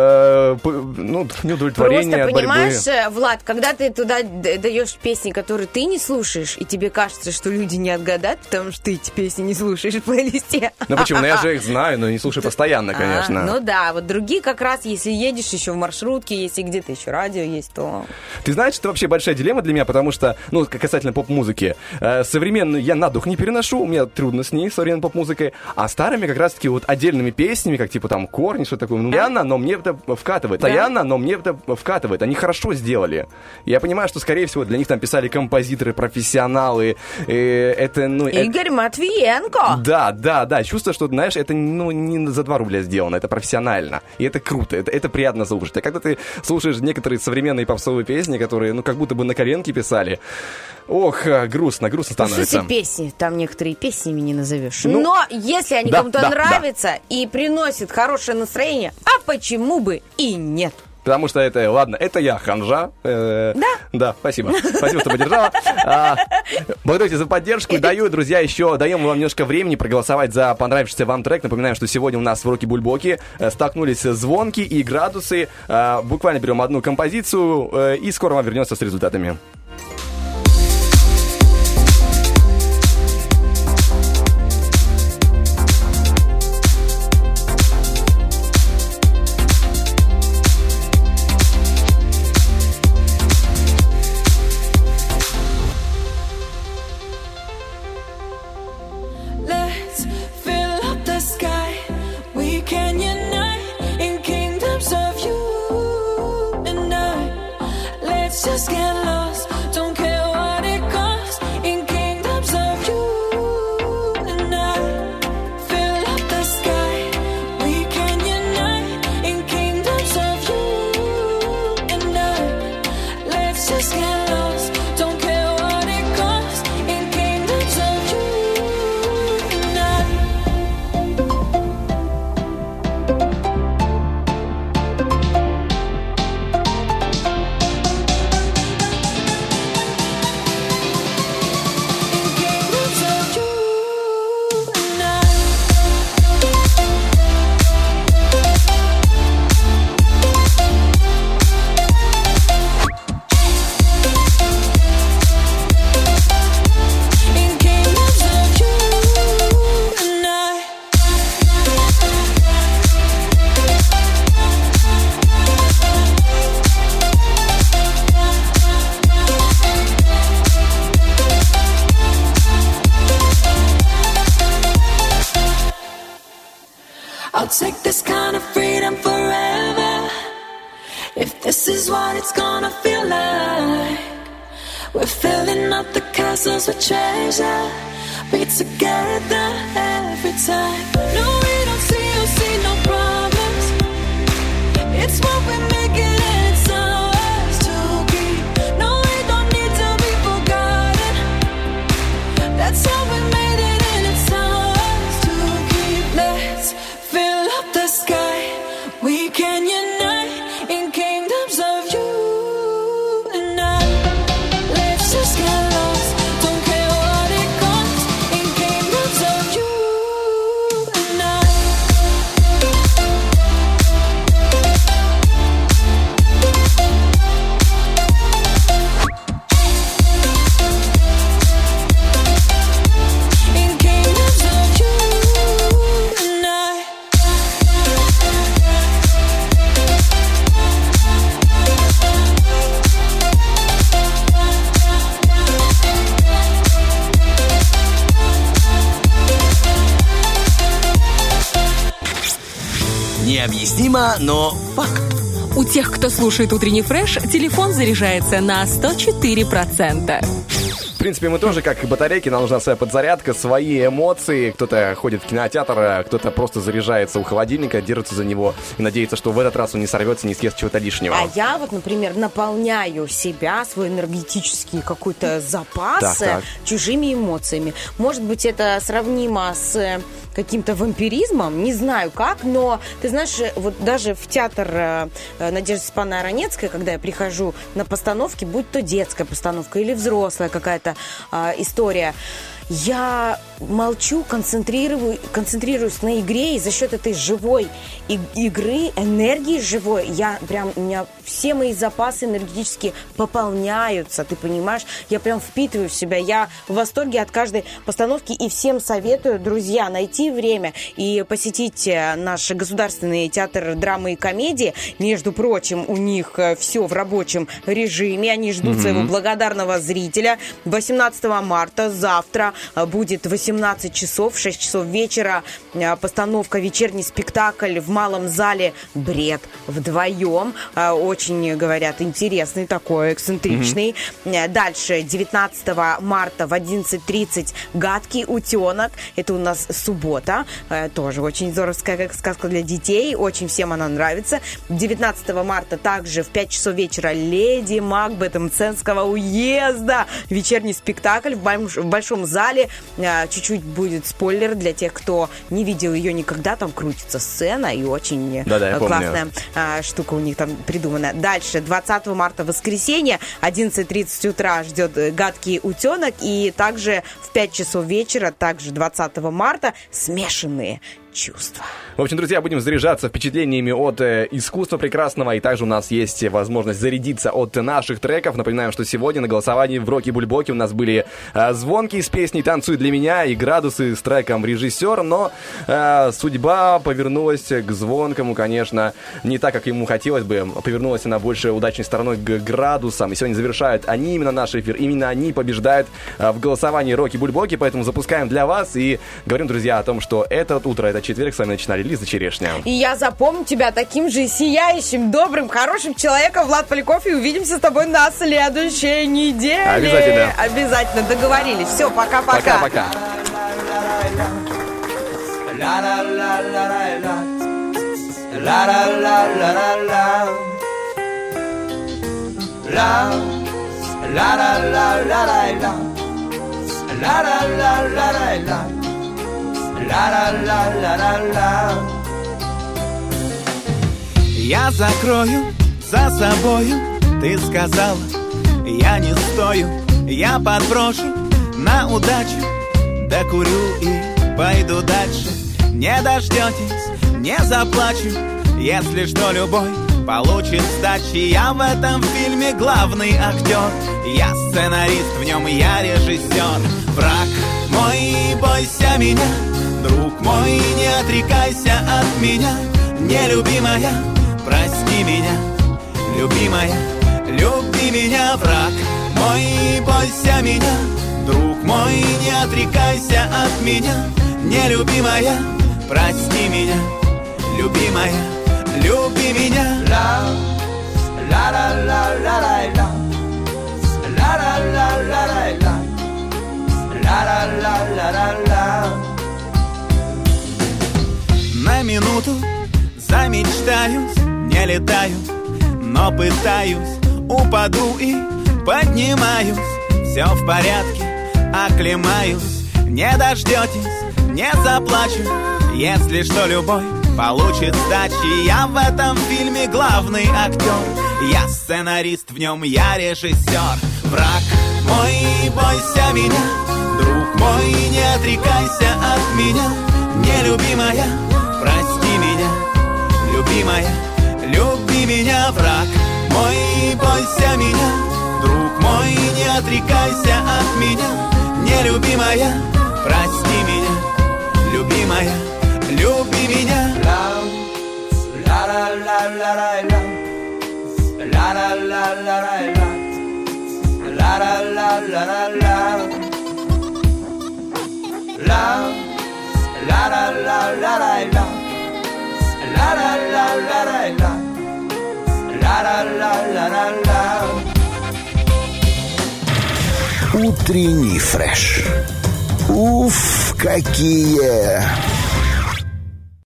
э, п- ну, неудовлетворения Просто от борьбы. понимаешь, э, Влад, когда ты туда д- даешь песни, которые ты не слушаешь, и тебе кажется, что люди не отгадают, потому что ты эти песни не слушаешь в плейлисте. Ну почему? Ну я же их знаю, но не слушаю постоянно, конечно. А, ну да, вот другие как раз, если едешь еще в маршрутке, если где-то еще радио есть, то... Ты знаешь, это вообще большая дилемма для меня, потому что, ну, касательно поп-музыки, э, современную я на дух не переношу, у меня трудно с ней, с современной поп-музыкой, а старыми как раз-таки вот отдельными песнями, как типа там Корни, что такое, ну, постоянно, но мне это вкатывает. Постоянно, но мне это вкатывает. Они хорошо сделали. Я понимаю, что, скорее всего, для них там писали композиторы, профессионалы. э, это, ну... это- Игорь Матвиенко! Да, да, да. Чувство, что, знаешь, это ну, не за два рубля сделано, это профессионально. И это круто, это, это приятно слушать. А когда ты слушаешь некоторые современные попсовые песни, которые, ну, как будто бы на коленке писали, ох, грустно, грустно Ну, в становится. смысле, песни, там некоторые песнями не назовешь. Ну, Но если они да, кому-то да, нравятся и приносят хорошее настроение, а почему бы и нет? Потому что это, ладно, это я, ханжа. Э, Да? Да, спасибо. Спасибо, что поддержала. А, благодарю тебя за поддержку. И даю, друзья, еще даем вам немножко времени проголосовать за понравившийся вам трек. Напоминаем, что сегодня у нас в уроке Бульбоки э, столкнулись звонки и градусы. Э, буквально берем одну композицию э, и скоро вам вернется с результатами. Let's fill up the sky. We can unite in kingdoms of you and I. Let's just get lost. Don't care. take this kind of freedom forever. If this is what it's gonna feel like, we're filling up the castles with treasure. Be together every time. No, we don't see you see no problems. It's what we make it and it's ours to keep. No, we don't need to be forgotten. That's how we made it and it's ours to keep. Let's fill up the sky. We can unite in kingdoms of you and I. Let's just get lost. Don't care what it costs. In kingdoms of you and I. In kingdoms of you and I. Необъяснимо, но факт. У тех, кто слушает утренний фреш, телефон заряжается на сто четыре процента. В принципе, мы тоже, как и батарейки, нам нужна своя подзарядка, свои эмоции. Кто-то ходит в кинотеатр, а кто-то просто заряжается у холодильника, держится за него и надеется, что в этот раз он не сорвется, не съест чего-то лишнего. А я вот, например, наполняю себя, свой энергетический какой-то запас Так, так. чужими эмоциями. Может быть, это сравнимо с каким-то вампиризмом, не знаю как, но, ты знаешь, вот даже в театр э, Надежды Степановны Аронецкой, когда я прихожу на постановки, будь то детская постановка или взрослая какая-то э, история, я молчу, концентрирую, концентрируюсь на игре, и за счет этой живой и- игры, энергии живой, я прям, у меня все мои запасы энергетические пополняются, ты понимаешь? Я прям впитываю в себя, я в восторге от каждой постановки, и всем советую, друзья, найти время и посетить наш Государственный театр драмы и комедии. Между прочим, у них все в рабочем режиме, они ждут mm-hmm. своего благодарного зрителя. восемнадцатого марта, завтра, будет восемнадцать часов, шесть часов вечера, постановка «Вечерний спектакль» в малом зале «Бред» вдвоем. Очень, говорят, интересный такой, эксцентричный. Mm-hmm. Дальше, девятнадцатого марта в одиннадцать тридцать «Гадкий утенок». Это у нас суббота. Тоже очень здоровская как сказка для детей. Очень всем она нравится. девятнадцатого марта также в пять часов вечера «Леди Макбет» Мценского уезда. Вечерний спектакль в большом зале. Чуть-чуть будет спойлер для тех, кто не видел ее никогда. Там крутится сцена и очень Да-да, классная помню. штука у них там придумана. Дальше, двадцатого марта, воскресенье, одиннадцать тридцать утра ждет «Гадкий утенок». И также в пять часов вечера, также двадцатого марта, «Смешанные чувства». В общем, друзья, будем заряжаться впечатлениями от э, искусства прекрасного. И также у нас есть возможность зарядиться от наших треков. Напоминаем, что сегодня на голосовании в Роки-Бульбоке у нас были э, звонки из песни «Танцуй для меня» и градусы с треком «Режиссер». Но э, судьба повернулась к звонкому, конечно, не так, как ему хотелось бы. Повернулась она больше удачной стороной к градусам. И сегодня завершают они именно наш эфир. Именно они побеждают э, в голосовании Роки-Бульбоке. Поэтому запускаем для вас и говорим, друзья, о том, что это утро, это четверг, с вами начинали Лиза Черешня. И я запомню тебя таким же сияющим, добрым, хорошим человеком, Влад Поляков, и увидимся с тобой на следующей неделе. Обязательно. Обязательно, договорились. Все, пока-пока. Пока-пока. Я закрою за собою, ты сказала, я не стою, я подброшу на удачу, докурю и пойду дальше. Не дождетесь, не заплачу, если что, любой получит сдачи. Я в этом фильме главный актер, я сценарист, в нем я режиссер. Враг мой, бойся меня, друг мой, не отрекайся от меня. Нелюбимая, прости меня, любимая, люби меня. Враг мой, бойся меня, друг мой, не отрекайся от меня. Нелюбимая, прости меня, любимая, люби меня. Ла-ла-ла-ла-ла-ла, ла-ла-ла-ла-ла-ла, ла-ла-ла-ла-ла-ла. На минуту замечтаюсь, не летаю, но пытаюсь, упаду и поднимаюсь. Все в порядке, оклемаюсь, не дождетесь, не заплачу. Если что, любовь получит сдачи. Я в этом фильме главный актер, я сценарист, в нем я режиссер. Враг мой, бойся меня, друг мой, не отрекайся от меня. Нелюбимая, прости меня, любимая, люби меня. Враг мой, бойся меня, друг мой, не отрекайся от меня. Нелюбимая, прости меня, любимая, люби меня. Ла-ла-ла-ла-ла-ла, ла-ла-ла-ла-ла-ла, ла-ла-ла-ла-ла-ла, ла-ла-ла-ла-ла-ла, ла-ла-ла-ла-ла-ла, ла-ла-ла-ла-ла-ла. Утренний фреш. Уф, какие